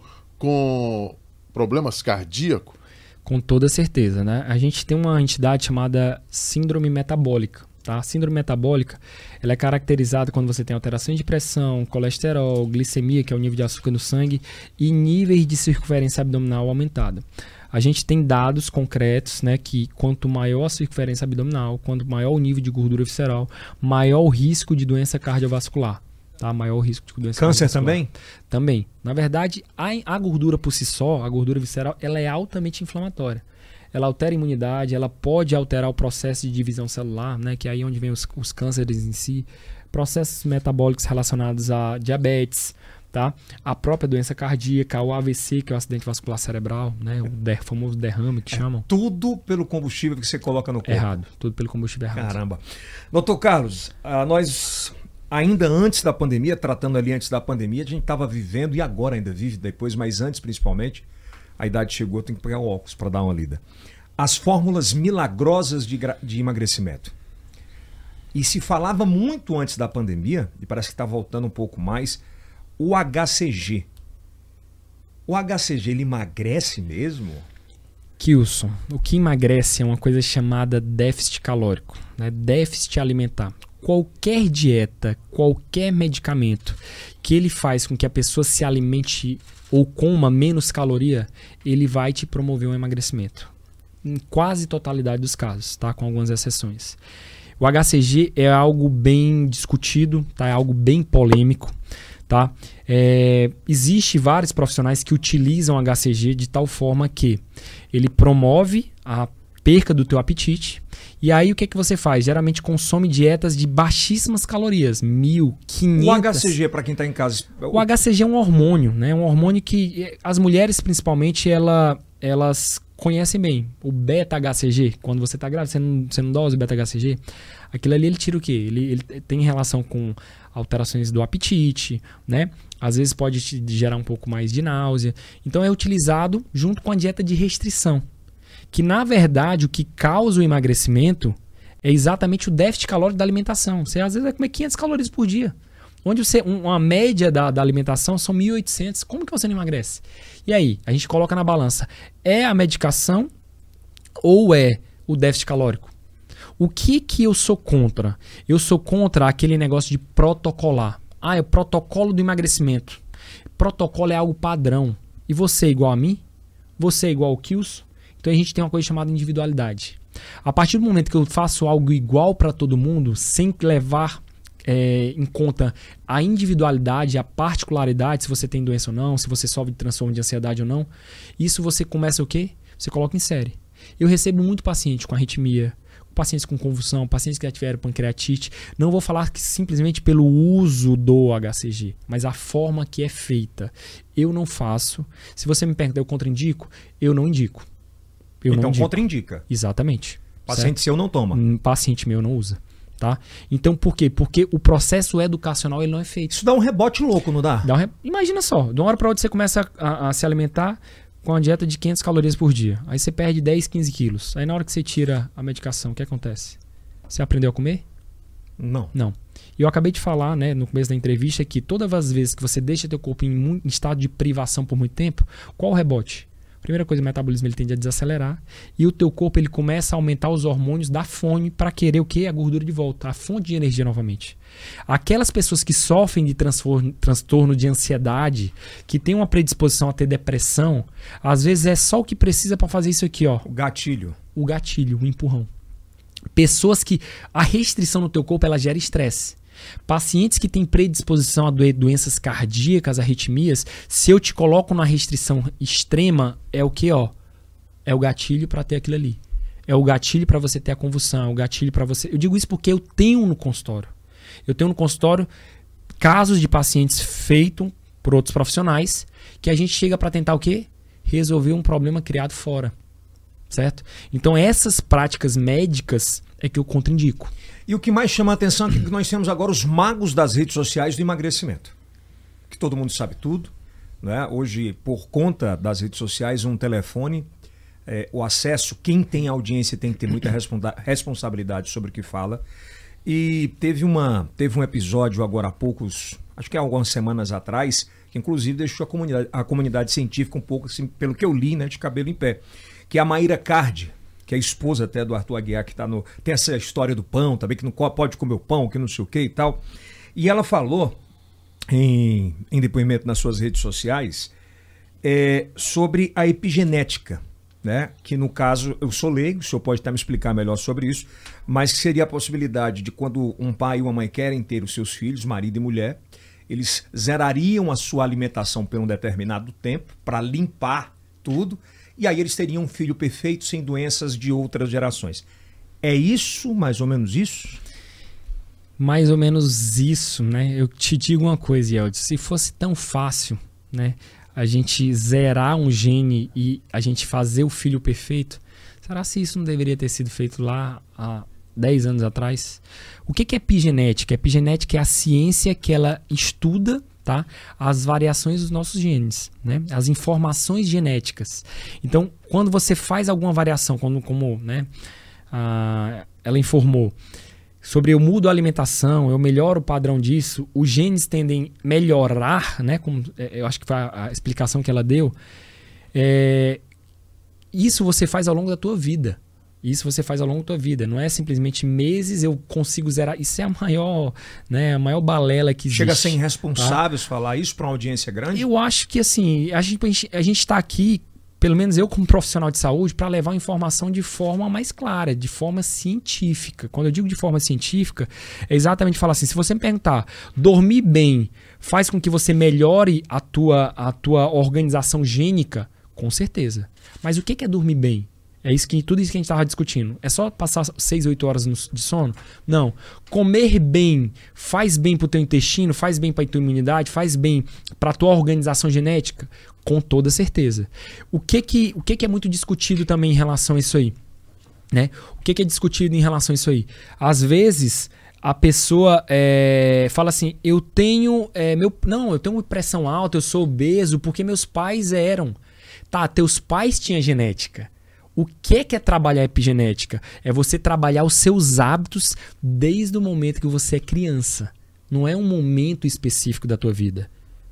com problemas cardíacos? Com toda certeza, né? A gente tem uma entidade chamada síndrome metabólica. Tá? A síndrome metabólica, ela é caracterizada quando você tem alterações de pressão, colesterol, glicemia, que é o nível de açúcar no sangue, e níveis de circunferência abdominal aumentada. A gente tem dados concretos, né, que quanto maior a circunferência abdominal, quanto maior o nível de gordura visceral, maior o risco de doença cardiovascular. Tá? Maior o risco de doença Câncer cardiovascular. também? Também. Na verdade, a, a gordura por si só, a gordura visceral, ela é altamente inflamatória. Ela altera a imunidade, ela pode alterar o processo de divisão celular, né, que é aí onde vem os, os cânceres em si, processos metabólicos relacionados a diabetes, tá? A própria doença cardíaca, o A V C, que é o acidente vascular cerebral, né, o der, famoso derrame que é chamam. Tudo pelo combustível que você coloca no corpo. Errado, tudo pelo combustível errado. Caramba. Doutor Carlos, ah, nós ainda antes da pandemia, tratando ali antes da pandemia, a gente estava vivendo, e agora ainda vive depois, mas antes principalmente, a idade chegou, tem que pegar o óculos para dar uma lida. As fórmulas milagrosas de, de emagrecimento. E se falava muito antes da pandemia, e parece que está voltando um pouco mais, o H C G. O H C G, ele emagrece mesmo? Kilson, o que emagrece é uma coisa chamada déficit calórico, né? Déficit alimentar. Qualquer dieta, qualquer medicamento que ele faz com que a pessoa se alimente ou coma menos caloria, ele vai te promover um emagrecimento. Em quase totalidade dos casos, tá? Com algumas exceções. O H C G é algo bem discutido, tá? É algo bem polêmico, tá? É, existe vários profissionais que utilizam o H C G de tal forma que ele promove a perca do teu apetite E aí o que, que você faz? Geralmente consome dietas de baixíssimas calorias, mil, quinhentas. O H C G, para quem está em casa. O H C G é um hormônio, né? Um hormônio que as mulheres, principalmente, ela, elas conhecem bem. O beta-H C G, quando você está grávida, você não, você não dose o beta-H C G. Aquilo ali, ele tira o quê? Ele, ele tem relação com alterações do apetite, né? Às vezes pode te gerar um pouco mais de náusea. Então é utilizado junto com a dieta de restrição. Que, na verdade, o que causa o emagrecimento é exatamente o déficit calórico da alimentação. Você, às vezes, vai comer quinhentas calorias por dia. Onde você, uma média da, da alimentação são mil e oitocentas. Como que você não emagrece? E aí, a gente coloca na balança. É a medicação ou é o déficit calórico? O que que eu sou contra? Eu sou contra aquele negócio de protocolar. Ah, é o protocolo do emagrecimento. Protocolo é algo padrão. E você é igual a mim? Você é igual ao Kilson? Então a gente tem uma coisa chamada individualidade. A partir do momento que eu faço algo igual para todo mundo, sem levar é, em conta a individualidade, a particularidade, se você tem doença ou não, se você sofre de transtorno de ansiedade ou não, isso você começa o quê? Você coloca em série. Eu recebo muito paciente com arritmia, pacientes com convulsão, pacientes que já tiveram pancreatite. Não vou falar que simplesmente pelo uso do H C G, mas a forma que é feita. Eu não faço. Se você me pergunta, eu contraindico? Eu não indico. Eu então não indico. Contraindica. Exatamente. Paciente certo? seu não toma. Um paciente meu não usa. Tá? Então por quê? Porque o processo educacional ele não é feito. Isso dá um rebote louco, não dá? dá um re... Imagina só, de uma hora para outra você começa a, a se alimentar com uma dieta de quinhentas calorias por dia. Aí você perde dez, quinze quilos. Aí na hora que você tira a medicação, o que acontece? Você aprendeu a comer? Não. Não. E eu acabei de falar, né, no começo da entrevista que todas as vezes que você deixa teu corpo em, muito, em estado de privação por muito tempo, qual o rebote? Primeira coisa, o metabolismo ele tende a desacelerar e o teu corpo ele começa a aumentar os hormônios da fome para querer o quê? A gordura de volta, a fonte de energia novamente. Aquelas pessoas que sofrem de transtorno de ansiedade, que têm uma predisposição a ter depressão, às vezes é só o que precisa para fazer isso aqui, ó. O gatilho. O gatilho, o empurrão. Pessoas que a restrição no teu corpo ela gera estresse. Pacientes que têm predisposição a doenças cardíacas, arritmias, se eu te coloco numa restrição extrema, é o que, ó? É o gatilho para ter aquilo ali. É o gatilho para você ter a convulsão, é o gatilho para você... Eu digo isso porque eu tenho no consultório. Eu tenho no consultório casos de pacientes feitos por outros profissionais que a gente chega para tentar o quê? Resolver um problema criado fora. Certo? Então essas práticas médicas é que eu contraindico. E o que mais chama a atenção é que nós temos agora os magos das redes sociais do emagrecimento. Que todo mundo sabe tudo, né? Hoje, por conta das redes sociais, um telefone, é, o acesso, quem tem audiência tem que ter muita responsa- responsabilidade sobre o que fala. E teve, uma, teve um episódio agora há poucos, acho que há algumas semanas atrás, que inclusive deixou a comunidade, a comunidade científica um pouco, assim, pelo que eu li, né, de cabelo em pé. Que é a Maíra Cardi, que é a esposa até do Arthur Aguiar, que tá no, tem essa história do pão também, que não pode comer o pão, que não sei o que e tal. E ela falou, em, em depoimento nas suas redes sociais, é, sobre a epigenética, né? Que no caso, eu sou leigo, o senhor pode até me explicar melhor sobre isso, mas que seria a possibilidade de quando um pai e uma mãe querem ter os seus filhos, marido e mulher, eles zerariam a sua alimentação por um determinado tempo para limpar tudo, e aí eles teriam um filho perfeito sem doenças de outras gerações. É isso, mais ou menos isso? Mais ou menos isso, né? Eu te digo uma coisa, Yeldes, se fosse tão fácil, né, a gente zerar um gene e a gente fazer o filho perfeito, será se isso não deveria ter sido feito lá há dez anos atrás? O que é epigenética? Epigenética é a ciência que ela estuda, tá, as variações dos nossos genes, né? As informações genéticas. Então, quando você faz alguma variação, quando, como, né, a, ela informou sobre eu mudo a alimentação, eu melhoro o padrão disso, os genes tendem a melhorar, né? Como, eu acho que foi a, a explicação que ela deu. É, isso você faz ao longo da tua vida. Isso você faz ao longo da tua vida. Não é simplesmente meses eu consigo zerar. Isso é a maior, né, a maior balela que existe. Chega a ser irresponsável tá? falar isso para uma audiência grande? Eu acho que assim, a gente a gente está aqui, pelo menos eu como profissional de saúde, para levar a informação de forma mais clara, de forma científica. Quando eu digo de forma científica, é exatamente falar assim, se você me perguntar, dormir bem faz com que você melhore a tua, a tua organização gênica? Com certeza. Mas o que é dormir bem? É isso que, tudo isso que a gente estava discutindo. É só passar seis, oito horas no, de sono? Não. Comer bem faz bem para o teu intestino, faz bem para a tua imunidade, faz bem para a tua organização genética? Com toda certeza. O que que, o que que é muito discutido também em relação a isso aí? Né? O que que é discutido em relação a isso aí? Às vezes a pessoa é, fala assim, eu tenho, é, meu, não, eu tenho pressão alta, eu sou obeso porque meus pais eram. Tá, teus pais tinham genética. O que que é trabalhar a epigenética? É você trabalhar os seus hábitos desde o momento que você é criança. Não é um momento específico da tua vida.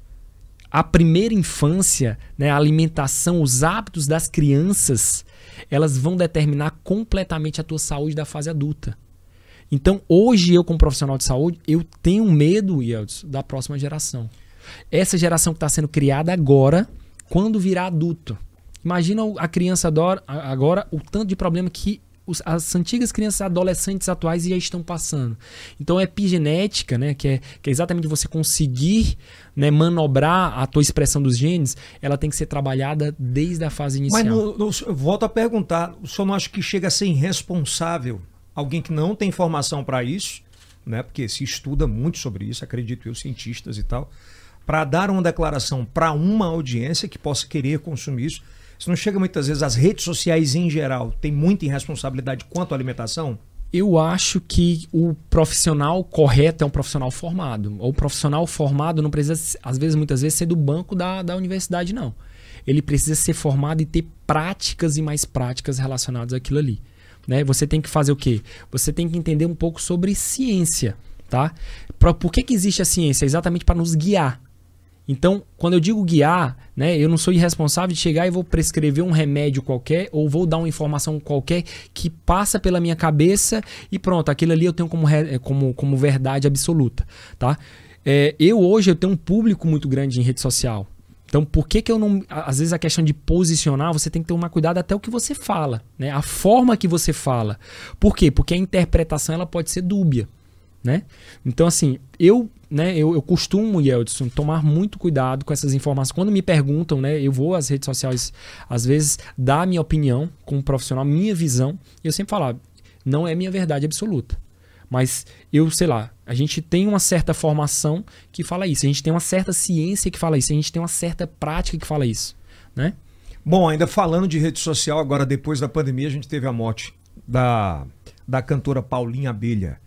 A primeira infância, né, a alimentação, os hábitos das crianças, elas vão determinar completamente a tua saúde da fase adulta. Então, hoje eu, como profissional de saúde, eu tenho medo, Yeltsin, da próxima geração. Essa geração que está sendo criada agora, quando virar adulto. Imagina a criança agora, o tanto de problema que os, as antigas crianças adolescentes atuais já estão passando. Então a epigenética, né, que, é, que é exatamente você conseguir, né, manobrar a tua expressão dos genes, ela tem que ser trabalhada desde a fase inicial. Mas no, no, eu volto a perguntar, o senhor não acha que chega a ser irresponsável alguém que não tem formação para isso, né, porque se estuda muito sobre isso, acredito eu, cientistas e tal, para dar uma declaração para uma audiência que possa querer consumir isso? Isso não chega muitas vezes, as redes sociais em geral têm muita irresponsabilidade quanto à alimentação? Eu acho que o profissional correto é um profissional formado. O profissional formado não precisa, às vezes, muitas vezes, ser do banco da, da universidade, não. Ele precisa ser formado e ter práticas e mais práticas relacionadas àquilo ali. Né? Você tem que fazer o quê? Você tem que entender um pouco sobre ciência. Tá? Pra, por que que existe a ciência? Exatamente para nos guiar. Então, quando eu digo guiar, né, eu não sou irresponsável de chegar e vou prescrever um remédio qualquer ou vou dar uma informação qualquer que passa pela minha cabeça e pronto, aquilo ali eu tenho como, como, como verdade absoluta. Tá? É, eu hoje eu tenho um público muito grande em rede social. Então, por que que eu não... Às vezes a questão de posicionar, você tem que tomar cuidado até o que você fala, né? A forma que você fala. Por quê? Porque a interpretação ela pode ser dúbia. Né? Então, assim, eu, né, eu, eu costumo, Yeltsin, tomar muito cuidado com essas informações. Quando me perguntam, né, eu vou às redes sociais, às vezes, dar a minha opinião como profissional, minha visão, e eu sempre falo, não é minha verdade absoluta. Mas eu, sei lá, a gente tem uma certa formação que fala isso, a gente tem uma certa ciência que fala isso, a gente tem uma certa prática que fala isso, né? Bom, ainda falando de rede social, agora depois da pandemia a gente teve a morte da, da cantora Paulinha Abelha.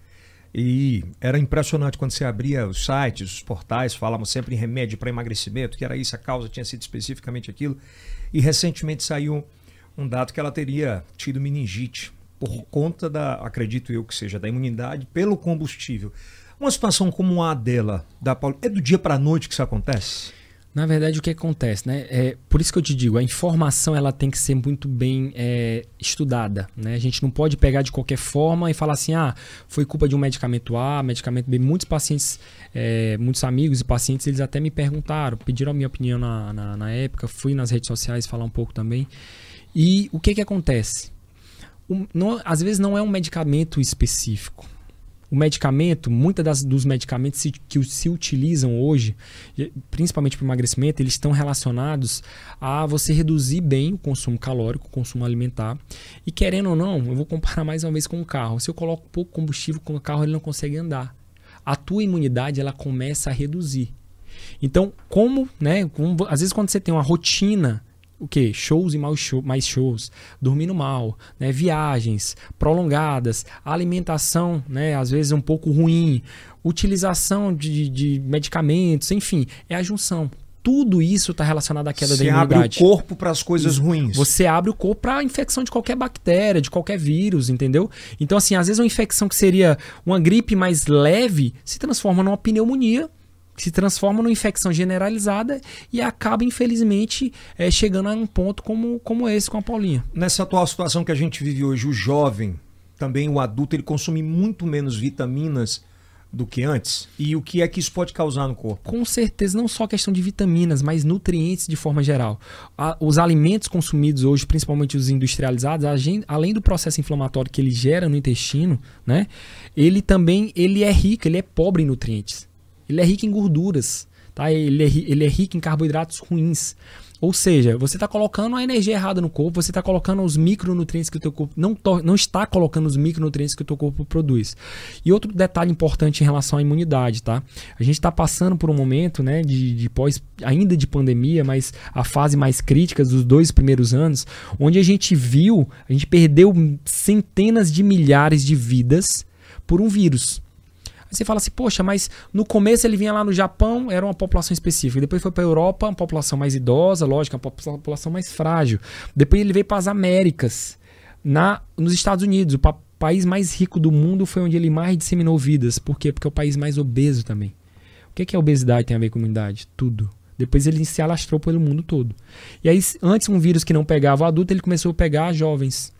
E era impressionante quando você abria os sites, os portais, falavam sempre em remédio para emagrecimento, que era isso, a causa tinha sido especificamente aquilo. E recentemente saiu um dado que ela teria tido meningite por conta da, acredito eu que seja, da imunidade pelo combustível. Uma situação como a dela, da Paulinha, é do dia para a noite que isso acontece? Na verdade, o que acontece, né? É, por isso que eu te digo, a informação ela tem que ser muito bem é, estudada, né? A gente não pode pegar de qualquer forma e falar assim, ah, foi culpa de um medicamento A, medicamento B. Muitos pacientes, é, muitos amigos e pacientes, eles até me perguntaram, pediram a minha opinião na, na, na época, fui nas redes sociais falar um pouco também. E o que que acontece? O, não, às vezes não é um medicamento específico. O medicamento, muitos dos medicamentos se, que se utilizam hoje, principalmente para o emagrecimento, eles estão relacionados a você reduzir bem o consumo calórico, o consumo alimentar. E querendo ou não, eu vou comparar mais uma vez com um carro. Se eu coloco pouco combustível com o carro, ele não consegue andar. A tua imunidade ela começa a reduzir. Então, como, né, como, às vezes quando você tem uma rotina, o quê? Shows e mais, show, mais shows, dormindo mal, né? Viagens prolongadas, alimentação, né? Às vezes um pouco ruim, utilização de, de medicamentos, enfim, é a junção. Tudo isso está relacionado à queda Você da imunidade. Você abre o corpo para as coisas ruins. Você abre o corpo para a infecção de qualquer bactéria, de qualquer vírus, entendeu? Então, assim, às vezes uma infecção que seria uma gripe mais leve se transforma numa pneumonia, se transforma numa infecção generalizada e acaba, infelizmente, é, chegando a um ponto como, como esse com a Paulinha. Nessa atual situação que a gente vive hoje, o jovem, também o adulto, ele consome muito menos vitaminas do que antes. E o que é que isso pode causar no corpo? Com certeza, não só questão de vitaminas, mas nutrientes de forma geral. A, os alimentos consumidos hoje, principalmente os industrializados, a gente, além do processo inflamatório que ele gera no intestino, né, ele também ele é rico, ele é pobre em nutrientes. Ele é rico em gorduras, Tá? Ele, é, ele é rico em carboidratos ruins. Ou seja, você está colocando a energia errada no corpo, você está colocando os micronutrientes que o teu corpo não, não está colocando os micronutrientes que o teu corpo produz. E outro detalhe importante em relação à imunidade, tá? A gente está passando por um momento, né, de, de pós, ainda de pandemia, mas a fase mais crítica dos dois primeiros anos, onde a gente viu, a gente perdeu centenas de milhares de vidas por um vírus. Você fala assim, poxa, mas no começo ele vinha lá no Japão, era uma população específica. Depois foi para a Europa, uma população mais idosa, lógico, uma população mais frágil. Depois ele veio para as Américas. Na, nos Estados Unidos, o pa país mais rico do mundo foi onde ele mais disseminou vidas. Por quê? Porque é o país mais obeso também. O que é que a obesidade tem a ver com a imunidade? Tudo. Depois ele se alastrou pelo mundo todo. E aí, antes um vírus que não pegava o adulto, ele começou a pegar jovens.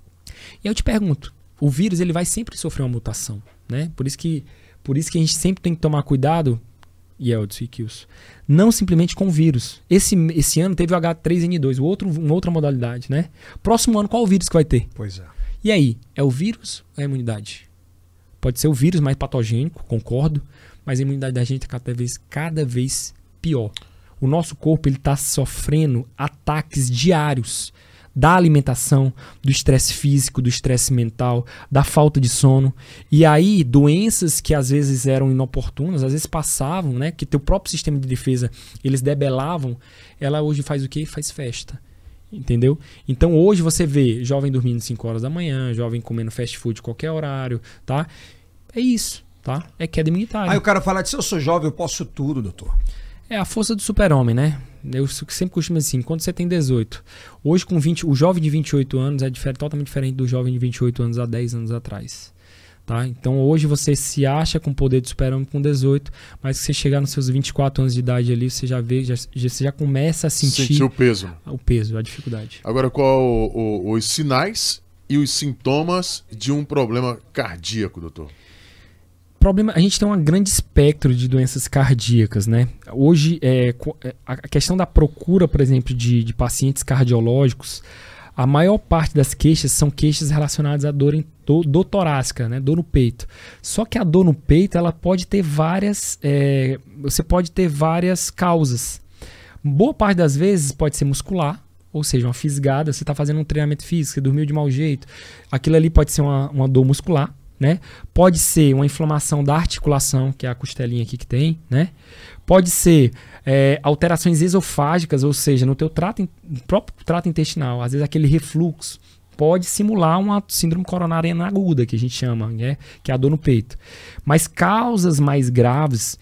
E eu te pergunto, o vírus ele vai sempre sofrer uma mutação, né? Por isso que Por isso que a gente sempre tem que tomar cuidado, Yeldson e Kilson, não simplesmente com o vírus. Esse, esse ano teve o H três N dois, o outro, uma outra modalidade, né? Próximo ano, qual o vírus que vai ter? Pois é. E aí, é o vírus ou é a imunidade? Pode ser o vírus mais patogênico, concordo, mas a imunidade da gente é cada vez, cada vez pior. O nosso corpo está sofrendo ataques diários da alimentação, do estresse físico, do estresse mental, da falta de sono. E aí, doenças que às vezes eram inoportunas, às vezes passavam, né? Que teu próprio sistema de defesa, eles debelavam. Ela hoje faz o quê? Faz festa. Entendeu? Então hoje você vê jovem dormindo cinco horas da manhã, jovem comendo fast food de qualquer horário, tá? É isso, tá? É queda imunitária. Aí o cara fala, se eu sou jovem, eu posso tudo, doutor. É a força do super-homem, né? Eu sempre costumo assim, quando você tem dezoito. Hoje com vinte, o jovem de vinte e oito anos é diferente, totalmente diferente do jovem de vinte e oito anos há dez anos atrás. Tá? Então hoje você se acha com poder de super-homem com dezoito, mas se você chegar nos seus vinte e quatro anos de idade ali, você já vê, já, já, você já começa a sentir... Sentir o peso. O peso, a dificuldade. Agora, qual o, o, os sinais e os sintomas de um problema cardíaco, doutor? Problema, a gente tem um grande espectro de doenças cardíacas, né? Hoje, é, a questão da procura, por exemplo, de, de pacientes cardiológicos, a maior parte das queixas são queixas relacionadas à dor, em, dor, dor torácica, né? Dor no peito. Só que a dor no peito, ela pode ter várias, é, você pode ter várias causas. Boa parte das vezes pode ser muscular, ou seja, uma fisgada, você está fazendo um treinamento físico, você dormiu de mau jeito, aquilo ali pode ser uma, uma dor muscular. Né? Pode ser uma inflamação da articulação, que é a costelinha aqui que tem, né? Pode ser é, alterações esofágicas, ou seja, no teu trato, no próprio trato intestinal, às vezes aquele refluxo pode simular uma síndrome coronariana aguda, que a gente chama, né? Que é a dor no peito. Mas causas mais graves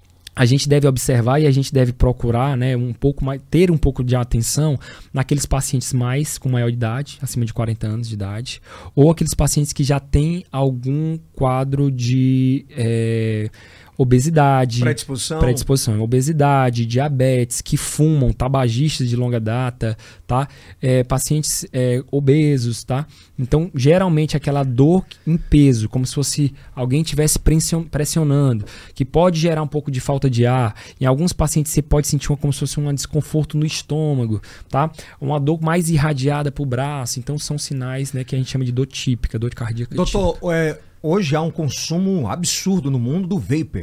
a gente deve observar e a gente deve procurar, né, um pouco mais, ter um pouco de atenção naqueles pacientes mais com maior idade, acima de quarenta anos de idade, ou aqueles pacientes que já têm algum quadro de é, obesidade, predisposição. predisposição, obesidade, diabetes, que fumam, tabagistas de longa data, tá? É, pacientes é, obesos, tá? Então, geralmente aquela dor em peso, como se fosse alguém estivesse pressionando, que pode gerar um pouco de falta de ar. Em alguns pacientes você pode sentir uma, como se fosse um desconforto no estômago, tá? Uma dor mais irradiada para o braço. Então, são sinais, né, que a gente chama de dor típica, dor cardíaca típica. Doutor, é, hoje há um consumo absurdo no mundo do vapor.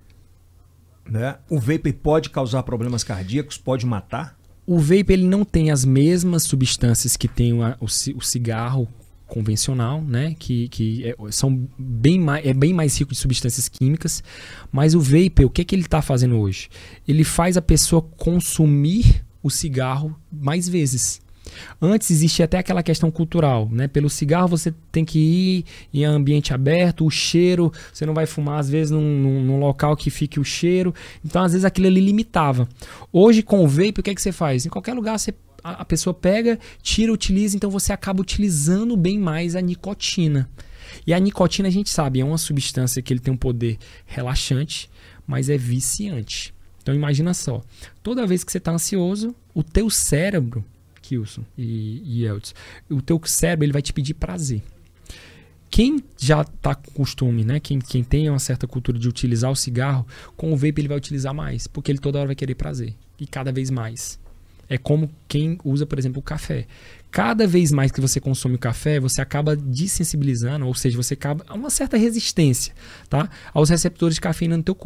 Né? O vapor pode causar problemas cardíacos, pode matar? O vapor ele não tem as mesmas substâncias que tem o, o, o cigarro convencional, né? Que, que é, são bem mais, é bem mais rico de substâncias químicas, mas o vapor, o que, é que ele está fazendo hoje? Ele faz a pessoa consumir o cigarro mais vezes. Antes existia até aquela questão cultural, né? Pelo cigarro você tem que ir em ambiente aberto, o cheiro, você não vai fumar às vezes num, num, num local que fique o cheiro, então às vezes aquilo ali limitava. Hoje com o vape, o que é que você faz? Em qualquer lugar você, a, a pessoa pega, tira, utiliza, então você acaba utilizando bem mais a nicotina. E a nicotina a gente sabe, é uma substância que ele tem um poder relaxante, mas é viciante. Então imagina só, toda vez que você está ansioso, o teu cérebro, Kilson e, e Yeldson, o teu cérebro ele vai te pedir prazer. Quem já está com costume, né? quem, quem tem uma certa cultura de utilizar o cigarro, com o vape ele vai utilizar mais, porque ele toda hora vai querer prazer, e cada vez mais. É como quem usa, por exemplo, o café. Cada vez mais que você consome o café, você acaba desensibilizando, ou seja, você acaba uma certa resistência, tá, aos receptores de cafeína no teu corpo.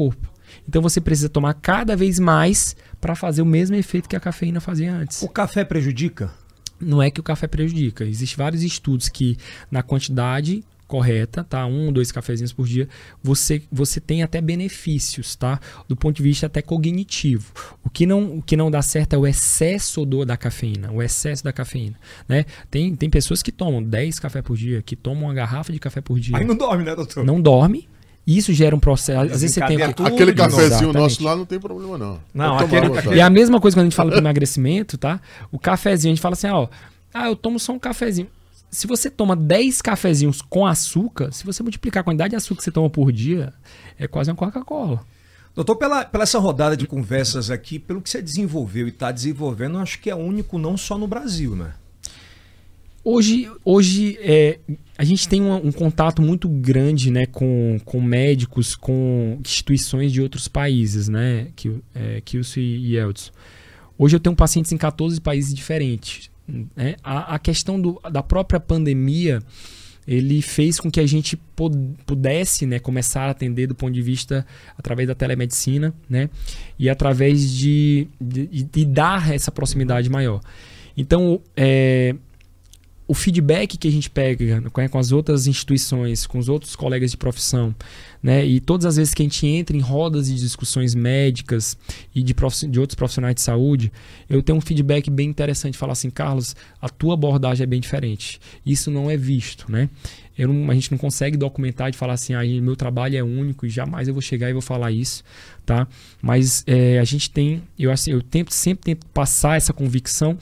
Então você precisa tomar cada vez mais para fazer o mesmo efeito que a cafeína fazia antes. O café prejudica? Não é que o café prejudica. Existem vários estudos que na quantidade correta, tá? Um, dois cafezinhos por dia, você, você tem até benefícios, tá? Do ponto de vista até cognitivo. O que não, o que não dá certo é o excesso do, da cafeína, o excesso da cafeína, né? Tem, tem pessoas que tomam dez cafés por dia, que tomam uma garrafa de café por dia. Aí não dorme, né, doutor? Não dorme. Isso gera um processo. Às vezes você tem Tudo aquele de cafezinho novo. nosso lá não tem problema, não. Não, Pode aquele- tomar à vontade. E é a mesma coisa quando a gente fala de emagrecimento, tá? O cafezinho, a gente fala assim, ó, ah, eu tomo só um cafezinho. Se você toma dez cafezinhos com açúcar, se você multiplicar a quantidade de açúcar que você toma por dia, é quase uma Coca-Cola. Doutor, pela, pela essa rodada de conversas aqui, pelo que você desenvolveu e está desenvolvendo, eu acho que é único não só no Brasil, né? Hoje, hoje é, a gente tem um, um contato muito grande, né, com, com médicos, com instituições de outros países, né, que é, Kilson e Eldson. Hoje eu tenho pacientes em quatorze países diferentes. Né? A, a questão do, da própria pandemia, ele fez com que a gente pudesse, né, começar a atender do ponto de vista através da telemedicina, né, e através de, de, de dar essa proximidade maior. Então, é, o feedback que a gente pega, né, com as outras instituições, com os outros colegas de profissão, né, e todas as vezes que a gente entra em rodas de discussões médicas e de, de outros profissionais de saúde, eu tenho um feedback bem interessante, falar assim, Carlos, a tua abordagem é bem diferente. Isso não é visto, né? Eu não, a gente não consegue documentar de falar assim, ah, meu trabalho é único e jamais eu vou chegar e vou falar isso, tá? Mas é, a gente tem, eu, assim, eu tento, sempre tento passar essa convicção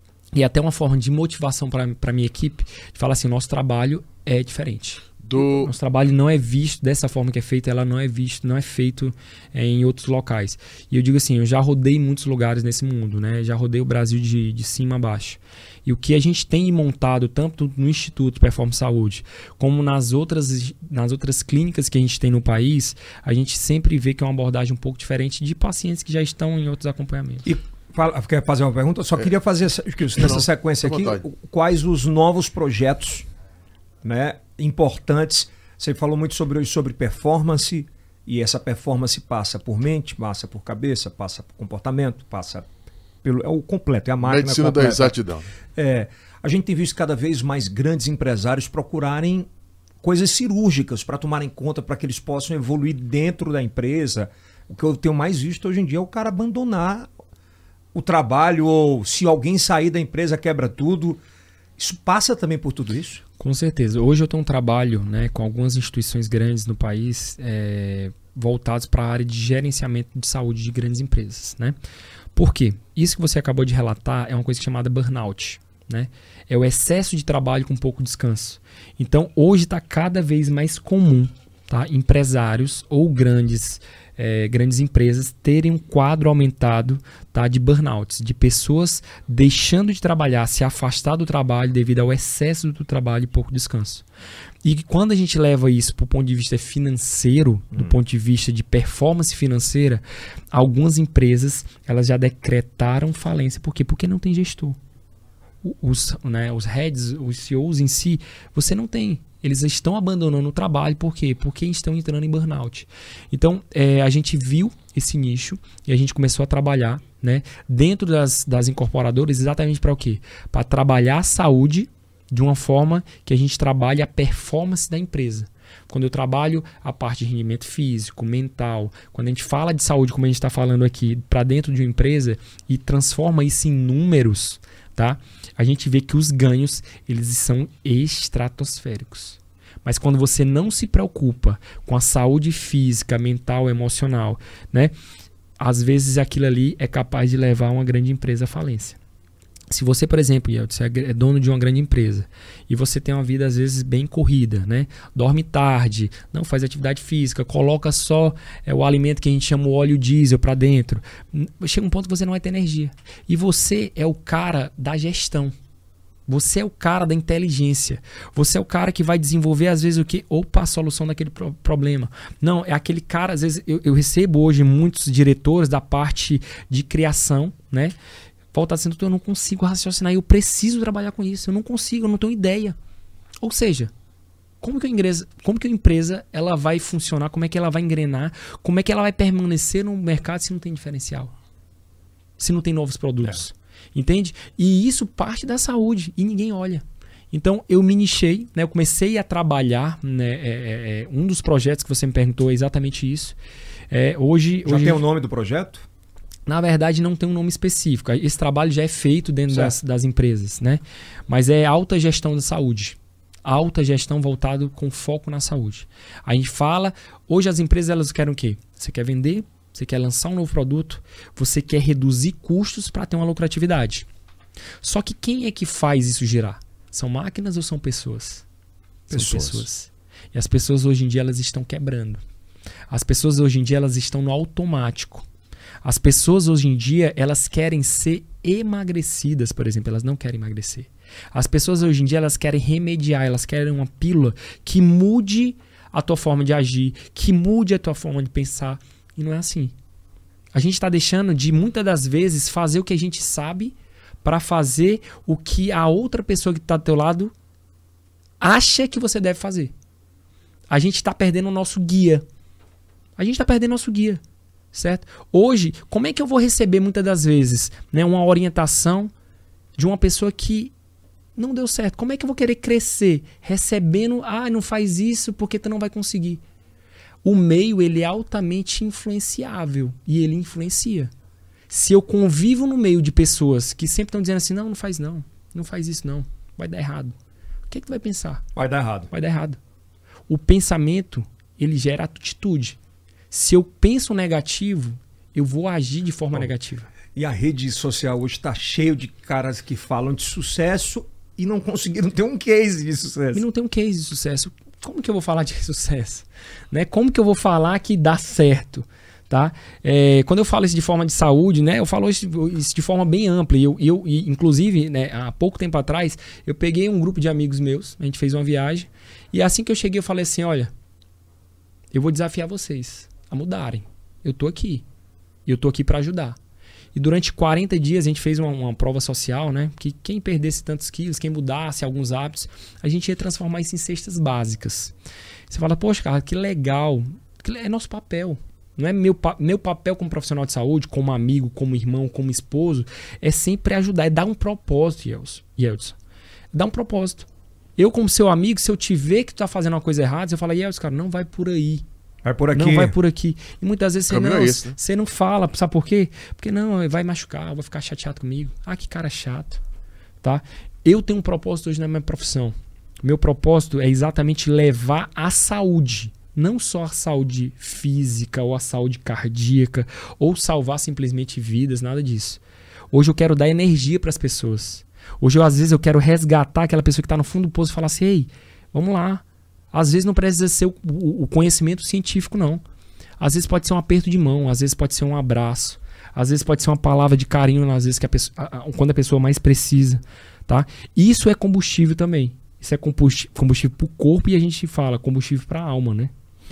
e até uma forma de motivação para a minha equipe, de falar assim, nosso trabalho é diferente. Do... Nosso trabalho não é visto dessa forma que é feito, ela não é visto, não é feito é, em outros locais. E eu digo assim, eu já rodei muitos lugares nesse mundo, né? Já rodei o Brasil de, de cima a baixo. E o que a gente tem montado, tanto no Instituto Performance Saúde, como nas outras, nas outras clínicas que a gente tem no país, a gente sempre vê que é uma abordagem um pouco diferente de pacientes que já estão em outros acompanhamentos. E fala, quer fazer uma pergunta? Eu só é. queria fazer essa, nessa não, sequência aqui, quais os novos projetos, né, importantes. Você falou muito sobre, sobre performance, e essa performance passa por mente, passa por cabeça, passa por comportamento, passa pelo... É o completo, é a máquina medicina completa. da exatidão. É, a gente tem visto cada vez mais grandes empresários procurarem coisas cirúrgicas para tomarem conta, para que eles possam evoluir dentro da empresa. O que eu tenho mais visto hoje em dia é o cara abandonar o trabalho, ou se alguém sair da empresa quebra tudo. Isso passa também por tudo isso? Com certeza. Hoje eu tenho um trabalho, né, com algumas instituições grandes no país é, voltados para a área de gerenciamento de saúde de grandes empresas. Né? Por quê? Isso que você acabou de relatar é uma coisa chamada burnout. Né? É o excesso de trabalho com pouco descanso. Então hoje está cada vez mais comum, tá, empresários ou grandes É, grandes empresas terem um quadro aumentado, tá, de burnouts, de pessoas deixando de trabalhar, se afastar do trabalho devido ao excesso do trabalho e pouco descanso. E quando a gente leva isso para o ponto de vista financeiro, do hum. ponto de vista de performance financeira, algumas empresas elas já decretaram falência. Por quê? Porque não tem gestor. Os, né, os heads, os C E Os em si, você não tem. Eles estão abandonando o trabalho, por quê? Porque estão entrando em burnout. Então, é, a gente viu esse nicho e a gente começou a trabalhar, né, dentro das, das incorporadoras exatamente para o quê? Para trabalhar a saúde de uma forma que a gente trabalhe a performance da empresa. Quando eu trabalho a parte de rendimento físico, mental, quando a gente fala de saúde, como a gente está falando aqui, para dentro de uma empresa e transforma isso em números, tá? A gente vê que os ganhos eles são estratosféricos. Mas quando você não se preocupa com a saúde física, mental, emocional, né, às vezes aquilo ali é capaz de levar uma grande empresa à falência. Se você, por exemplo, você é dono de uma grande empresa e você tem uma vida às vezes bem corrida, né? Dorme tarde, não faz atividade física, coloca só é, o alimento que a gente chama o óleo diesel para dentro, chega um ponto que você não vai ter energia. E você é o cara da gestão. Você é o cara da inteligência. Você é o cara que vai desenvolver, às vezes, o quê? Opa, a solução daquele pro- problema. Não, é aquele cara, às vezes, eu, eu recebo hoje muitos diretores da parte de criação, né? Volta sendo que eu não consigo raciocinar, eu preciso trabalhar com isso, eu não consigo, eu não tenho ideia. Ou seja, Como que a empresa, como que a empresa ela vai funcionar, como é que ela vai engrenar, como é que ela vai permanecer no mercado se não tem diferencial? Se não tem novos produtos. É. Entende? E isso parte da saúde e ninguém olha. Então eu me nichei, né? Eu comecei a trabalhar, né? é, é, um dos projetos que você me perguntou é exatamente isso. É, hoje, já hoje, tem o nome do projeto? Na verdade não tem um nome específico. Esse trabalho já é feito dentro das, das empresas, né? Mas é alta gestão da saúde. Alta gestão voltado com foco na saúde. A gente fala, hoje as empresas elas querem o quê? Você quer vender? Você quer lançar um novo produto, você quer reduzir custos para ter uma lucratividade. Só que quem é que faz isso girar? São máquinas ou são pessoas? São pessoas. pessoas. E as pessoas hoje em dia elas estão quebrando. As pessoas hoje em dia elas estão no automático. As pessoas hoje em dia elas querem ser emagrecidas, por exemplo, elas não querem emagrecer. As pessoas hoje em dia elas querem remediar, elas querem uma pílula que mude a tua forma de agir, que mude a tua forma de pensar. E não é assim. A gente está deixando de, muitas das vezes, fazer o que a gente sabe para fazer o que a outra pessoa que está do teu lado acha que você deve fazer. A gente está perdendo o nosso guia. A gente está perdendo o nosso guia. Certo? Hoje, como é que eu vou receber, muitas das vezes, né, uma orientação de uma pessoa que não deu certo? Como é que eu vou querer crescer recebendo, ah, não faz isso porque tu não vai conseguir? O meio, ele é altamente influenciável e ele influencia. Se eu convivo no meio de pessoas que sempre estão dizendo assim, não, não faz não, não faz isso não, vai dar errado. O que é que tu vai pensar? Vai dar errado. Vai dar errado. O pensamento, ele gera atitude. Se eu penso negativo, eu vou agir de forma Bom, negativa. E a rede social hoje está cheio de caras que falam de sucesso e não conseguiram ter um case de sucesso. E não tem um case de sucesso. Como que eu vou falar de sucesso? Né? Como que eu vou falar que dá certo? Tá? É, quando eu falo isso de forma de saúde, né, eu falo isso, isso de forma bem ampla. E eu, eu, e, inclusive, né, há pouco tempo atrás, eu peguei um grupo de amigos meus, a gente fez uma viagem, e assim que eu cheguei, eu falei assim, olha, eu vou desafiar vocês a mudarem. Eu tô aqui. Eu tô aqui para ajudar. E durante quarenta dias a gente fez uma, uma prova social, né? Que quem perdesse tantos quilos, quem mudasse alguns hábitos, a gente ia transformar isso em cestas básicas. Você fala, poxa, cara, que legal. É nosso papel. Não é meu, meu papel como profissional de saúde, como amigo, como irmão, como esposo. É sempre ajudar, é dar um propósito, Yeldson. Dar um propósito. Eu, como seu amigo, se eu te ver que tu tá fazendo uma coisa errada, eu falo, Yeldson, cara, não vai por aí. Vai por aqui. Não vai por aqui. E muitas vezes você não, é esse, né? você não fala. Sabe por quê? Porque não, vai machucar, vai ficar chateado comigo. Ah, que cara chato. Tá? Eu tenho um propósito hoje na minha profissão. Meu propósito é exatamente levar a saúde. Não só a saúde física ou a saúde cardíaca ou salvar simplesmente vidas, nada disso. Hoje eu quero dar energia para as pessoas. Hoje, eu, às vezes, eu quero resgatar aquela pessoa que está no fundo do poço e falar assim, ei, vamos lá. Às vezes não precisa ser o, o, o conhecimento científico, não. Às vezes pode ser um aperto de mão, às vezes pode ser um abraço, às vezes pode ser uma palavra de carinho, às vezes que a pessoa, a, a, quando a pessoa mais precisa. Tá? Isso é combustível também. Isso é combustível, combustível para o corpo e a gente fala combustível para a alma, né?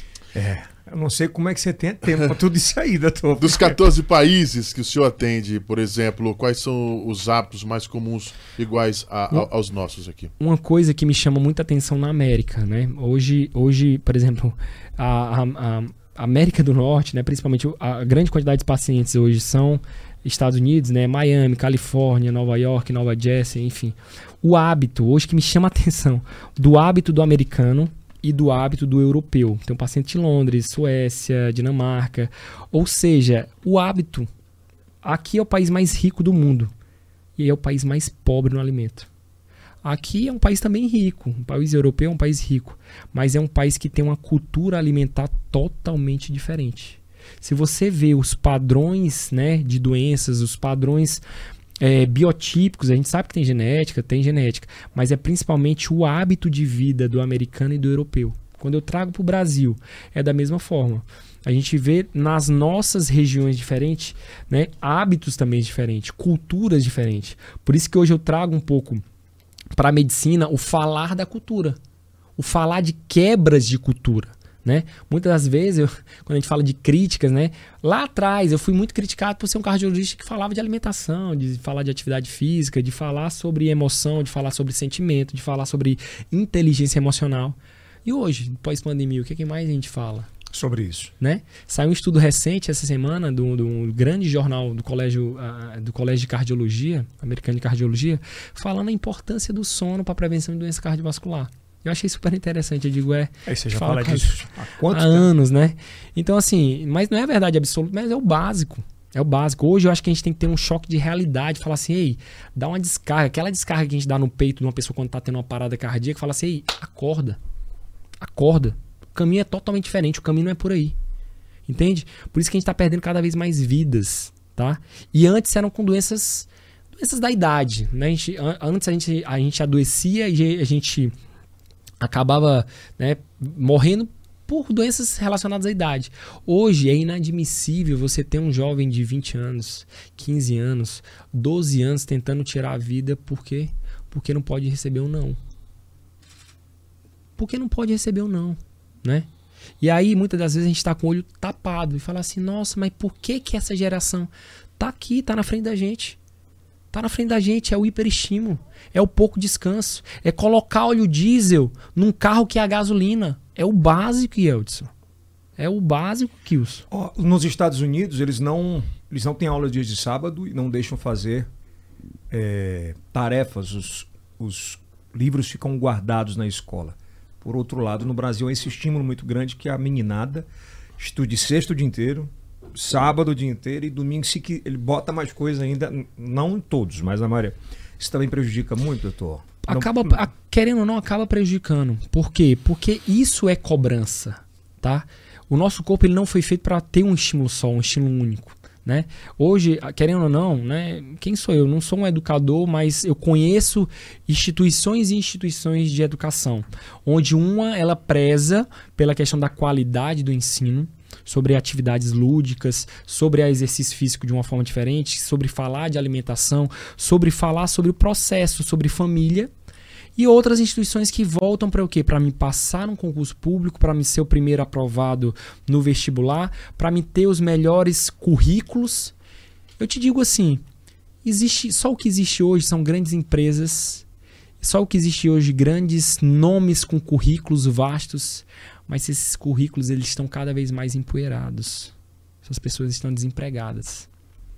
É, eu não sei como é que você tem tempo para tudo isso aí, doutor. Dos quatorze países que o senhor atende, por exemplo, quais são os hábitos mais comuns iguais a, a, aos nossos aqui? Uma coisa que me chama muita atenção na América, né? Hoje, hoje por exemplo, a, a, a América do Norte, né? Principalmente a grande quantidade de pacientes hoje são Estados Unidos, né? Miami, Califórnia, Nova York, Nova Jersey, enfim. O hábito, hoje que me chama a atenção, do hábito do americano e do hábito do europeu. Tem um paciente de Londres, Suécia, Dinamarca. Ou seja, o hábito. Aqui é o país mais rico do mundo. E é o país mais pobre no alimento. Aqui é um país também rico. O país europeu é um país rico. Mas é um país que tem uma cultura alimentar totalmente diferente. Se você vê os padrões, né, de doenças, os padrões É, biotípicos, a gente sabe que tem genética, tem genética, mas é principalmente o hábito de vida do americano e do europeu. Quando eu trago para o Brasil, é da mesma forma. A gente vê nas nossas regiões diferentes, né, hábitos também diferentes, culturas diferentes. Por isso que hoje eu trago um pouco para a medicina o falar da cultura, o falar de quebras de cultura. Né? Muitas das vezes, eu, quando a gente fala de críticas, né? Lá atrás eu fui muito criticado por ser um cardiologista que falava de alimentação, de falar de atividade física, de falar sobre emoção, de falar sobre sentimento, de falar sobre inteligência emocional. E hoje, pós-pandemia, o que, que mais a gente fala? Sobre isso. Né? Saiu um estudo recente essa semana de um grande jornal do colégio, uh, do colégio de cardiologia, americano de cardiologia, falando a importância do sono para a prevenção de doença cardiovascular. Eu achei super interessante. Eu digo, é... Aí você já fala disso há quanto há anos, né? Então, assim, mas não é a verdade absoluta, mas é o básico. É o básico. Hoje eu acho que a gente tem que ter um choque de realidade. Falar assim, ei, dá uma descarga. Aquela descarga que a gente dá no peito de uma pessoa quando tá tendo uma parada cardíaca, fala assim, ei, acorda. Acorda. O caminho é totalmente diferente. O caminho não é por aí. Entende? Por isso que a gente tá perdendo cada vez mais vidas, tá? E antes eram com doenças, doenças da idade, né? A gente, antes a gente, a gente adoecia e a gente acabava, né, morrendo por doenças relacionadas à idade. Hoje é inadmissível você ter um jovem de vinte anos, quinze anos, doze anos tentando tirar a vida. Por quê? Porque não pode receber um não. Porque não pode receber um não, né? E aí, muitas das vezes, a gente está com o olho tapado e fala assim, nossa, mas por que que essa geração tá aqui, tá na frente da gente? Tá na frente da gente, é o hiperestímulo, é o pouco descanso, é colocar óleo diesel num carro que é a gasolina. É o básico, Yeldson. É o básico, Kilson. Oh, nos Estados Unidos, eles não, eles não têm aula dias de sábado e não deixam fazer é, tarefas. Os, os livros ficam guardados na escola. Por outro lado, no Brasil, há esse estímulo muito grande que a meninada estude sexta o dia inteiro, sábado o dia inteiro e domingo se que ele bota mais coisa ainda, não em todos, mas na maioria. Isso também prejudica muito, doutor? Acaba, não... a, querendo ou não, acaba prejudicando. Por quê? Porque isso é cobrança, tá? O nosso corpo ele não foi feito para ter um estímulo só, um estímulo único, né? Hoje, querendo ou não, né? Quem sou eu? Não sou um educador, mas eu conheço instituições e instituições de educação, onde uma ela preza pela questão da qualidade do ensino, sobre atividades lúdicas, sobre exercício físico de uma forma diferente, sobre falar de alimentação, sobre falar sobre o processo, sobre família. E outras instituições que voltam para o quê? Para me passar num concurso público, para me ser o primeiro aprovado no vestibular, para me ter os melhores currículos. Eu te digo assim, existe, só o que existe hoje são grandes empresas, só o que existe hoje grandes nomes com currículos vastos, mas esses currículos eles estão cada vez mais empoeirados. Essas pessoas estão desempregadas.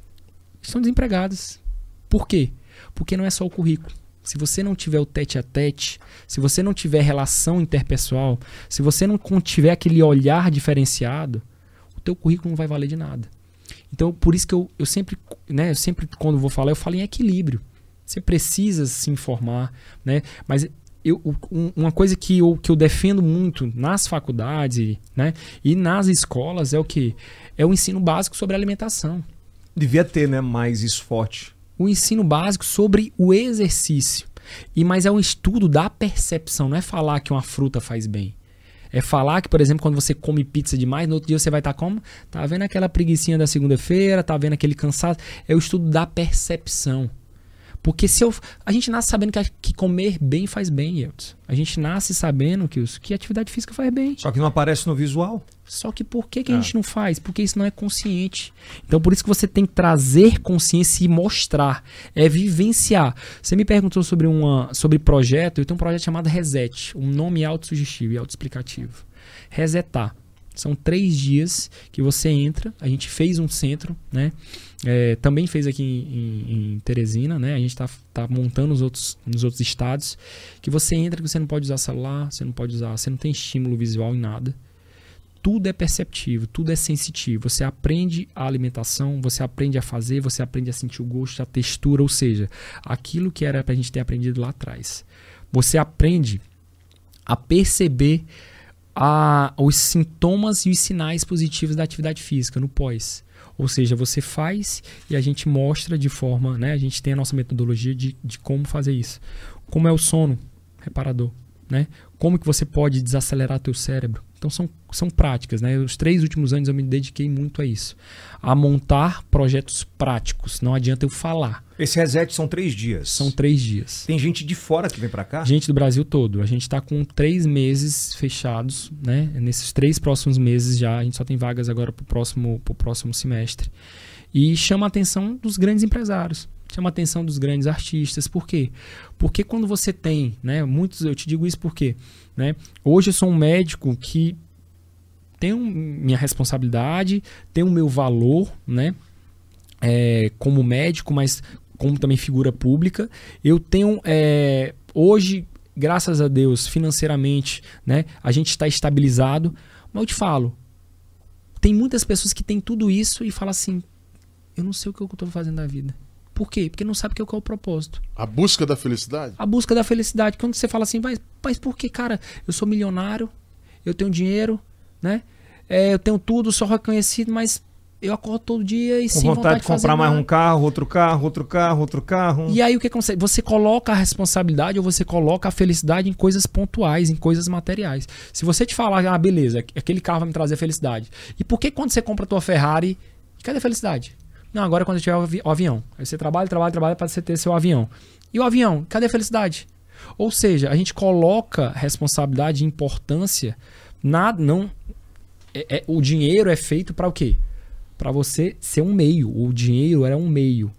Estão desempregadas. Por quê? Porque não é só o currículo. Se você não tiver o tete a tete, se você não tiver relação interpessoal, se você não tiver aquele olhar diferenciado, o teu currículo não vai valer de nada. Então, por isso que eu, eu sempre, né, eu sempre, quando vou falar, eu falo em equilíbrio. Você precisa se informar, né? Mas eu, um, uma coisa que eu, que eu defendo muito nas faculdades, né, e nas escolas é o quê? É o ensino básico sobre alimentação. Devia ter, né, mais isso forte. O ensino básico sobre o exercício. E, mas é um estudo da percepção, não é falar que uma fruta faz bem. É falar que, por exemplo, quando você come pizza demais, no outro dia você vai estar como? Tá vendo aquela preguicinha da segunda-feira, tá vendo aquele cansaço. É o estudo da percepção. Porque se eu, a gente nasce sabendo que, que comer bem faz bem, Yeldson. A gente nasce sabendo que, os, que atividade física faz bem. Só que não aparece no visual. Só que por que, que a gente não faz? Porque isso não é consciente. Então por isso que você tem que trazer consciência e mostrar. É vivenciar. Você me perguntou sobre, uma, sobre projeto. Eu tenho um projeto chamado Reset. Um nome autossugestivo e autoexplicativo. Resetar. São três dias que você entra. A gente fez um centro, né? É, também fez aqui em, em, em Teresina, né? A gente está tá montando nos outros, nos outros estados. Que você entra, que você não pode usar celular, você não pode usar, você não tem estímulo visual em nada. Tudo é perceptivo, tudo é sensitivo. Você aprende a alimentação, você aprende a fazer, você aprende a sentir o gosto, a textura, ou seja, aquilo que era para a gente ter aprendido lá atrás. Você aprende a perceber a, os sintomas e os sinais positivos da atividade física no pós. Ou seja, você faz e a gente mostra de forma, né? A gente tem a nossa metodologia de, de como fazer isso. Como é o sono reparador, né? Como que você pode desacelerar teu cérebro. Então são, são práticas, né? Os três últimos anos eu me dediquei muito a isso. A montar projetos práticos. Não adianta eu falar. Esse reset são três dias? São três dias. Tem gente de fora que vem para cá? Gente do Brasil todo. A gente está com três meses fechados, né? Nesses três próximos meses já. A gente só tem vagas agora para o próximo, pro próximo semestre. E chama a atenção dos grandes empresários. chama a atenção dos grandes artistas. Por quê? Porque quando você tem, né, muitos, eu te digo isso porque, né, hoje eu sou um médico que tem um, minha responsabilidade, tem o meu valor, né, é, como médico, mas como também figura pública. Eu tenho, é, hoje, graças a Deus, financeiramente, né, a gente está estabilizado, mas eu te falo, tem muitas pessoas que têm tudo isso e falam assim, eu não sei o que eu estou fazendo na vida. Por quê? Porque não sabe o que é o propósito. A busca da felicidade? A busca da felicidade. Quando você fala assim, mas, mas por que, cara? Eu sou milionário, eu tenho dinheiro, né? É, eu tenho tudo, sou reconhecido, mas eu acordo todo dia e com sem vontade, vontade de comprar mais um carro, outro carro, outro carro, outro carro. E aí o que acontece? Você coloca a responsabilidade ou você coloca a felicidade em coisas pontuais, em coisas materiais. Se você te falar, ah, beleza, aquele carro vai me trazer felicidade. E por que quando você compra a tua Ferrari, cadê a felicidade? Não, agora é quando tiver o, avi o avião. Aí você trabalha, trabalha, trabalha para você ter seu avião. E o avião, cadê a felicidade? Ou seja, a gente coloca responsabilidade e importância na... Não, é, é, o dinheiro é feito para o quê? Para você ser um meio. O dinheiro era um meio.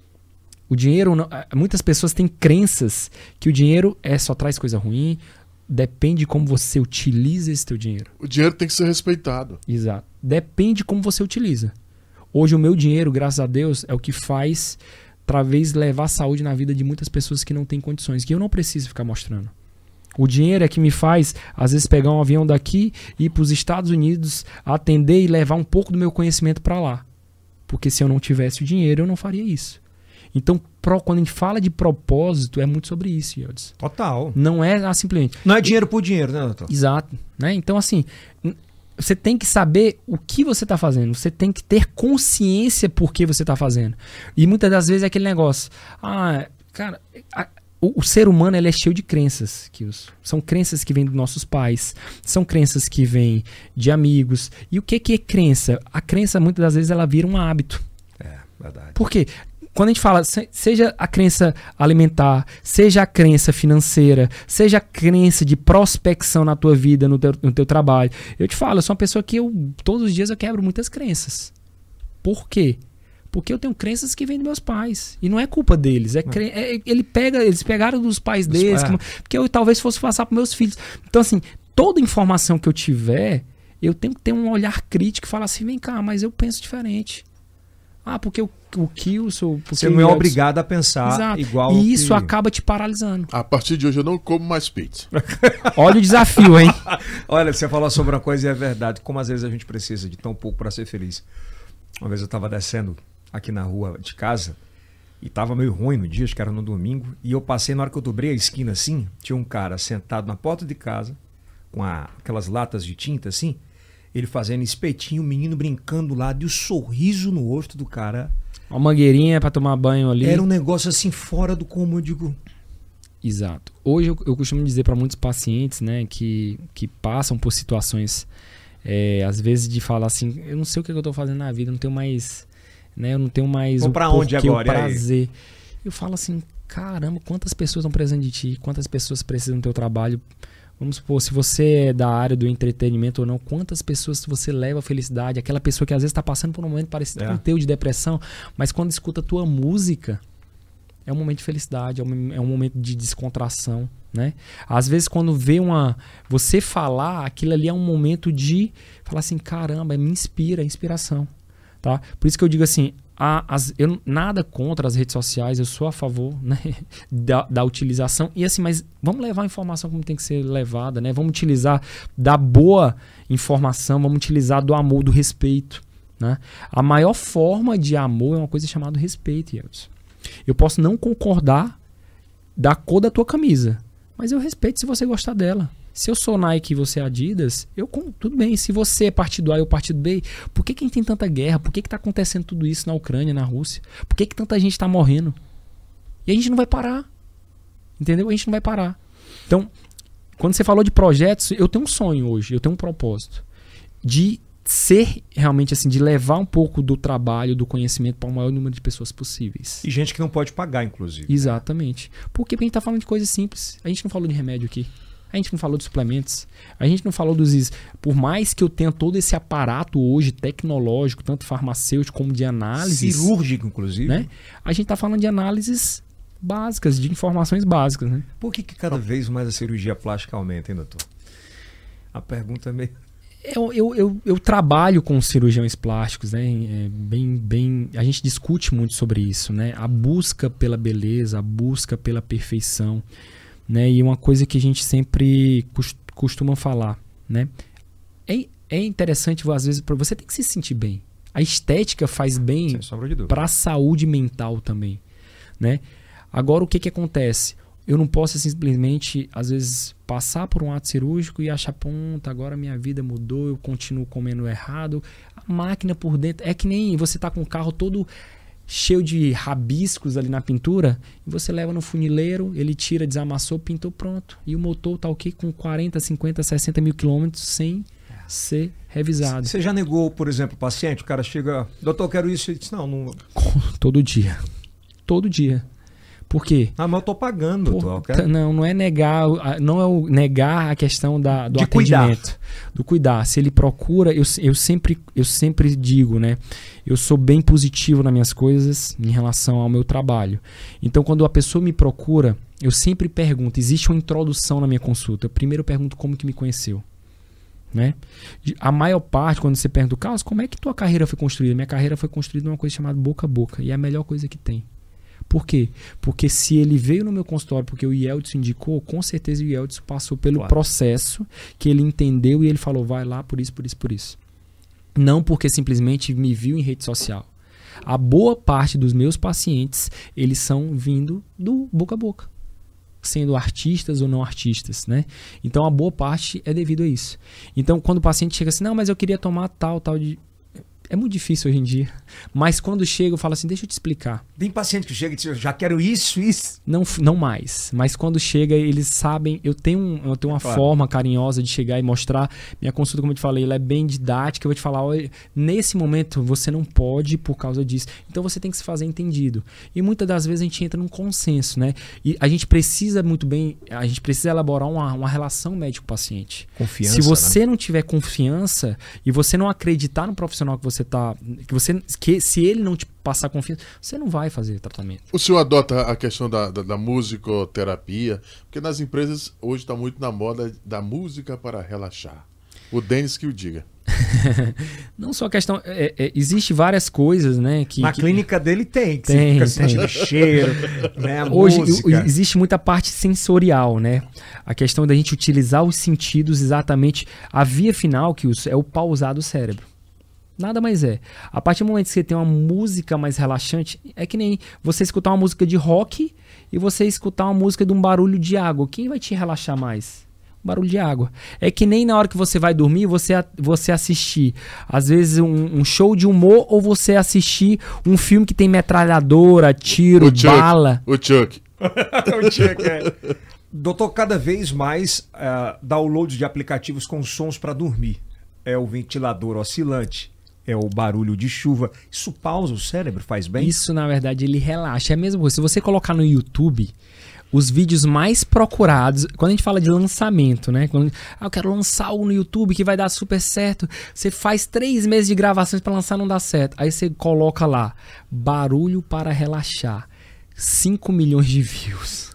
O dinheiro... Não, muitas pessoas têm crenças que o dinheiro é, só traz coisa ruim. Depende de como você utiliza esse teu dinheiro. O dinheiro tem que ser respeitado. Exato. Depende de como você utiliza. Hoje o meu dinheiro, graças a Deus, é o que faz, talvez, levar saúde na vida de muitas pessoas que não têm condições, que eu não preciso ficar mostrando. O dinheiro é que me faz, às vezes, pegar um avião daqui, ir para os Estados Unidos, atender e levar um pouco do meu conhecimento para lá. Porque se eu não tivesse o dinheiro, eu não faria isso. Então, pro, quando a gente fala de propósito, é muito sobre isso, Yeldes. Total. Não é ah, simplesmente... Não é dinheiro por dinheiro, né, doutor? Exato. Né? Então, assim... Você tem que saber o que você está fazendo. Você tem que ter consciência por que você está fazendo. E muitas das vezes é aquele negócio. Ah, cara, a, o, o ser humano ele é cheio de crenças. Que os, são crenças que vêm dos nossos pais. São crenças que vêm de amigos. E o que, que é crença? A crença, muitas das vezes, ela vira um hábito. É, verdade. Por quê? Quando a gente fala, seja a crença alimentar, seja a crença financeira, seja a crença de prospecção na tua vida, no teu, no teu trabalho. Eu te falo, eu sou uma pessoa que eu, todos os dias eu quebro muitas crenças. Por quê? Porque eu tenho crenças que vêm dos meus pais. E não é culpa deles. É, cre... é ele pega, eles pegaram dos pais dos deles, pais. Que, porque eu talvez fosse passar para meus filhos. Então, assim, toda informação que eu tiver, eu tenho que ter um olhar crítico e falar assim, vem cá, mas eu penso diferente. Ah, porque o, o Kilson... Você não é obrigado a pensar Exato. igual E isso que... acaba te paralisando. A partir de hoje eu não como mais pizza. Olha o desafio, hein? Olha, você falou sobre uma coisa e é verdade. Como às vezes a gente precisa de tão pouco para ser feliz. Uma vez eu estava descendo aqui na rua de casa e estava meio ruim no dia, acho que era no domingo. E eu passei, na hora que eu dobrei a esquina assim, tinha um cara sentado na porta de casa com a, aquelas latas de tinta assim, ele fazendo espetinho, o menino brincando lá, e o sorriso no rosto do cara. Uma mangueirinha para tomar banho ali. Era um negócio assim fora do comum, eu digo. Exato. Hoje eu, eu costumo dizer para muitos pacientes, né, que, que passam por situações, é, às vezes de falar assim, eu não sei o que eu estou fazendo na vida, eu não tenho mais, né, eu não tenho mais Vou o pra onde porquê, agora? o prazer. Eu falo assim, caramba, quantas pessoas estão precisando de ti, quantas pessoas precisam do teu trabalho. Vamos supor, se você é da área do entretenimento ou não, quantas pessoas você leva a felicidade? Aquela pessoa que às vezes está passando por um momento parecido é. com o teu de depressão, mas quando escuta a tua música, é um momento de felicidade, é um, é um momento de descontração, né? Às vezes quando vê uma... Você falar, aquilo ali é um momento de falar assim, caramba, me inspira, é inspiração, tá? Por isso que eu digo assim, a, as, eu nada contra as redes sociais, eu sou a favor, né, da, da utilização. E assim, mas vamos levar a informação como tem que ser levada, né? Vamos utilizar da boa informação, vamos utilizar do amor, do respeito, né? A maior forma de amor é uma coisa chamada respeito, Yeldes. Eu posso não concordar da cor da tua camisa, mas eu respeito se você gostar dela. Se eu sou Nike e você é Adidas, eu tudo bem. Se você é partido A e eu partido B, por que, que a gente tem tanta guerra? Por que está acontecendo tudo isso na Ucrânia, na Rússia? Por que, que tanta gente está morrendo? E a gente não vai parar. Entendeu? A gente não vai parar. Então, quando você falou de projetos, eu tenho um sonho hoje, eu tenho um propósito de ser realmente assim, de levar um pouco do trabalho, do conhecimento para o maior número de pessoas possíveis. E gente que não pode pagar, inclusive. Exatamente. Por quê? Porque a gente está falando de coisas simples. A gente não falou de remédio aqui. A A gente não falou de suplementos. A gente não falou dos... Por mais que eu tenha todo esse aparato hoje tecnológico, tanto farmacêutico como de análise... Cirúrgico, inclusive. Né? A gente está falando de análises básicas, de informações básicas. Né? Por que, que cada vez mais a cirurgia plástica aumenta, hein, doutor? A pergunta é meio... Eu, eu, eu, eu trabalho com cirurgiões plásticos, né? É bem, bem, a gente discute muito sobre isso, né? A busca pela beleza, a busca pela perfeição, né? E uma coisa que a gente sempre costuma falar, né? É, é interessante, às vezes, para você tem que se sentir bem. A estética faz bem para a saúde mental também, né? Agora, o que que acontece? Eu não posso simplesmente, às vezes, passar por um ato cirúrgico e achar, ponta, agora minha vida mudou, eu continuo comendo errado. A máquina por dentro, é que nem você tá com o carro todo cheio de rabiscos ali na pintura, e você leva no funileiro, ele tira, desamassou, pintou, pronto. E o motor tá o quê? Com quarenta, cinquenta, sessenta mil quilômetros sem ser revisado. Você já negou, por exemplo, o paciente? O cara chega, doutor, eu quero isso. Ele diz, não, não... Todo dia. Todo dia. Por quê? Ah, mas eu tô pagando, doutor. Por, não, não é negar, não é o negar a questão da, do de atendimento, cuidar. do cuidar. Se ele procura, eu, eu, sempre, eu sempre digo, né? Eu sou bem positivo nas minhas coisas em relação ao meu trabalho. Então, quando a pessoa me procura, eu sempre pergunto, existe uma introdução na minha consulta. Eu primeiro pergunto como que me conheceu. Né? A maior parte, quando você pergunta, Carlos, como é que tua carreira foi construída? Minha carreira foi construída numa coisa chamada boca a boca. E é a melhor coisa que tem. Por quê? Porque se ele veio no meu consultório porque o Yeldson indicou, com certeza o Yeldson passou pelo claro. processo que ele entendeu e ele falou, vai lá por isso, por isso, por isso. Não porque simplesmente me viu em rede social. A boa parte dos meus pacientes, eles são vindo do boca a boca. Sendo artistas ou não artistas, né? Então a boa parte é devido a isso. Então quando o paciente chega assim, não, mas eu queria tomar tal, tal de... É muito difícil hoje em dia. Mas quando chega, eu falo assim, deixa eu te explicar. Tem paciente que chega e diz, eu já quero isso, isso. Não, não mais. Mas quando chega, eles sabem... Eu tenho, um, eu tenho uma claro. forma carinhosa de chegar e mostrar. Minha consulta, como eu te falei, ela é bem didática. Eu vou te falar, olha, nesse momento você não pode por causa disso. Então você tem que se fazer entendido. E muitas das vezes a gente entra num consenso, né? E a gente precisa muito bem... A gente precisa elaborar uma, uma relação médico-paciente. Confiança, Se você né? não tiver confiança e você não acreditar no profissional que você tá, que você, que se ele não te passar confiança, você não vai fazer tratamento. O senhor adota a questão da, da, da musicoterapia, porque nas empresas hoje está muito na moda da música para relaxar. O Denis que o diga. Não só a questão, é, é, existe várias coisas, né? Que, na que, clínica dele tem, que tem, você fica sentindo cheiro, né? A hoje música. Existe muita parte sensorial, né? A questão da gente utilizar os sentidos exatamente, a via final que é o pausar do cérebro. Nada mais é. A partir do momento que você tem uma música mais relaxante, é que nem você escutar uma música de rock e você escutar uma música de um barulho de água. Quem vai te relaxar mais? Barulho de água. É que nem na hora que você vai dormir, você, você assistir, às vezes, um, um show de humor ou você assistir um filme que tem metralhadora, tiro, o Chuck, bala. O Chuck. O Chuck, é. Doutor, cada vez mais uh, downloads de aplicativos com sons para dormir. É o ventilador oscilante. É o barulho de chuva. Isso pausa o cérebro, faz bem? Isso, na verdade, ele relaxa. É a mesma coisa. Se você colocar no YouTube, os vídeos mais procurados... Quando a gente fala de lançamento, né? Quando, ah, eu quero lançar algo no YouTube que vai dar super certo. Você faz três meses de gravações para lançar, não dá certo. Aí você coloca lá, barulho para relaxar. cinco milhões de views.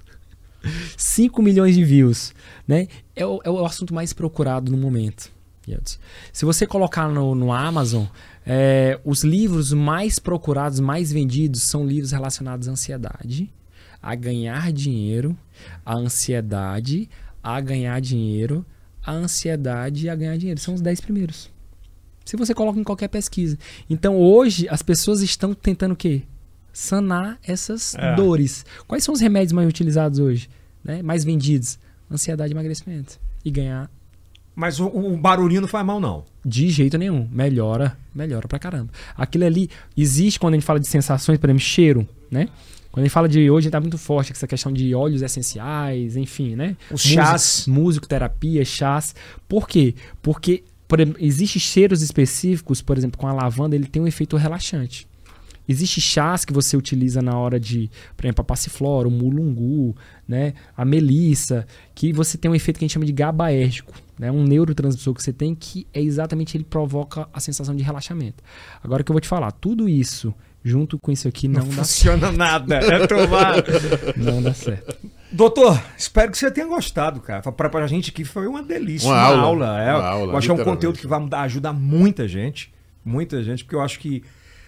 cinco milhões de views. Né? É, o, é o assunto mais procurado no momento. Se você colocar no, no Amazon, é, os livros mais procurados, mais vendidos, são livros relacionados à ansiedade, a ganhar dinheiro, a ansiedade, a ganhar dinheiro, a ansiedade e a ganhar dinheiro. São os dez primeiros. Se você coloca em qualquer pesquisa. Então hoje as pessoas estão tentando o quê? Sanar essas é. dores. Quais são os remédios mais utilizados hoje? Né? Mais vendidos? Ansiedade e emagrecimento. E ganhar. Mas o, o barulhinho não faz mal, não. De jeito nenhum. Melhora, melhora pra caramba. Aquilo ali, existe quando a gente fala de sensações, por exemplo, cheiro, né? Quando a gente fala de hoje, tá muito forte essa questão de óleos essenciais, enfim, né? Os chás. Musicoterapia, chás. Por quê? Porque, por exemplo, existem cheiros específicos, por exemplo, com a lavanda, ele tem um efeito relaxante. Existem chás que você utiliza na hora de, por exemplo, a passiflora, o mulungu, né, a melissa, que você tem um efeito que a gente chama de GABAérgico, né, um neurotransmissor que você tem que é exatamente ele provoca a sensação de relaxamento. Agora que eu vou te falar, tudo isso junto com isso aqui não, não dá funciona certo. nada. É tomar. Não dá certo. Doutor, espero que você tenha gostado, cara. Pra, pra gente aqui foi uma delícia. Uma Uma, aula. aula. É. Uma aula, eu acho que é um literalmente. conteúdo que vai mudar- ajudar muita gente. Muita gente, porque eu acho que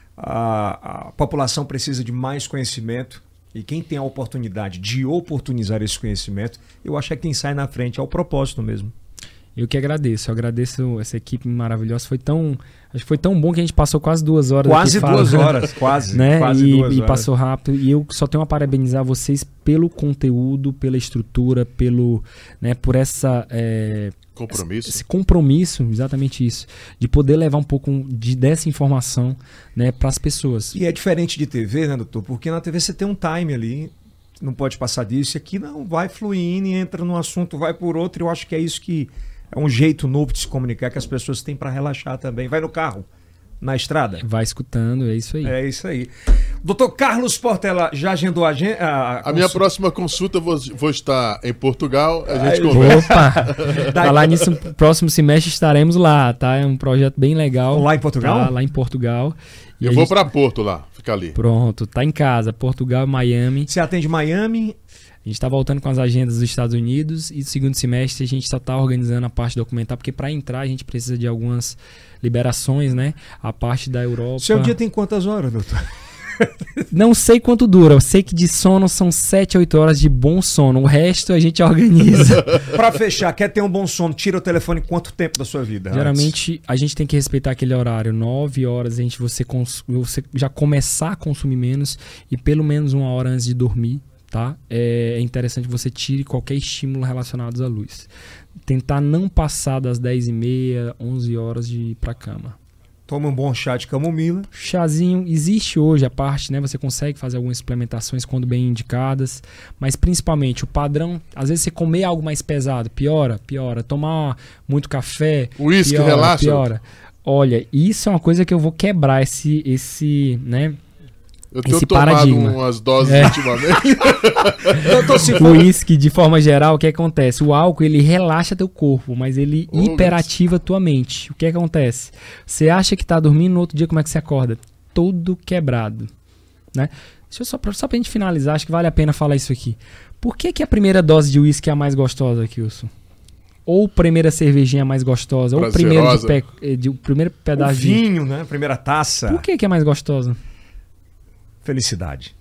a, a população precisa de mais conhecimento. E quem tem a oportunidade de oportunizar esse conhecimento, eu acho que é quem sai na frente. É o propósito mesmo. Eu que agradeço, eu agradeço essa equipe maravilhosa. Foi tão, acho que foi tão bom que a gente passou quase duas horas. Quase aqui duas falando, horas, quase. né? quase e, duas e horas. passou rápido. E eu só tenho a parabenizar vocês pelo conteúdo, pela estrutura, pelo, né, por essa é, Compromisso. esse compromisso, exatamente isso, de poder levar um pouco de, dessa informação, né, para as pessoas. E é diferente de T V, né, doutor? Porque na T V você tem um time ali, não pode passar disso. E aqui não, vai fluindo e entra num assunto, vai por outro. Eu acho que é isso que é um jeito novo de se comunicar que as pessoas têm para relaxar também. Vai no carro, na estrada. Vai escutando, é isso aí. É isso aí. Doutor Carlos Portela, já agendou a, gen- a, A minha próxima consulta, eu vou, vou estar em Portugal, a gente Ai, conversa. Opa! Falar nisso, no próximo semestre estaremos lá, tá? É um projeto bem legal. Lá em Portugal? Tá, lá em Portugal. E Eu a vou gente- para Porto lá, fica ali. Pronto, tá em casa, Portugal, Miami. Você atende Miami. A gente tá voltando com as agendas dos Estados Unidos e no segundo semestre a gente só tá organizando a parte documental, porque para entrar a gente precisa de algumas liberações, né? A parte da Europa. Seu dia tem quantas horas, doutor? Não sei quanto dura, eu sei que de sono são sete a oito horas de bom sono, o resto a gente organiza. Para fechar, quer ter um bom sono, tira o telefone quanto tempo da sua vida? Geralmente a gente tem que respeitar aquele horário, nove horas, a gente você, cons- você já começar a consumir menos e pelo menos uma hora antes de dormir, tá? É interessante que você tire qualquer estímulo relacionado à luz. Tentar não passar das dez e meia, onze horas de ir pra cama. Toma um bom chá de camomila. Chazinho, existe hoje a parte, né? Você consegue fazer algumas suplementações quando bem indicadas, mas principalmente o padrão, às vezes você comer algo mais pesado, piora, piora. Tomar muito café, Uísque, piora, relaxa. piora. Olha, isso é uma coisa que eu vou quebrar esse, esse, né? Eu tenho Esse tomado paradigma. umas doses É. ultimamente. Doutor, se O for... uísque, de forma geral, o que acontece? O álcool, ele relaxa teu corpo, mas ele Oh, hiperativa tua mente. O que acontece? Você acha que tá dormindo, no outro dia como é que você acorda? Todo quebrado, né? Deixa eu só, pra- só pra gente finalizar, acho que vale a pena falar isso aqui. Por que que a primeira dose de uísque é a mais gostosa, Kilson? Ou primeira cervejinha é mais gostosa? Ou o primeiro, de Prazerosa. pe- de, o primeiro o pedaço de... vinho, né? Primeira taça. Por que que é mais gostosa? Felicidade.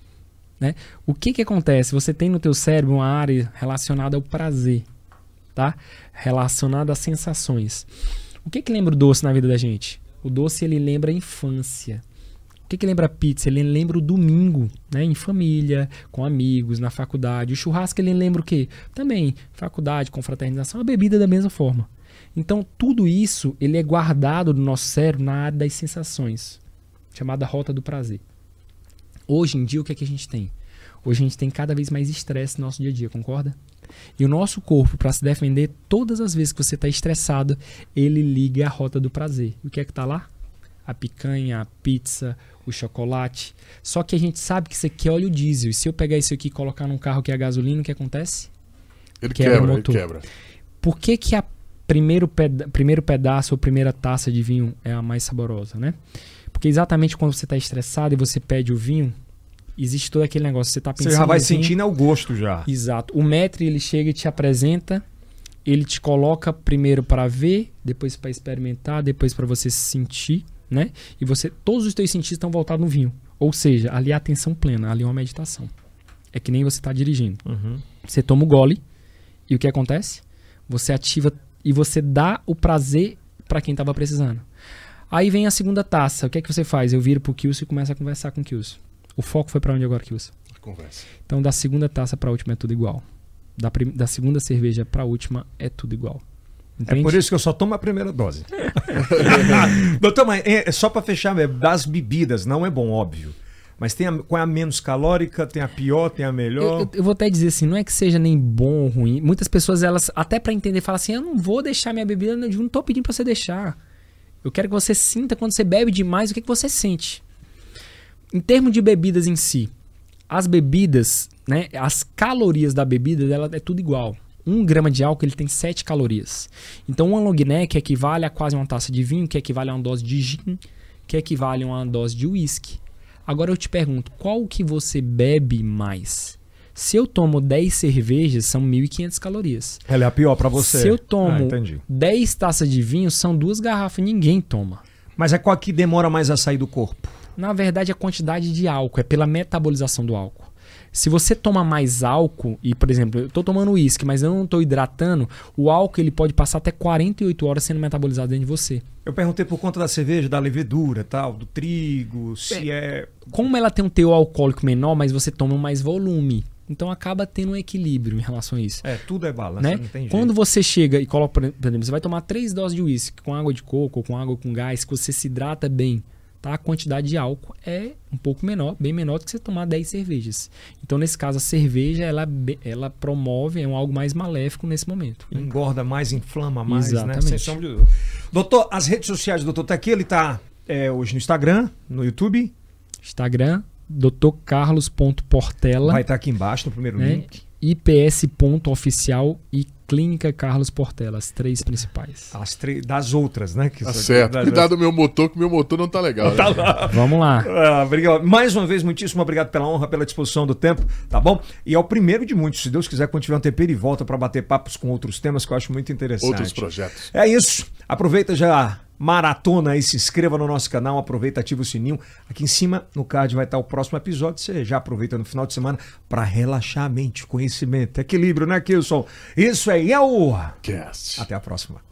O que que acontece? Você tem no teu cérebro uma área relacionada ao prazer, tá? Relacionada às sensações. O que que lembra o doce na vida da gente? O doce, ele lembra a infância. O que que lembra a pizza? Ele lembra o domingo, né? Em família, com amigos, na faculdade. O churrasco, ele lembra o quê? Também, faculdade, confraternização, a bebida da mesma forma. Então, tudo isso, ele é guardado no nosso cérebro na área das sensações, chamada rota do prazer. Hoje em dia, o que é que a gente tem? Hoje a gente tem cada vez mais estresse no nosso dia a dia, concorda? E o nosso corpo, para se defender, todas as vezes que você está estressado, ele liga a rota do prazer. E o que é que está lá? A picanha, a pizza, o chocolate. Só que a gente sabe que isso aqui é óleo diesel. E se eu pegar isso aqui e colocar num carro que é gasolina, o que acontece? Ele Quebra quebra, o ele motor. quebra. Por que que a primeiro, peda primeiro pedaço ou primeira taça de vinho é a mais saborosa, né? Porque exatamente quando você está estressado e você pede o vinho, existe todo aquele negócio. Você está pensando Você já vai no vinho. sentindo é o gosto já. Exato. O maître, ele chega e te apresenta, ele te coloca primeiro para ver, depois para experimentar, depois para você sentir, né? E você, todos os teus sentidos estão voltados no vinho. Ou seja, ali é atenção plena, ali é uma meditação. É que nem você está dirigindo. Uhum. Você toma o gole e o que acontece? Você ativa e você dá o prazer para quem estava precisando. Aí vem a segunda taça. O que é que você faz? Eu viro pro Kilson e começo a conversar com o Kilson. O foco foi para onde agora, Kilson? Conversa. Então, da segunda taça para a última é tudo igual. Da, prim- da segunda cerveja para a última é tudo igual. Entende? É por isso que eu só tomo a primeira dose. Doutor, mas é, só para fechar, é, das bebidas, não é bom, óbvio. Mas tem a, qual é a menos calórica, tem a pior, tem a Eu, melhor. eu- eu vou até dizer assim, não é que seja nem bom ou ruim. Muitas pessoas, elas, até para entender, falam assim, eu não vou deixar minha bebida, eu não tô pedindo para você deixar. Eu quero que você sinta quando você bebe demais, o que, que você sente. em termos de bebidas em si, as bebidas, né, as calorias da bebida, ela é tudo igual. Um grama de álcool ele tem sete calorias. Então, uma long neck equivale a quase uma taça de vinho, que equivale a uma dose de gin, que equivale a uma dose de uísque. Agora eu te pergunto, qual que você bebe mais? Se eu tomo dez cervejas, são mil e quinhentas calorias. Ela é a pior para você. Se eu tomo ah, dez taças de vinho, são duas garrafas, ninguém toma. Mas é qual que demora mais a sair do corpo? Na verdade, a quantidade de álcool, é pela metabolização do álcool. Se você toma mais álcool, e por exemplo, eu estou tomando uísque, mas eu não estou hidratando, o álcool ele pode passar até quarenta e oito horas sendo metabolizado dentro de você. Eu perguntei por conta da cerveja, da levedura, tal, do trigo, se é... Como ela tem um teor alcoólico menor, mas você toma mais volume. Então acaba tendo um equilíbrio em relação a isso. É, tudo é balança, né? não tem jeito. Quando você chega e coloca, por exemplo, você vai tomar três doses de uísque com água de coco ou com água com gás, que você se hidrata bem, tá? A quantidade de álcool é um pouco menor, bem menor do que você tomar dez cervejas. Então, nesse caso, a cerveja, ela, ela promove é um algo mais maléfico nesse momento. Né? Engorda mais, inflama mais, exatamente, né? Sem sombra de dúvida. Doutor, as redes sociais do doutor tá aqui, ele tá é, hoje no Instagram, no YouTube. Instagram, doutor carlos ponto portela. Vai estar tá aqui embaixo no primeiro né? link. I P S ponto oficial e Clínica Carlos Portela, as três principais. As três das outras, né? Que tá certo. Das Cuidado do meu motor, que o meu motor não tá legal. Tá né? lá. Vamos lá. Ah, obrigado. Mais uma vez, muitíssimo obrigado pela honra, pela disposição do tempo, tá bom? E é o primeiro de muitos, se Deus quiser, quando tiver um tempero e volta para bater papos com outros temas que eu acho muito interessante. Outros projetos. É isso. Aproveita já. Maratona aí, se inscreva no nosso canal, aproveita, ativa o sininho. Aqui em cima, no card, vai estar o próximo episódio. Você já aproveita no final de semana para relaxar a mente, conhecimento, equilíbrio, né, Kilson? Isso aí é o... Cast. Até a próxima.